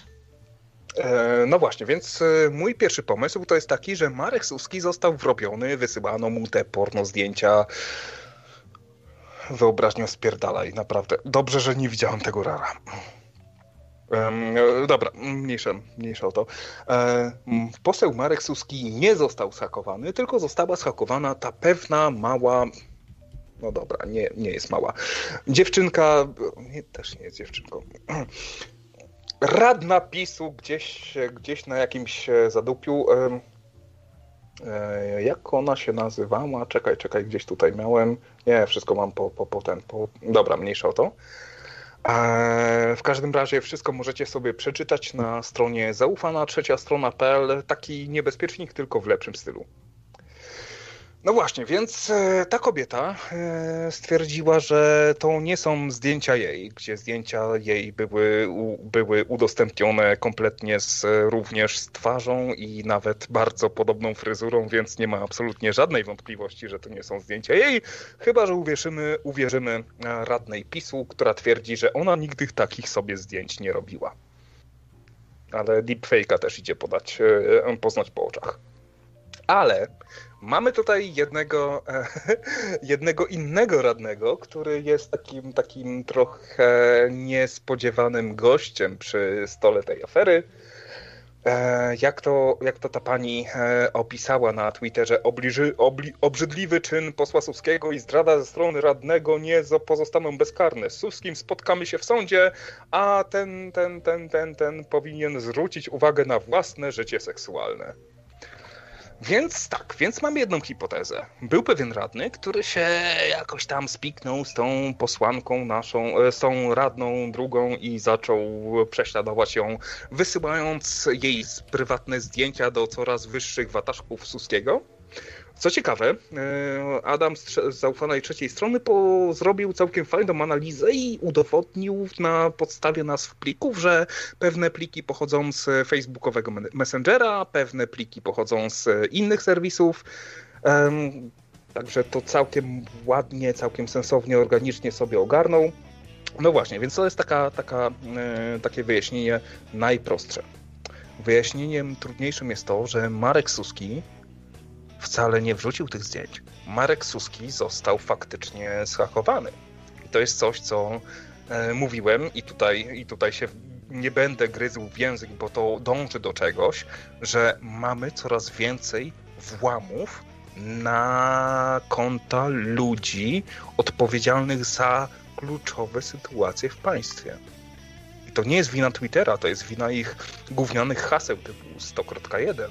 No właśnie, więc mój pierwszy pomysł to jest taki, że Marek Suski został wrobiony, wysyłano mu te porno zdjęcia. Wyobraźnią spierdalaj, naprawdę. Dobrze, że nie widziałem tego RAR-a. Dobra, mniejsza o to. Poseł Marek Suski nie został zhakowany, tylko została zhakowana ta pewna mała... No dobra, nie jest mała. Dziewczynka... też nie jest dziewczynką. Radna PiS-u gdzieś na jakimś zadupiu... Jak ona się nazywała? Czekaj, gdzieś tutaj miałem. Nie, wszystko mam Dobra, mniejsza o to. W każdym razie wszystko możecie sobie przeczytać na stronie zaufana3strona.pl. Taki niebezpiecznik, tylko w lepszym stylu. No właśnie, więc ta kobieta stwierdziła, że to nie są zdjęcia jej, gdzie zdjęcia jej były udostępnione kompletnie również z twarzą i nawet bardzo podobną fryzurą, więc nie ma absolutnie żadnej wątpliwości, że to nie są zdjęcia jej, chyba że uwierzymy radnej PiS-u, która twierdzi, że ona nigdy takich sobie zdjęć nie robiła. Ale deepfake'a też idzie poznać po oczach. Ale mamy tutaj jednego innego radnego, który jest takim trochę niespodziewanym gościem przy stole tej afery. Jak to ta pani opisała na Twitterze, obrzydliwy czyn posła Suskiego i zdrada ze strony radnego nie pozostaną bezkarne. Z Suskim spotkamy się w sądzie, a ten powinien zwrócić uwagę na własne życie seksualne. Więc mam jedną hipotezę. Był pewien radny, który się jakoś tam spiknął z tą posłanką naszą, z tą radną drugą i zaczął prześladować ją, wysyłając jej prywatne zdjęcia do coraz wyższych wataszków Suskiego. Co ciekawe, Adam z zaufanej trzeciej strony zrobił całkiem fajną analizę i udowodnił na podstawie nazw plików, że pewne pliki pochodzą z facebookowego Messengera, pewne pliki pochodzą z innych serwisów. Także to całkiem ładnie, całkiem sensownie, organicznie sobie ogarnął. No właśnie, więc to jest takie wyjaśnienie najprostsze. Wyjaśnieniem trudniejszym jest to, że Marek Suski wcale nie wrzucił tych zdjęć. Marek Suski został faktycznie zhakowany. I to jest coś, co mówiłem i tutaj się nie będę gryzł w język, bo to dąży do czegoś, że mamy coraz więcej włamów na konta ludzi odpowiedzialnych za kluczowe sytuacje w państwie. I to nie jest wina Twittera, to jest wina ich gównianych haseł typu 100.1.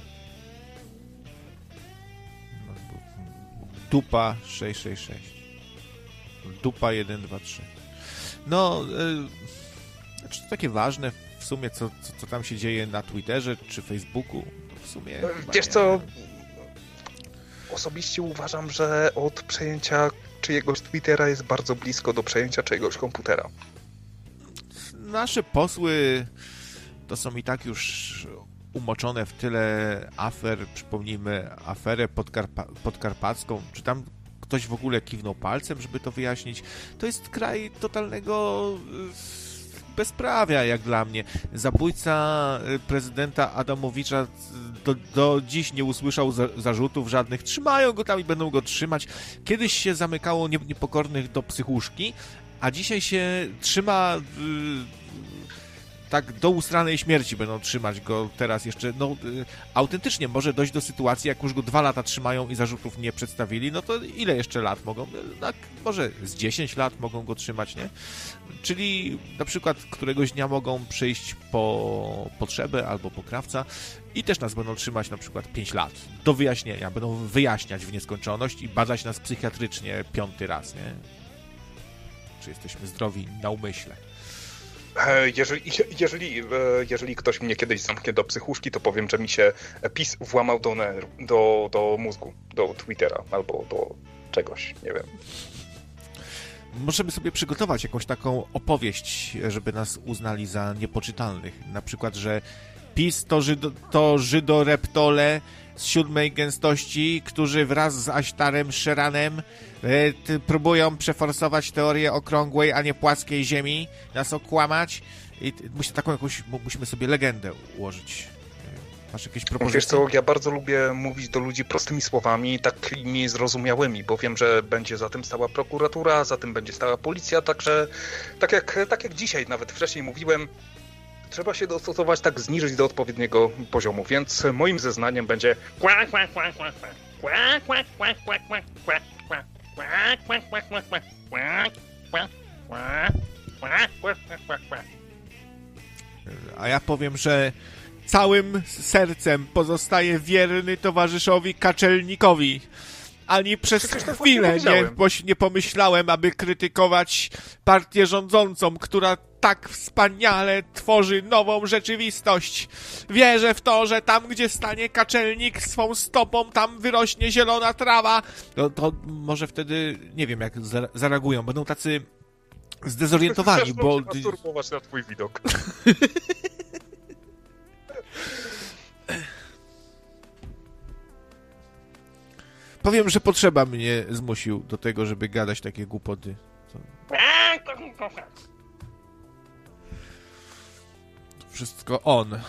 Dupa 666. Dupa 123. No, czy to takie ważne w sumie, co tam się dzieje na Twitterze czy Facebooku? W sumie. Wiesz co? Osobiście uważam, że od przejęcia czyjegoś Twittera jest bardzo blisko do przejęcia czyjegoś komputera. Nasze posły to są i tak już umoczone w tyle afer. Przypomnijmy aferę podkarpacką. Czy tam ktoś w ogóle kiwnął palcem, żeby to wyjaśnić? To jest kraj totalnego bezprawia, jak dla mnie. Zabójca prezydenta Adamowicza do dziś nie usłyszał zarzutów żadnych. Trzymają go tam i będą go trzymać. Kiedyś się zamykało niepokornych do psychuszki, a dzisiaj się trzyma tak do ustranej śmierci będą trzymać go teraz jeszcze. No, autentycznie może dojść do sytuacji, jak już go 2 lata trzymają i zarzutów nie przedstawili, no to ile jeszcze lat mogą? Tak, może z 10 lat mogą go trzymać, nie? Czyli na przykład któregoś dnia mogą przyjść po potrzebę albo po krawca i też nas będą trzymać na przykład 5 lat do wyjaśnienia. Będą wyjaśniać w nieskończoność i badać nas psychiatrycznie 5. raz, nie? Czy jesteśmy zdrowi na umyśle. Jeżeli ktoś mnie kiedyś zamknie do psychuszki, to powiem, że mi się PiS włamał do mózgu, do Twittera albo do czegoś, nie wiem. Możemy sobie przygotować jakąś taką opowieść, żeby nas uznali za niepoczytalnych. Na przykład, że PiS to żydoreptole z 7. gęstości, którzy wraz z Aśtarem Szeranem próbują przeforsować teorię okrągłej, a nie płaskiej ziemi, nas okłamać. I musimy sobie legendę ułożyć. Masz jakieś propozycje? Wiesz co, ja bardzo lubię mówić do ludzi prostymi słowami, takimi zrozumiałymi, bo wiem, że będzie za tym stała prokuratura, za tym będzie stała policja, także tak jak dzisiaj nawet wcześniej mówiłem, trzeba się dostosować, tak zniżyć do odpowiedniego poziomu, więc moim zeznaniem będzie a ja powiem, że całym sercem pozostaję wierny towarzyszowi Kaczelnikowi. Ani przez chwilę nie pomyślałem, aby krytykować partię rządzącą, która tak wspaniale tworzy nową rzeczywistość. Wierzę w to, że tam, gdzie stanie Kaczelnik swą stopą, tam wyrośnie zielona trawa. To może wtedy, nie wiem, jak zareagują. Będą tacy zdezorientowani, bo... masturbować na twój widok. Powiem, że potrzeba mnie zmusił do tego, żeby gadać takie głupoty. Wszystko on.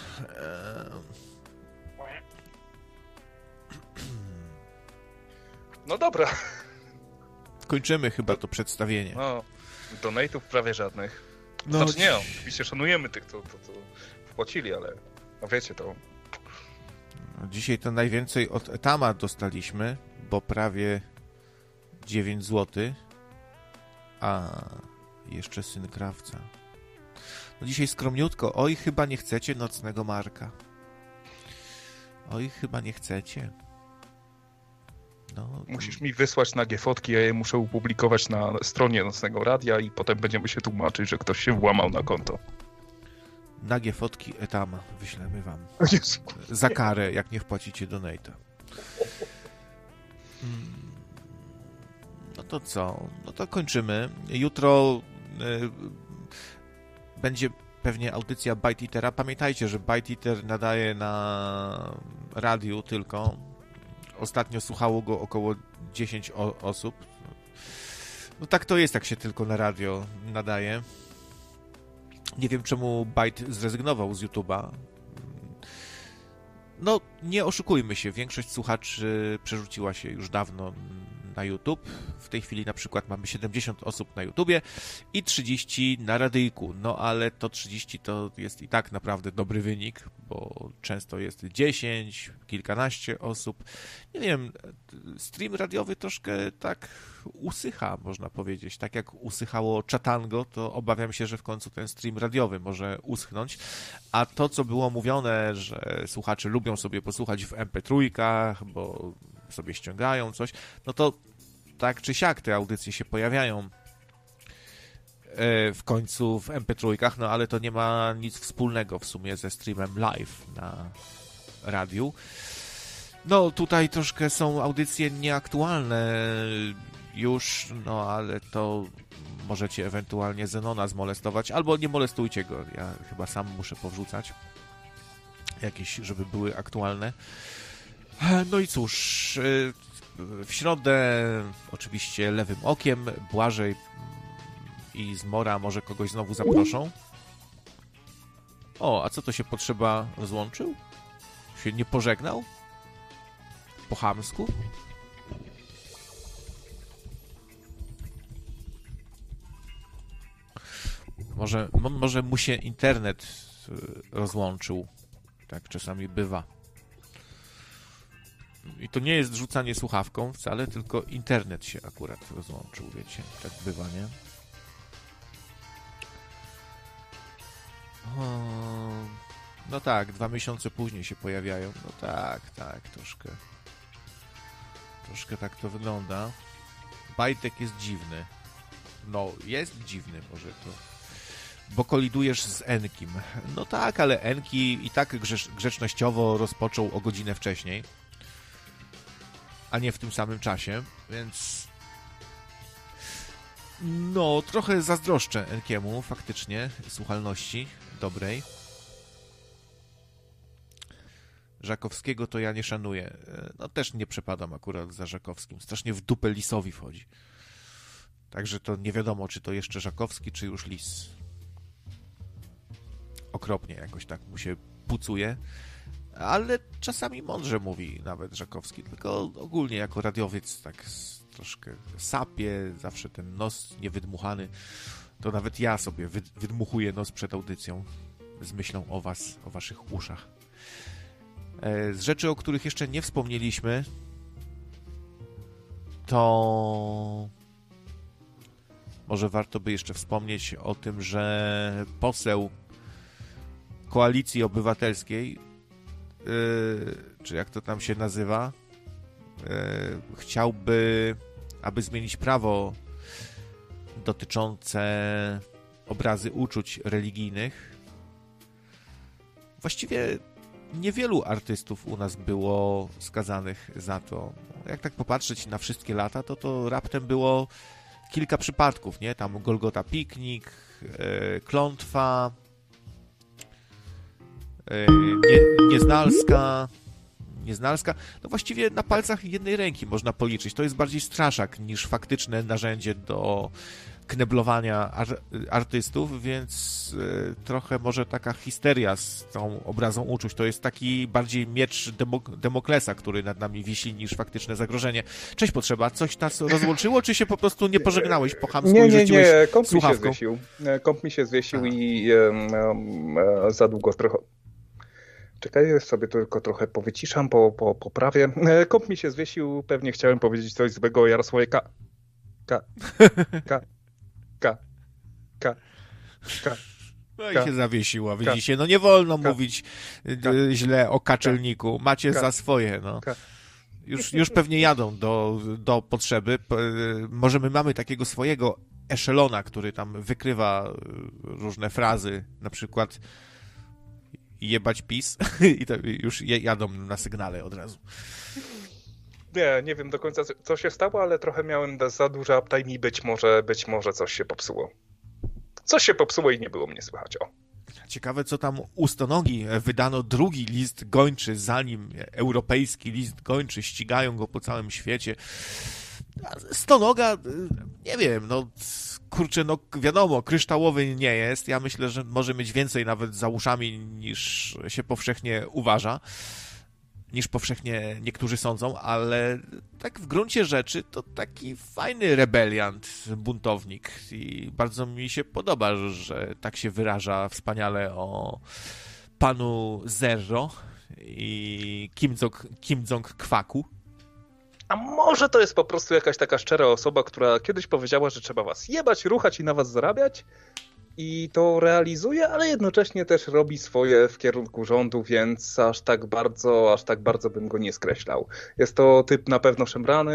No dobra. Kończymy chyba to przedstawienie. No, donate'ów prawie żadnych. Znaczy nie, oczywiście szanujemy tych, co wpłacili, ale no wiecie to. Dzisiaj to najwięcej od Etama dostaliśmy, bo prawie 9 zł. A jeszcze syn krawca. No dzisiaj skromniutko. Oj, chyba nie chcecie nocnego Marka. Oj, chyba nie chcecie. No, musisz mi wysłać nagie fotki, ja je muszę opublikować na stronie Nocnego Radia i potem będziemy się tłumaczyć, że ktoś się włamał na konto. Nagie fotki Etama wyślemy wam. Za karę, jak nie wpłacicie donate'a. No to co? No to kończymy. Jutro będzie pewnie audycja Byte Eatera. Pamiętajcie, że Byte Eater nadaje na radiu tylko. Ostatnio słuchało go około 10 osób. No tak to jest, jak się tylko na radio nadaje. Nie wiem, czemu Byte zrezygnował z YouTube'a. No, nie oszukujmy się, większość słuchaczy przerzuciła się już dawno na YouTube. W tej chwili na przykład mamy 70 osób na YouTubie i 30 na radyjku. No, ale to 30 to jest i tak naprawdę dobry wynik, bo często jest 10, kilkanaście osób. Nie wiem, stream radiowy troszkę tak usycha, można powiedzieć. Tak jak usychało Chatango, to obawiam się, że w końcu ten stream radiowy może uschnąć. A to, co było mówione, że słuchacze lubią sobie posłuchać w MP3, bo sobie ściągają coś, no to tak czy siak te audycje się pojawiają w końcu w MP3, no ale to nie ma nic wspólnego w sumie ze streamem live na radiu. No tutaj troszkę są audycje nieaktualne już, no ale to możecie ewentualnie Zenona zmolestować, albo nie molestujcie go, ja chyba sam muszę powrzucać jakieś, żeby były aktualne. No i cóż, w środę oczywiście Lewym Okiem, Błażej i Zmora może kogoś znowu zaproszą. O, a co to się Potrzeba rozłączył? Się nie pożegnał? Po chamsku? Może mu się internet rozłączył. Tak czasami bywa. I to nie jest rzucanie słuchawką wcale, tylko internet się akurat rozłączył, wiecie. Tak bywa, nie? No tak, 2 miesiące później się pojawiają. No tak, troszkę tak to wygląda. Bajtek jest dziwny. No, jest dziwny może to. Bo kolidujesz z Enkim. No tak, ale Enki i tak grzecznościowo rozpoczął o godzinę wcześniej, a nie w tym samym czasie, więc no, trochę zazdroszczę Enkiemu faktycznie słuchalności dobrej. Żakowskiego to ja nie szanuję. No też nie przepadam akurat za Żakowskim. Strasznie w dupę Lisowi wchodzi. Także to nie wiadomo, czy to jeszcze Żakowski, czy już Lis. Okropnie jakoś tak mu się pucuje. Ale czasami mądrze mówi nawet Żakowski. Tylko ogólnie jako radiowiec tak troszkę sapie, zawsze ten nos niewydmuchany. To nawet ja sobie wydmuchuję nos przed audycją z myślą o was, o waszych uszach. Z rzeczy, o których jeszcze nie wspomnieliśmy, to może warto by jeszcze wspomnieć o tym, że poseł Koalicji Obywatelskiej, czy jak to tam się nazywa, chciałby, aby zmienić prawo dotyczące obrazy uczuć religijnych. Właściwie niewielu artystów u nas było skazanych za to. Jak tak popatrzeć na wszystkie lata, to raptem było kilka przypadków, nie? Tam Golgota Piknik, Klątwa, Nieznalska. No właściwie na palcach jednej ręki można policzyć. To jest bardziej straszak niż faktyczne narzędzie do kneblowania artystów, więc trochę może taka histeria z tą obrazą uczuć. To jest taki bardziej miecz Demoklesa, który nad nami wisi, niż faktyczne zagrożenie. Cześć Potrzeba, coś nas rozłączyło, czy się po prostu nie pożegnałeś po chamsku i rzuciłeś słuchawką? Komp mi się zwiesił i za długo trochę... Czekaj, sobie tylko trochę powyciszam, poprawię. Komp mi się zwiesił, pewnie chciałem powiedzieć coś złego o Jarosławie No i się zawiesiło, widzicie, no nie wolno mówić źle o Kaczelniku, macie za swoje, no. Już pewnie jadą do Potrzeby, może my mamy takiego swojego eszelona, który tam wykrywa różne frazy, na przykład jebać PiS i to już jadą na sygnale od razu. Nie wiem do końca, co się stało, ale trochę miałem za duży uptime i być może coś się popsuło. Coś się popsuło i nie było mnie słychać, o. Ciekawe, co tam u Stonogi wydano drugi list gończy, zanim europejski list gończy, ścigają go po całym świecie. Stonoga, nie wiem, no kurczę, no wiadomo, kryształowy nie jest. Ja myślę, że może mieć więcej nawet za uszami niż się powszechnie uważa, niż powszechnie niektórzy sądzą, ale tak w gruncie rzeczy to taki fajny rebeliant, buntownik i bardzo mi się podoba, że tak się wyraża wspaniale o panu Zero i Kim Jong-kwaku. A może to jest po prostu jakaś taka szczera osoba, która kiedyś powiedziała, że trzeba was jebać, ruchać i na was zarabiać i to realizuje, ale jednocześnie też robi swoje w kierunku rządu, więc aż tak bardzo bym go nie skreślał. Jest to typ na pewno szemrany,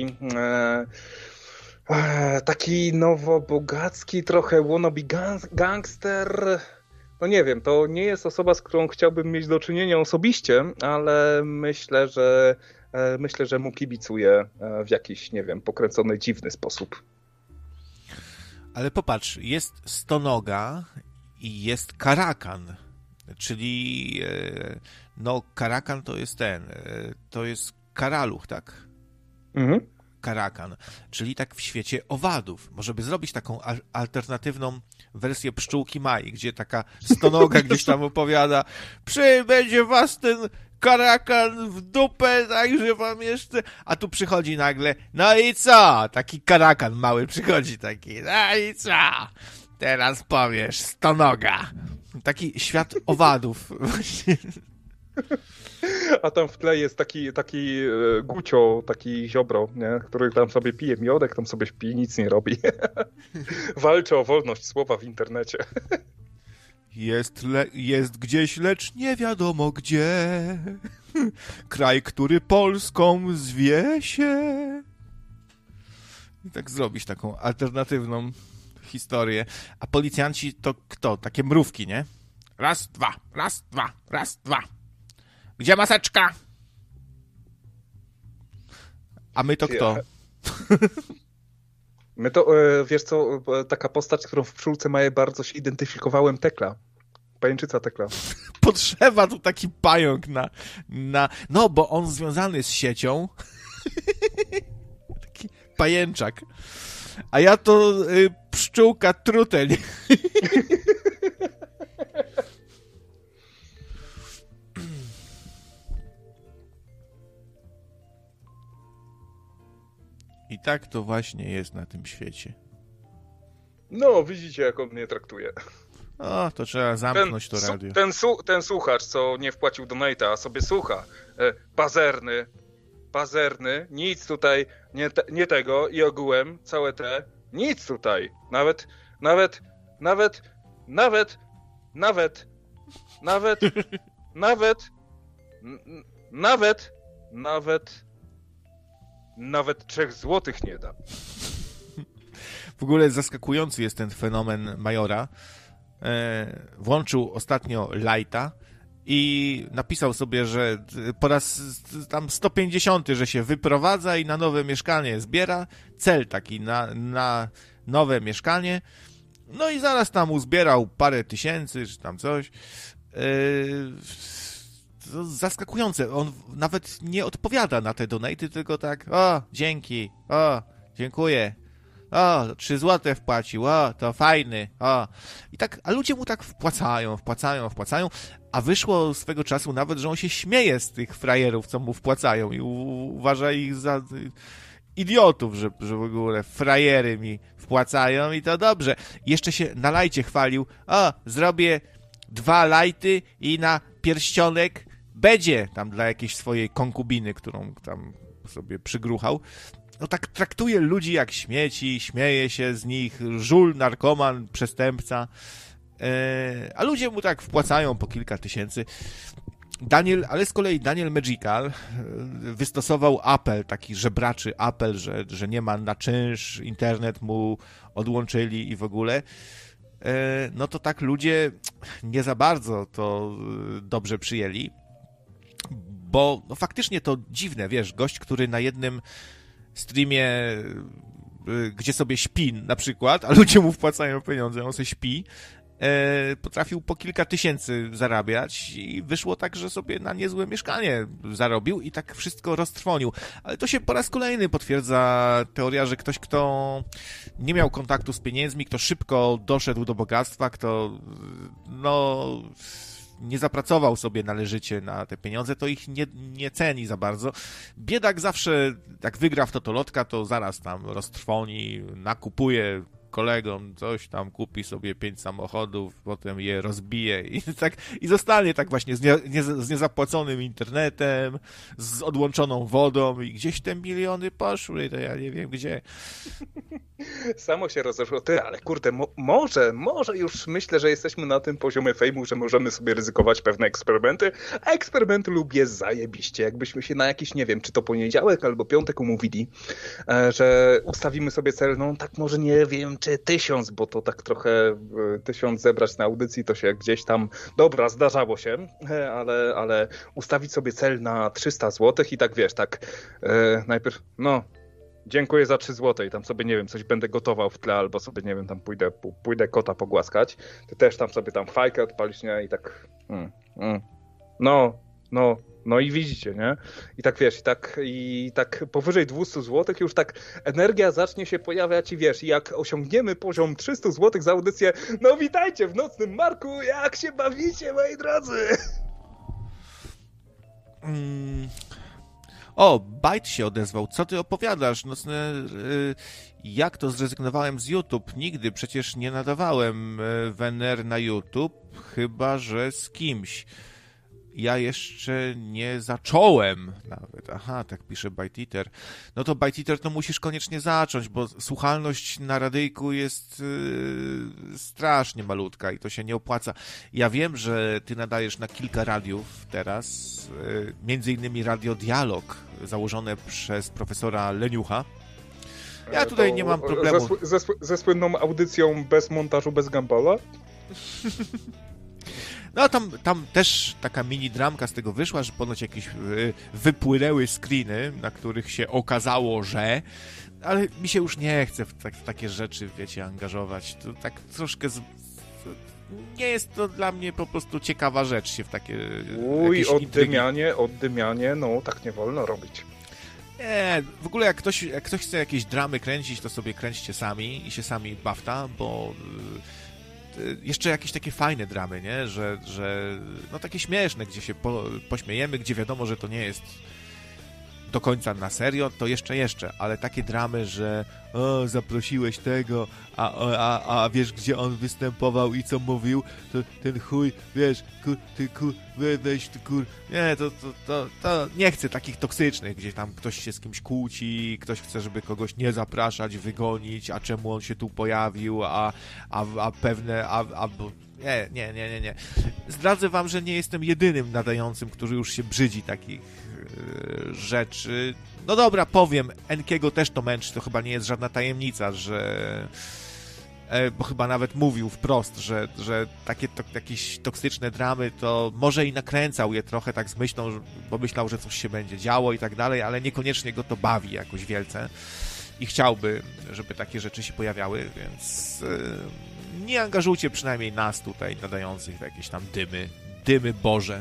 taki nowobogacki, trochę wannabe gangster. No nie wiem, to nie jest osoba, z którą chciałbym mieć do czynienia osobiście, ale myślę, że mu kibicuję w jakiś, nie wiem, pokręcony, dziwny sposób. Ale popatrz, jest Stonoga i jest Karakan, czyli no Karakan to jest karaluch, tak? Mhm. Karakan, czyli tak w świecie owadów. Może by zrobić taką alternatywną wersję Pszczółki Mai, gdzie taka Stonoga gdzieś tam opowiada, przybędzie was ten Karakan w dupę, także wam jeszcze... A tu przychodzi nagle, no i co? Taki Karakan mały przychodzi taki, no i co? Teraz powiesz, Stonoga. Taki świat owadów. Właśnie. A tam w tle jest taki Gucio, taki ziobro, nie? Który tam sobie pije miodek, tam sobie śpi, nic nie robi. Walczy o wolność słowa w internecie. Jest gdzieś, lecz nie wiadomo gdzie. Kraj, który Polską zwie się. I tak zrobić taką alternatywną historię. A policjanci to kto? Takie mrówki, nie? Raz, dwa, raz, dwa, raz, dwa. Gdzie maseczka? A my to kto? My to, wiesz co, taka postać, którą w Pszczółce Maje bardzo się identyfikowałem, Tekla. Pajęczyca Tekla. Potrzeba tu taki pająk no, bo on związany z siecią. Taki pajęczak. A ja to pszczółka truteń. I tak to właśnie jest na tym świecie. No, widzicie, jak on mnie traktuje. O, to trzeba zamknąć to radio. Ten słuchacz, co nie wpłacił donate'a, a sobie słucha. Pazerny, nic tutaj, nie tego i ogółem, całe te, nic tutaj. Nawet 3 złotych nie da. W ogóle zaskakujący jest ten fenomen Majora. Włączył ostatnio Lighta i napisał sobie, że po raz tam 150, że się wyprowadza i na nowe mieszkanie zbiera. Cel taki na nowe mieszkanie. No i zaraz tam uzbierał parę tysięcy, czy tam coś. To zaskakujące. On nawet nie odpowiada na te donaty, tylko tak, o, dzięki, o, dziękuję. O, 3 złote wpłacił, o, to fajny, o. I tak, a ludzie mu tak wpłacają, a wyszło swego czasu nawet, że on się śmieje z tych frajerów, co mu wpłacają i uważa ich za idiotów, że w ogóle frajery mi wpłacają i to dobrze. Jeszcze się na lajcie chwalił, o, zrobię 2 lajty i na pierścionek będzie tam dla jakiejś swojej konkubiny, którą tam sobie przygruchał. No tak traktuje ludzi jak śmieci, śmieje się z nich, żul, narkoman, przestępca, a ludzie mu tak wpłacają po kilka tysięcy. Ale z kolei Daniel Magical wystosował apel, taki żebraczy apel, że nie ma na czynsz, internet mu odłączyli i w ogóle. No to tak ludzie nie za bardzo to dobrze przyjęli, bo no, faktycznie to dziwne, wiesz, gość, który na jednym streamie, gdzie sobie śpi na przykład, a ludzie mu wpłacają pieniądze, on sobie śpi, potrafił po kilka tysięcy zarabiać i wyszło tak, że sobie na niezłe mieszkanie zarobił i tak wszystko roztrwonił. Ale to się po raz kolejny potwierdza teoria, że ktoś, kto nie miał kontaktu z pieniędzmi, kto szybko doszedł do bogactwa, kto nie zapracował sobie należycie na te pieniądze, to ich nie ceni za bardzo. Biedak zawsze, jak wygra w totolotka, to zaraz tam roztrwoni, nakupuje kolegom coś tam, kupi sobie 5 samochodów, potem je rozbije i zostanie tak właśnie z niezapłaconym internetem, z odłączoną wodą i gdzieś te miliony poszły, to ja nie wiem gdzie. Samo się rozeszło, ale kurde, może już myślę, że jesteśmy na tym poziomie fejmu, że możemy sobie ryzykować pewne eksperymenty, a eksperymenty lubię zajebiście. Jakbyśmy się na jakiś, nie wiem, czy to poniedziałek albo piątek umówili, że ustawimy sobie cel, no tak może nie wiem, czy 1000, bo to tak trochę 1000 zebrać na audycji, to się gdzieś tam, dobra, zdarzało się, ale ustawić sobie cel na 300 zł i tak wiesz, tak najpierw, dziękuję za 3 zł i tam sobie, nie wiem, coś będę gotował w tle, albo sobie, nie wiem, tam pójdę kota pogłaskać, ty też tam sobie tam fajkę odpalisz, nie, i tak no i widzicie, nie? I tak wiesz, i tak powyżej 200 zł już tak energia zacznie się pojawiać i wiesz, jak osiągniemy poziom 300 zł za audycję, no witajcie w Nocnym Marku, jak się bawicie, moi drodzy? O, Bajt się odezwał. Co ty opowiadasz? Jak to zrezygnowałem z YouTube? Nigdy przecież nie nadawałem w NR na YouTube, chyba że z kimś. Ja jeszcze nie zacząłem nawet. Aha, tak pisze ByteEater. No to ByteEater to musisz koniecznie zacząć, bo słuchalność na radyjku jest strasznie malutka i to się nie opłaca. Ja wiem, że ty nadajesz na kilka radiów teraz, między innymi Radio Dialog, założone przez profesora Leniucha. Ja tutaj nie mam problemu. Ze słynną audycją bez montażu, bez gambala? No tam też taka mini dramka z tego wyszła, że ponoć jakieś wypłynęły screeny, na których się okazało, że... Ale mi się już nie chce w takie rzeczy, wiecie, angażować. To tak troszkę... Nie jest to dla mnie po prostu ciekawa rzecz się w takie... Oddymianie, no tak nie wolno robić. Nie, w ogóle jak ktoś chce jakieś dramy kręcić, to sobie kręćcie sami i się sami bawta, bo... Jeszcze jakieś takie fajne dramy, nie? Że no takie śmieszne, gdzie się pośmiejemy, gdzie wiadomo, że to nie jest do końca na serio, to jeszcze, ale takie dramy, że zaprosiłeś tego, a wiesz, gdzie on występował i co mówił, to ten chuj, wiesz, weź ty nie, to nie chcę takich toksycznych, gdzie tam ktoś się z kimś kłóci, ktoś chce, żeby kogoś nie zapraszać, wygonić, a czemu on się tu pojawił, nie. Zdradzę wam, że nie jestem jedynym nadającym, który już się brzydzi takich rzeczy. No dobra, powiem, Enkiego też to męczy, to chyba nie jest żadna tajemnica, że... Bo chyba nawet mówił wprost, że takie jakieś toksyczne dramy to może i nakręcał je trochę tak z myślą, bo myślał, że coś się będzie działo i tak dalej, ale niekoniecznie go to bawi jakoś wielce i chciałby, żeby takie rzeczy się pojawiały, więc nie angażujcie przynajmniej nas tutaj nadających w jakieś tam dymy Boże.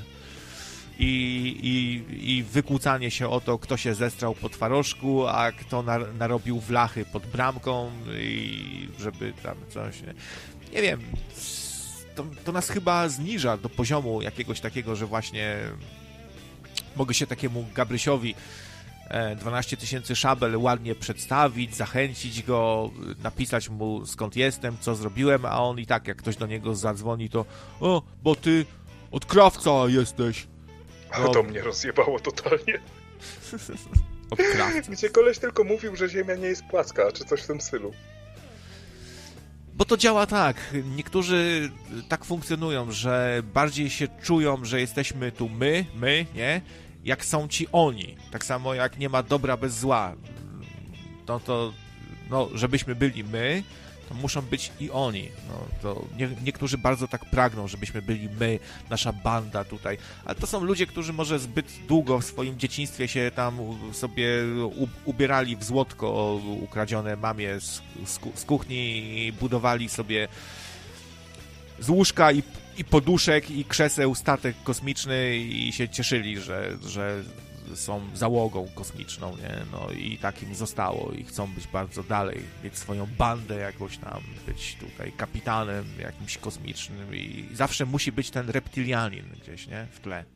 I wykłócanie się o to, kto się zestrał po twarożku, a kto narobił wlachy pod bramką i żeby tam coś... Nie wiem, to nas chyba zniża do poziomu jakiegoś takiego, że właśnie mogę się takiemu Gabrysiowi 12 000 szabel ładnie przedstawić, zachęcić go, napisać mu skąd jestem, co zrobiłem, a on i tak jak ktoś do niego zadzwoni, to bo ty od krawca jesteś. No. To mnie rozjebało totalnie. Od krawca. Gdzie koleś tylko mówił, że ziemia nie jest płaska, czy coś w tym stylu. Bo to działa tak. Niektórzy tak funkcjonują, że bardziej się czują, że jesteśmy tu my, nie? Jak są ci oni. Tak samo jak nie ma dobra bez zła. No żebyśmy byli my, to muszą być i oni. No, to niektórzy bardzo tak pragną, żebyśmy byli my, nasza banda tutaj, ale to są ludzie, którzy może zbyt długo w swoim dzieciństwie się tam sobie ubierali w złotko ukradzione mamie z kuchni i budowali sobie z łóżka i poduszek i krzeseł statek kosmiczny i się cieszyli, że są załogą kosmiczną, nie? No i tak im zostało i chcą być bardzo dalej, mieć swoją bandę jakoś tam, być tutaj kapitanem jakimś kosmicznym i zawsze musi być ten reptilianin gdzieś, nie? W tle.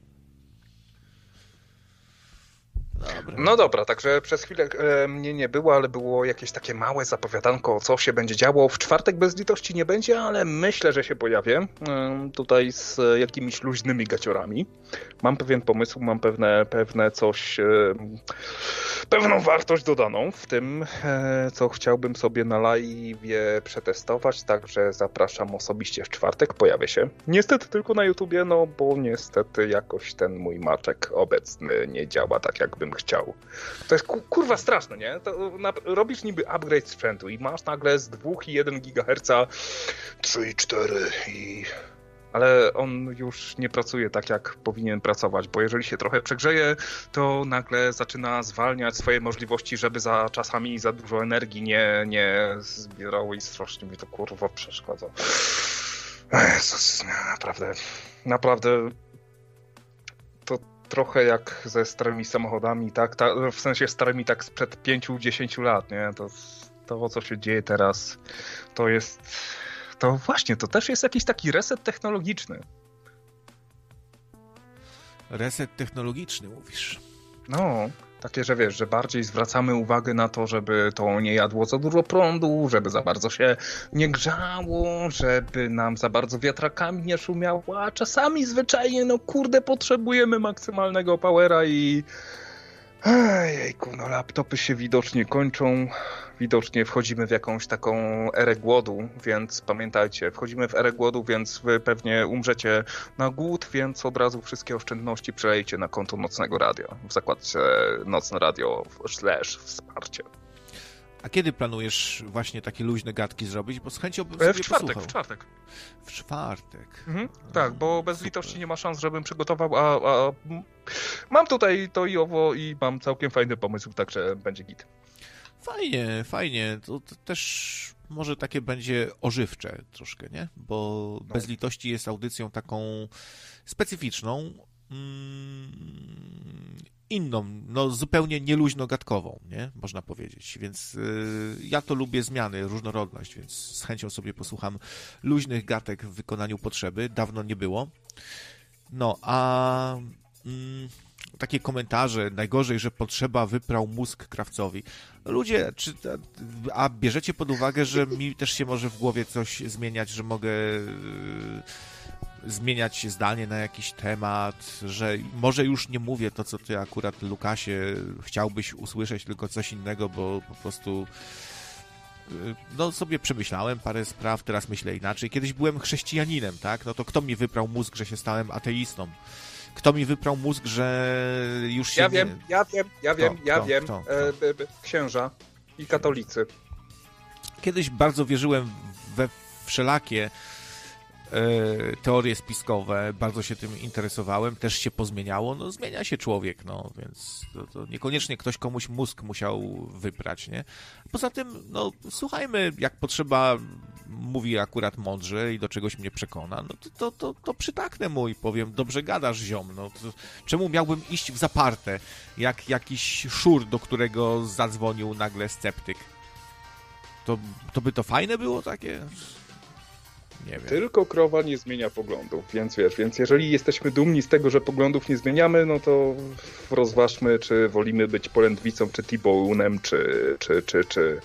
Dobra. No dobra, także przez chwilę mnie nie było, ale było jakieś takie małe zapowiadanko, co się będzie działo. W czwartek bez litości nie będzie, ale myślę, że się pojawię tutaj z jakimiś luźnymi gaciorami. Mam pewien pomysł, mam pewne coś, pewną wartość dodaną w tym, co chciałbym sobie na live'ie przetestować, także zapraszam osobiście w czwartek, pojawię się. Niestety tylko na YouTubie, no bo niestety jakoś ten mój maczek obecny nie działa tak, jakbym chciał. To jest kurwa straszne, nie? To robisz niby upgrade sprzętu i masz nagle z 2,1 GHz 3,4 i... Ale on już nie pracuje tak, jak powinien pracować, bo jeżeli się trochę przegrzeje, to nagle zaczyna zwalniać swoje możliwości, żeby czasami za dużo energii nie zbierało i strasznie mi to kurwa przeszkadza. Jezus, naprawdę to trochę jak ze starymi samochodami, tak? W sensie starymi tak sprzed 5-10 lat, nie? To co się dzieje teraz, to jest... To właśnie, to też jest jakiś taki reset technologiczny. Reset technologiczny, mówisz? No, takie, że wiesz, że bardziej zwracamy uwagę na to, żeby to nie jadło za dużo prądu, żeby za bardzo się nie grzało, żeby nam za bardzo wiatrakami nie szumiało, a czasami zwyczajnie, no kurde, potrzebujemy maksymalnego powera i... Jejku, no laptopy się widocznie kończą, widocznie wchodzimy w jakąś taką erę głodu, więc pamiętajcie, wchodzimy w erę głodu, więc wy pewnie umrzecie na głód, więc od razu wszystkie oszczędności przelejcie na konto Nocnego Radio, w zakładce Nocne Radio / wsparcie. A kiedy planujesz właśnie takie luźne gadki zrobić? Bo z chęcią bym sobie posłuchał. W czwartek. W czwartek? Mhm, tak, bo bez litości nie ma szans, żebym przygotował, a mam tutaj to i owo i mam całkiem fajny pomysł, także będzie git. Fajnie. To też może takie będzie ożywcze troszkę, nie? Bo Bez litości jest audycją taką specyficzną, inną, no zupełnie nieluźno-gadkową, nie? Można powiedzieć. Więc ja to lubię zmiany, różnorodność, więc z chęcią sobie posłucham luźnych gadek w wykonaniu Potrzeby. Dawno nie było. No, a takie komentarze, najgorzej, że Potrzeba wyprał mózg Krawcowi. Ludzie, a bierzecie pod uwagę, że mi też się może w głowie coś zmieniać, że mogę zmieniać zdanie na jakiś temat, że może już nie mówię to, co ty akurat, Lukasie, chciałbyś usłyszeć, tylko coś innego, bo po prostu no sobie przemyślałem parę spraw, teraz myślę inaczej. Kiedyś byłem chrześcijaninem, tak? No to kto mi wyprał mózg, że się stałem ateistą? Kto mi wyprał mózg, że już się... Ja wiem. Księża i katolicy. Kiedyś bardzo wierzyłem we wszelakie teorie spiskowe, bardzo się tym interesowałem, też się pozmieniało, no zmienia się człowiek, no więc to niekoniecznie ktoś komuś mózg musiał wyprać, nie? Poza tym, no słuchajmy, jak Potrzeba mówi akurat mądrze i do czegoś mnie przekona, no to przytaknę mu i powiem, dobrze gadasz, ziom, no to, czemu miałbym iść w zaparte, jak jakiś szur, do którego zadzwonił nagle sceptyk? To by to fajne było takie? Nie wiem. Tylko krowa nie zmienia poglądów, więc jeżeli jesteśmy dumni z tego, że poglądów nie zmieniamy, no to rozważmy, czy wolimy być polędwicą, czy T-bone'em, czy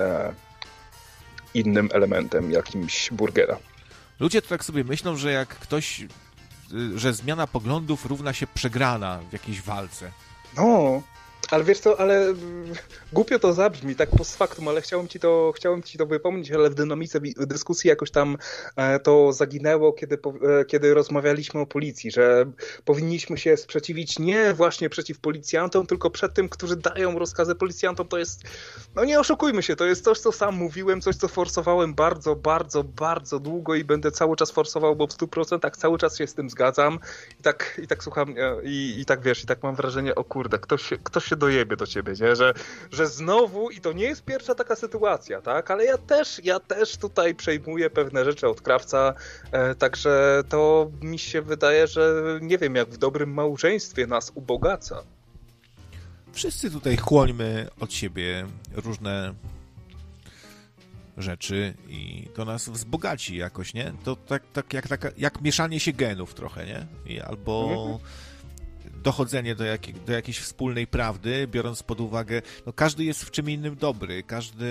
innym elementem jakimś burgera. Ludzie to tak sobie myślą, że jak że zmiana poglądów równa się przegrana w jakiejś walce. No, Ale wiesz co, ale głupio to zabrzmi, tak post factum, ale chciałem ci to wypomnieć, ale w dynamice dyskusji jakoś tam to zaginęło, kiedy rozmawialiśmy o policji, że powinniśmy się sprzeciwić nie właśnie przeciw policjantom, tylko przed tym, którzy dają rozkazy policjantom. To jest, no nie oszukujmy się, to jest coś, co sam mówiłem, coś, co forsowałem bardzo, bardzo, bardzo długo i będę cały czas forsował, bo w 100% cały czas się z tym zgadzam i tak słucham i tak wiesz, i tak mam wrażenie, o kurde, ktoś się dojebie do ciebie, nie? Że znowu, i to nie jest pierwsza taka sytuacja, tak? Ale ja też tutaj przejmuję pewne rzeczy od krawca, także to mi się wydaje, że nie wiem, jak w dobrym małżeństwie nas ubogaca. Wszyscy tutaj chłońmy od siebie różne rzeczy i to nas wzbogaci jakoś, nie? To tak jak mieszanie się genów trochę, nie? Albo dochodzenie do jakiejś wspólnej prawdy, biorąc pod uwagę, no każdy jest w czym innym dobry, każdy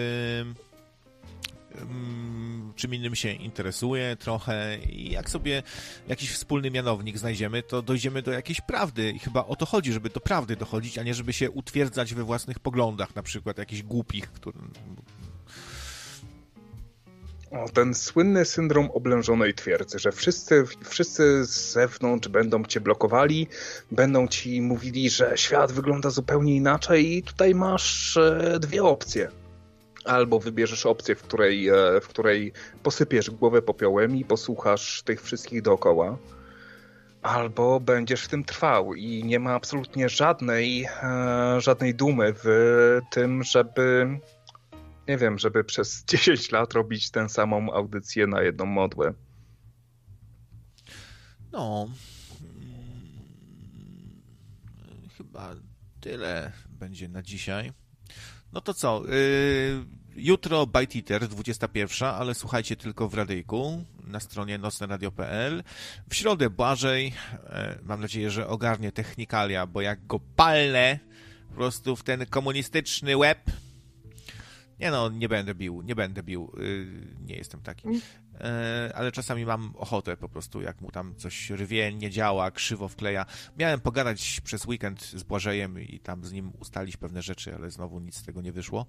czym innym się interesuje trochę i jak sobie jakiś wspólny mianownik znajdziemy, to dojdziemy do jakiejś prawdy i chyba o to chodzi, żeby do prawdy dochodzić, a nie żeby się utwierdzać we własnych poglądach, na przykład jakichś głupich, Ten słynny syndrom oblężonej twierdzy, że wszyscy z zewnątrz będą cię blokowali, będą ci mówili, że świat wygląda zupełnie inaczej i tutaj masz dwie opcje. Albo wybierzesz opcję, w której posypiesz głowę popiołem i posłuchasz tych wszystkich dookoła, albo będziesz w tym trwał i nie ma absolutnie żadnej dumy w tym, żeby przez 10 lat robić tę samą audycję na jedną modłę. No, chyba tyle będzie na dzisiaj. No to co, jutro Bite Eater, 21, ale słuchajcie tylko w radyjku na stronie nocneradio.pl. W środę Błażej, mam nadzieję, że ogarnie technikalia, bo jak go palnę po prostu w ten komunistyczny łeb, nie będę bił, nie jestem taki. Ale czasami mam ochotę po prostu, jak mu tam coś rwie, nie działa, krzywo wkleja. Miałem pogadać przez weekend z Błażejem i tam z nim ustalić pewne rzeczy, ale znowu nic z tego nie wyszło.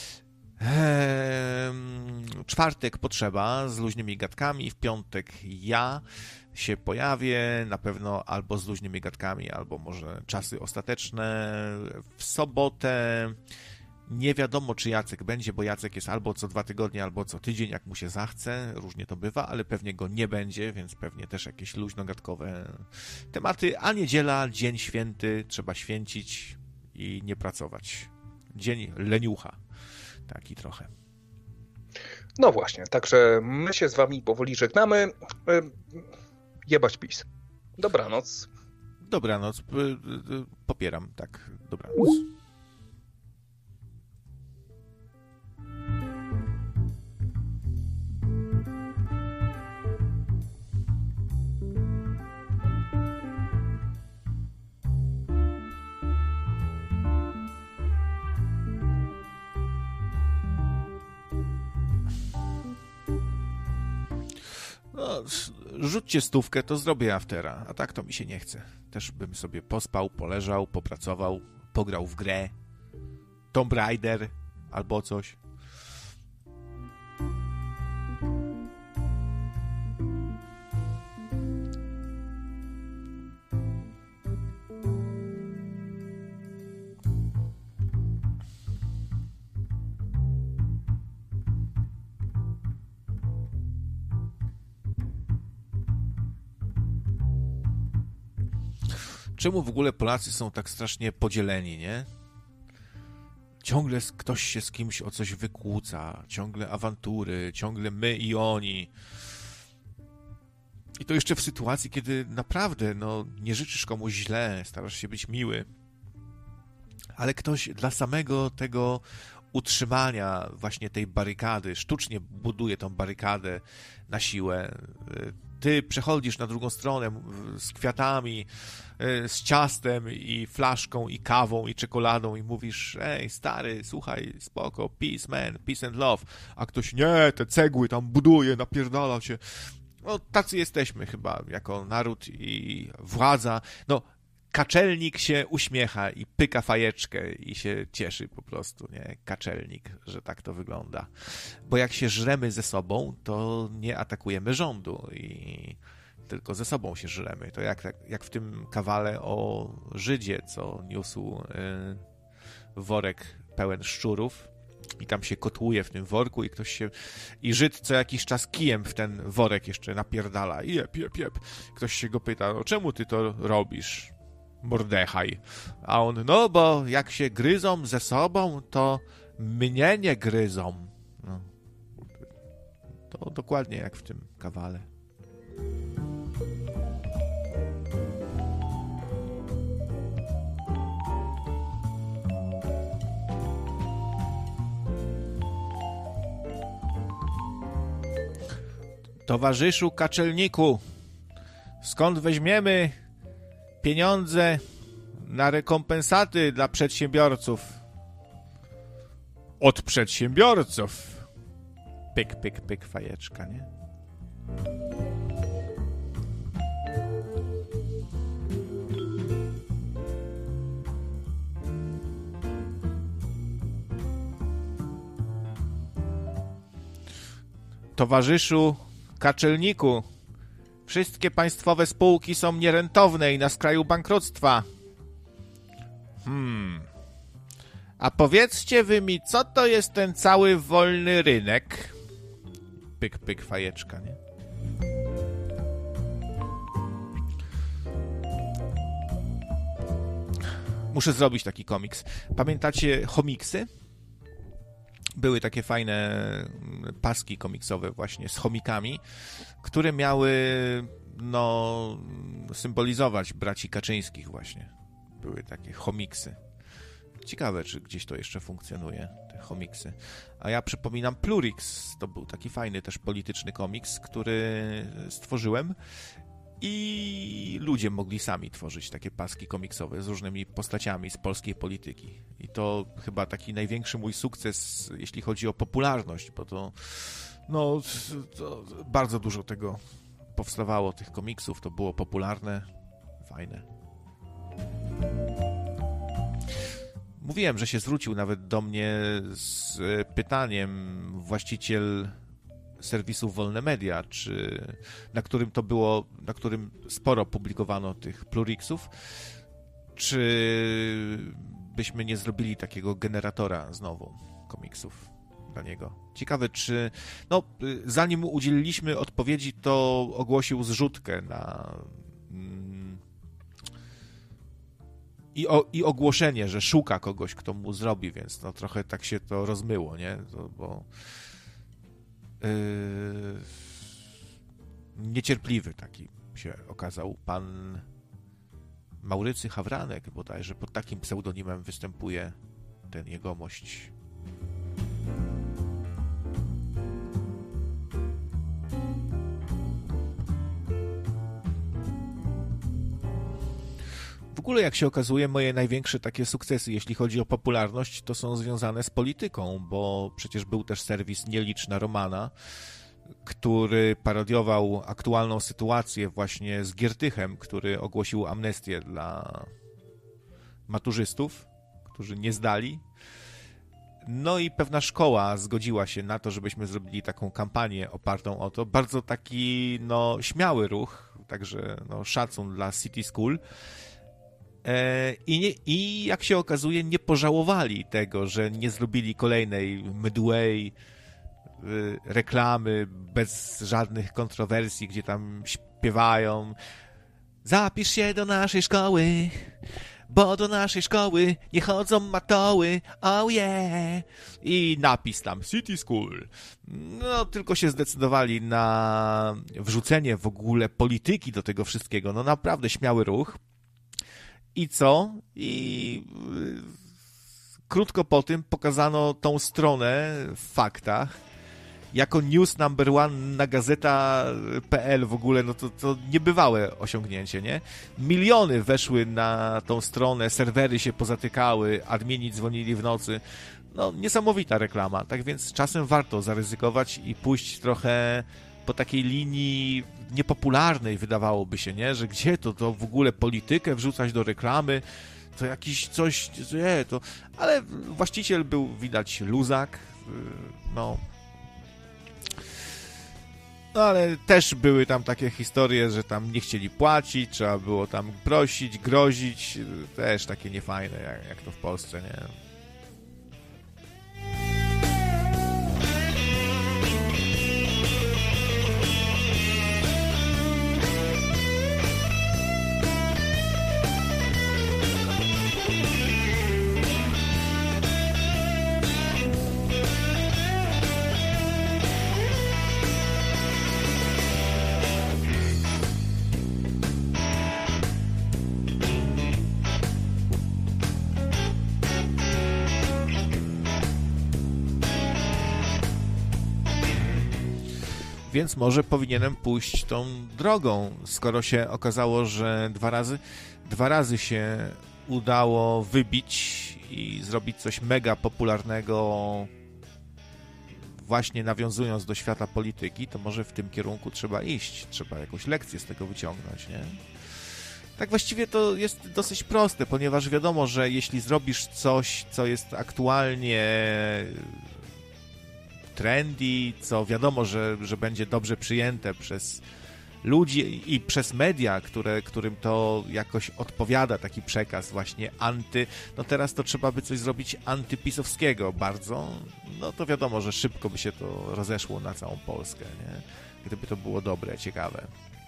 Czwartek potrzeba z luźnymi gadkami, w piątek ja się pojawię, na pewno albo z luźnymi gadkami, albo może czasy ostateczne. W sobotę nie wiadomo, czy Jacek będzie, bo Jacek jest albo co 2 tygodnie, albo co tydzień, jak mu się zachce. Różnie to bywa, ale pewnie go nie będzie, więc pewnie też jakieś luźnogadkowe tematy. A niedziela, dzień święty, trzeba święcić i nie pracować. Dzień leniucha. Taki trochę. No właśnie, także my się z wami powoli żegnamy. Jebać PiS. Dobranoc. Dobranoc. Popieram, tak. Dobranoc. No, rzućcie 100, to zrobię aftera, a tak to mi się nie chce. Też bym sobie pospał, poleżał, popracował, pograł w grę, Tomb Raider albo coś. Czemu w ogóle Polacy są tak strasznie podzieleni, nie? Ciągle ktoś się z kimś o coś wykłóca, ciągle awantury, ciągle my i oni. I to jeszcze w sytuacji, kiedy naprawdę nie życzysz komuś źle, starasz się być miły. Ale ktoś dla samego tego utrzymania właśnie tej barykady, sztucznie buduje tą barykadę na siłę. Ty przechodzisz na drugą stronę z kwiatami, z ciastem i flaszką i kawą i czekoladą i mówisz: ej stary, słuchaj, spoko, peace man, peace and love, a ktoś: nie, te cegły tam buduje, napierdala się. No tacy jesteśmy chyba jako naród i władza. No Kaczelnik się uśmiecha i pyka fajeczkę i się cieszy po prostu, nie? Kaczelnik, że tak to wygląda. Bo jak się żremy ze sobą, to nie atakujemy rządu i tylko ze sobą się żremy. To jak w tym kawale o Żydzie, co niósł worek pełen szczurów i tam się kotłuje w tym worku i Żyd co jakiś czas kijem w ten worek jeszcze napierdala i jep. Ktoś się go pyta, no czemu ty to robisz, Mordechaj? A on, no bo jak się gryzą ze sobą, to mnie nie gryzą. No. To dokładnie jak w tym kawale. Towarzyszu Kaczelniku, skąd weźmiemy pieniądze na rekompensaty dla przedsiębiorców? Od przedsiębiorców. Pyk, fajeczka, nie? Towarzyszu Kaczelniku, wszystkie państwowe spółki są nierentowne i na skraju bankructwa. A powiedzcie wy mi, co to jest ten cały wolny rynek? Pyk, fajeczka, nie? Muszę zrobić taki komiks. Pamiętacie chomiksy? Były takie fajne paski komiksowe właśnie z chomikami, które miały symbolizować braci Kaczyńskich właśnie. Były takie chomiksy. Ciekawe, czy gdzieś to jeszcze funkcjonuje, te chomiksy. A ja przypominam Plurix. To był taki fajny też polityczny komiks, który stworzyłem i ludzie mogli sami tworzyć takie paski komiksowe z różnymi postaciami z polskiej polityki. I to chyba taki największy mój sukces, jeśli chodzi o popularność, bo to bardzo dużo tego powstawało, tych komiksów, to było popularne, fajne. Mówiłem, że się zwrócił nawet do mnie z pytaniem właściciel serwisu Wolne Media, na którym sporo publikowano tych plurixów, czy byśmy nie zrobili takiego generatora znowu komiksów dla niego. Ciekawe, czy... zanim mu udzieliliśmy odpowiedzi, to ogłosił zrzutkę na... I ogłoszenie, że szuka kogoś, kto mu zrobi, więc trochę tak się to rozmyło, nie? Bo niecierpliwy taki się okazał pan Maurycy Hawranek, bodajże pod takim pseudonimem występuje ten jegomość. W ogóle, jak się okazuje, moje największe takie sukcesy, jeśli chodzi o popularność, to są związane z polityką, bo przecież był też serwis Nieliczna Romana, który parodiował aktualną sytuację właśnie z Giertychem, który ogłosił amnestię dla maturzystów, którzy nie zdali. No i pewna szkoła zgodziła się na to, żebyśmy zrobili taką kampanię opartą o to. Bardzo taki, śmiały ruch, także szacun dla City School. I jak się okazuje, nie pożałowali tego, że nie zrobili kolejnej mdłej reklamy bez żadnych kontrowersji, gdzie tam śpiewają: zapisz się do naszej szkoły, bo do naszej szkoły nie chodzą matoły, oh yeah! I napis tam City School. Tylko się zdecydowali na wrzucenie w ogóle polityki do tego wszystkiego. Naprawdę śmiały ruch. I co? I krótko po tym pokazano tą stronę w faktach jako news number one na gazeta.pl w ogóle, to niebywałe osiągnięcie, nie? Miliony weszły na tą stronę, serwery się pozatykały, admini dzwonili w nocy. Niesamowita reklama, tak więc czasem warto zaryzykować i pójść trochę po takiej linii niepopularnej, wydawałoby się, nie? Że gdzie to w ogóle politykę wrzucać do reklamy, to jakiś coś, nie, to... Ale właściciel był, widać, luzak, no, ale też były tam takie historie, że tam nie chcieli płacić, trzeba było tam prosić, grozić, też takie niefajne, jak to w Polsce, nie? Więc może powinienem pójść tą drogą, skoro się okazało, że dwa razy się udało wybić i zrobić coś mega popularnego, właśnie nawiązując do świata polityki, to może w tym kierunku trzeba iść, trzeba jakąś lekcję z tego wyciągnąć, nie? Tak właściwie to jest dosyć proste, ponieważ wiadomo, że jeśli zrobisz coś, co jest aktualnie trendy, co wiadomo, że będzie dobrze przyjęte przez ludzi i przez media, którym to jakoś odpowiada, taki przekaz właśnie no teraz to trzeba by coś zrobić antypisowskiego bardzo, no to wiadomo, że szybko by się to rozeszło na całą Polskę, nie? Gdyby to było dobre, ciekawe.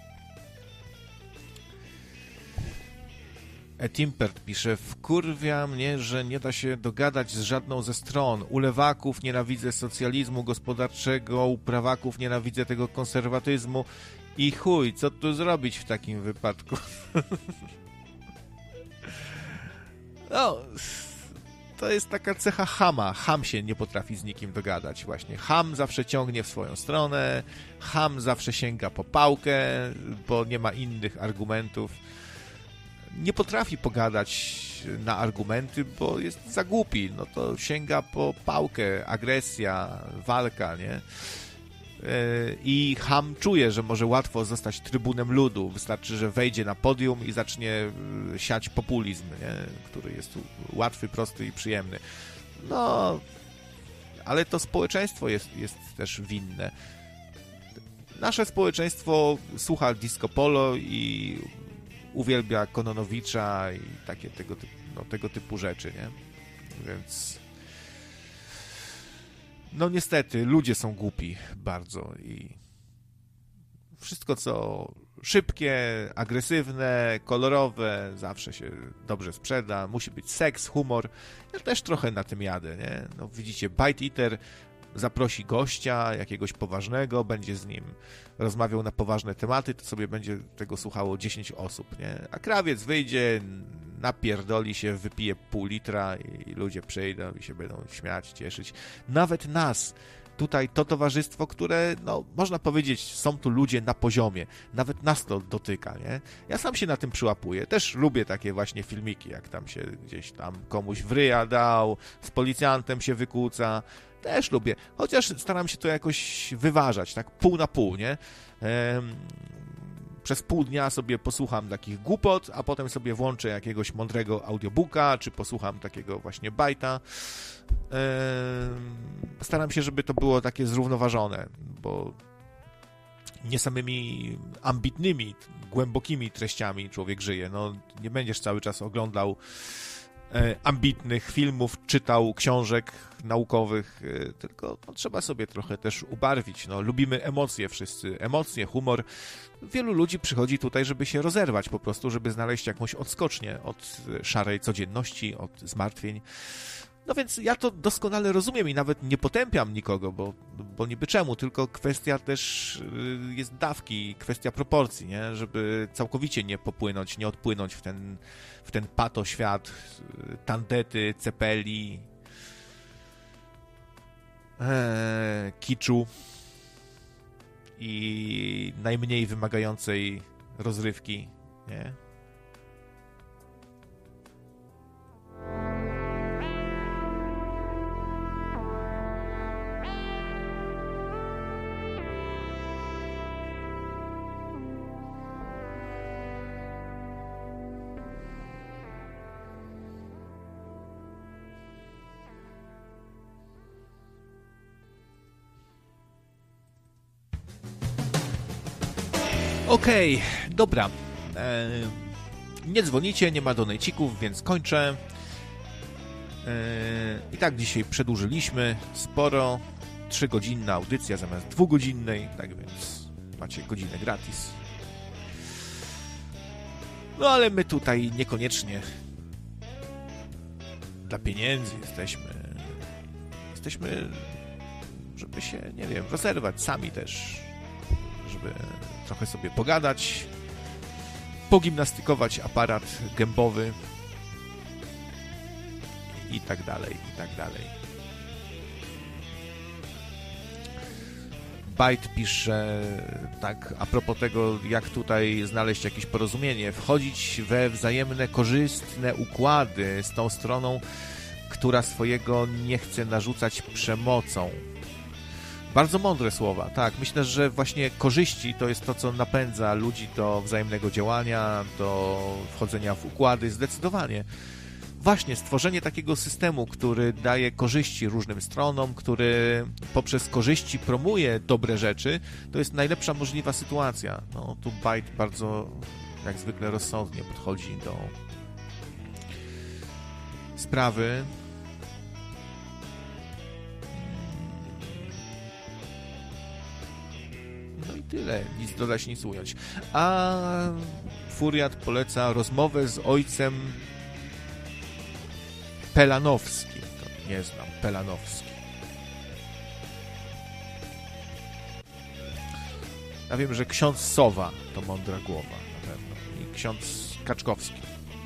Etimpert pisze, wkurwia mnie, że nie da się dogadać z żadną ze stron. U lewaków nienawidzę socjalizmu gospodarczego, u prawaków nienawidzę tego konserwatyzmu i chuj, co tu zrobić w takim wypadku? No, to jest taka cecha chama. Cham się nie potrafi z nikim dogadać właśnie. Cham zawsze ciągnie w swoją stronę, cham zawsze sięga po pałkę, bo nie ma innych argumentów. Nie potrafi pogadać na argumenty, bo jest za głupi. No to sięga po pałkę, agresja, walka, nie? I cham czuje, że może łatwo zostać trybunem ludu. Wystarczy, że wejdzie na podium i zacznie siać populizm, nie? Który jest łatwy, prosty i przyjemny. No, ale to społeczeństwo jest też winne. Nasze społeczeństwo słucha disco polo i uwielbia Kononowicza i takie tego typu rzeczy, nie? Więc no niestety, ludzie są głupi bardzo i wszystko, co szybkie, agresywne, kolorowe, zawsze się dobrze sprzeda. Musi być seks, humor. Ja też trochę na tym jadę, nie? No widzicie, Bite Eater zaprosi gościa, jakiegoś poważnego, będzie z nim rozmawiał na poważne tematy, to sobie będzie tego słuchało 10 osób, nie? A krawiec wyjdzie, napierdoli się, wypije pół litra i ludzie przyjdą i się będą śmiać, cieszyć. Nawet nas, tutaj to towarzystwo, które, no, można powiedzieć, są tu ludzie na poziomie. Nawet nas to dotyka, nie? Ja sam się na tym przyłapuję. Też lubię takie właśnie filmiki, jak tam się gdzieś tam komuś w ryja dał, z policjantem się wykłóca. Też lubię. Chociaż staram się to jakoś wyważać, tak pół na pół, nie? Przez pół dnia sobie posłucham takich głupot, a potem sobie włączę jakiegoś mądrego audiobooka, czy posłucham takiego właśnie bajta. Staram się, żeby to było takie zrównoważone, bo nie samymi ambitnymi, głębokimi treściami człowiek żyje. No, nie będziesz cały czas oglądał ambitnych filmów, czytał książek naukowych, tylko no, trzeba sobie trochę też ubarwić. No, lubimy emocje wszyscy, emocje, humor. Wielu ludzi przychodzi tutaj, żeby się rozerwać po prostu, żeby znaleźć jakąś odskocznię od szarej codzienności, od zmartwień. No więc ja to doskonale rozumiem i nawet nie potępiam nikogo, bo niby czemu, tylko kwestia też jest dawki, kwestia proporcji, nie? Żeby całkowicie nie popłynąć, nie odpłynąć w ten patoświat, tandety, cepeli, kiczu i najmniej wymagającej rozrywki, nie? Okej, dobra. Nie dzwonicie, nie ma donejcików, więc kończę. I tak dzisiaj przedłużyliśmy sporo. 3-godzinna audycja zamiast 2-godzinnej, tak więc macie godzinę gratis. No ale my tutaj niekoniecznie dla pieniędzy jesteśmy, żeby się, nie wiem, rozerwać sami też, żeby trochę sobie pogadać, pogimnastykować aparat gębowy i tak dalej, i tak dalej. Byte pisze tak a propos tego, jak tutaj znaleźć jakieś porozumienie, wchodzić we wzajemne korzystne układy z tą stroną, która swojego nie chce narzucać przemocą. Bardzo mądre słowa, tak. Myślę, że właśnie korzyści to jest to, co napędza ludzi do wzajemnego działania, do wchodzenia w układy, zdecydowanie. Właśnie stworzenie takiego systemu, który daje korzyści różnym stronom, który poprzez korzyści promuje dobre rzeczy, to jest najlepsza możliwa sytuacja. No, tu Byte bardzo, jak zwykle, rozsądnie podchodzi do sprawy. No i tyle. Nic dodać, nic ująć. A Furiat poleca rozmowę z ojcem Pelanowskim. To nie znam. Pelanowski. Ja wiem, że ksiądz Sowa to mądra głowa na pewno. I ksiądz Kaczkowski.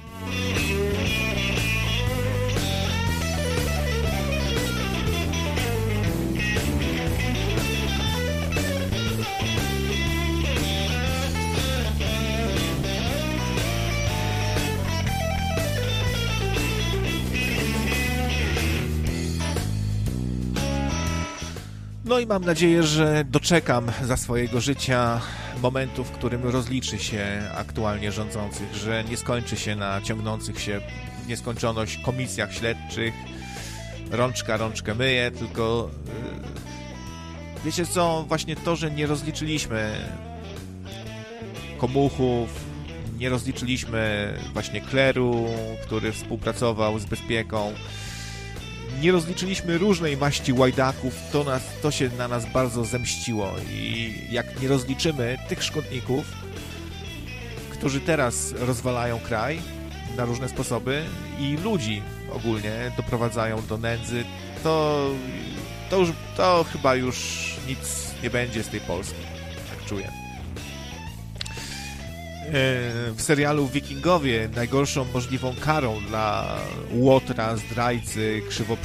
No i mam nadzieję, że doczekam za swojego życia momentu, w którym rozliczy się aktualnie rządzących, że nie skończy się na ciągnących się w nieskończoność komisjach śledczych, rączka rączkę myje, tylko wiecie co, właśnie to, że nie rozliczyliśmy komuchów, nie rozliczyliśmy właśnie kleru, który współpracował z bezpieką, nie rozliczyliśmy różnej maści łajdaków, to się na nas bardzo zemściło i jak nie rozliczymy tych szkodników, którzy teraz rozwalają kraj na różne sposoby i ludzi ogólnie doprowadzają do nędzy, to chyba już nic nie będzie z tej Polski, tak czuję. W serialu Wikingowie najgorszą możliwą karą dla łotra, zdrajcy,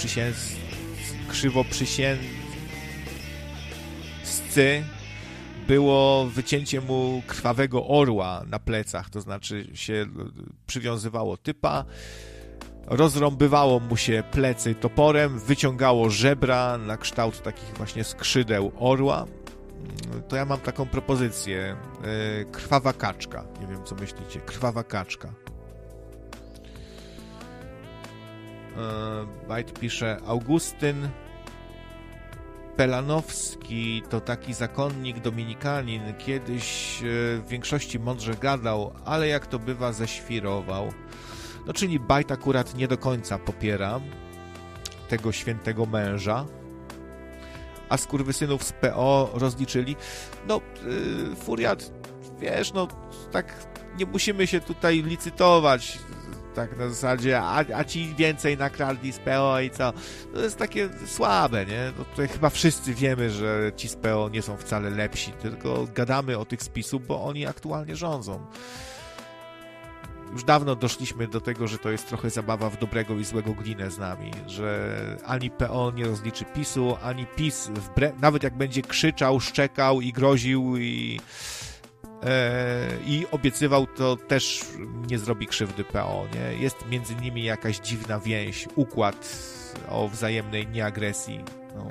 krzywoprzysięzcy było wycięcie mu krwawego orła na plecach, to znaczy się przywiązywało typa, rozrąbywało mu się plecy toporem, wyciągało żebra na kształt takich właśnie skrzydeł orła. To ja mam taką propozycję. Krwawa kaczka. Nie wiem, co myślicie. Krwawa kaczka. Byte pisze, Augustyn Pelanowski to taki zakonnik dominikanin. Kiedyś w większości mądrze gadał, ale jak to bywa, ześwirował. No, czyli Byte akurat nie do końca popiera tego świętego męża. A skurwysynów z PO rozliczyli. No, Furiat, wiesz, no, tak nie musimy się tutaj licytować, tak na zasadzie, a ci więcej nakradli z PO i co? To jest takie słabe, nie? No, tutaj chyba wszyscy wiemy, że ci z PO nie są wcale lepsi, tylko gadamy o tych z PiS-u, bo oni aktualnie rządzą. Już dawno doszliśmy do tego, że to jest trochę zabawa w dobrego i złego glinę z nami, że ani PO nie rozliczy PiS-u, ani PiS, nawet jak będzie krzyczał, szczekał i groził i obiecywał, to też nie zrobi krzywdy PO, nie? Jest między nimi jakaś dziwna więź, układ o wzajemnej nieagresji. No.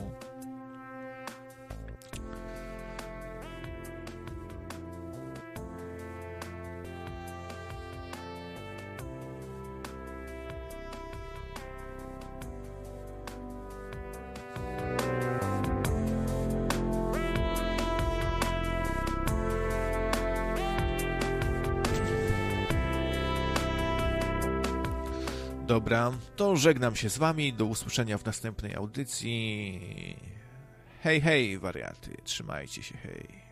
Dobra, to żegnam się z wami, do usłyszenia w następnej audycji. Hej, hej, wariaty, trzymajcie się, hej.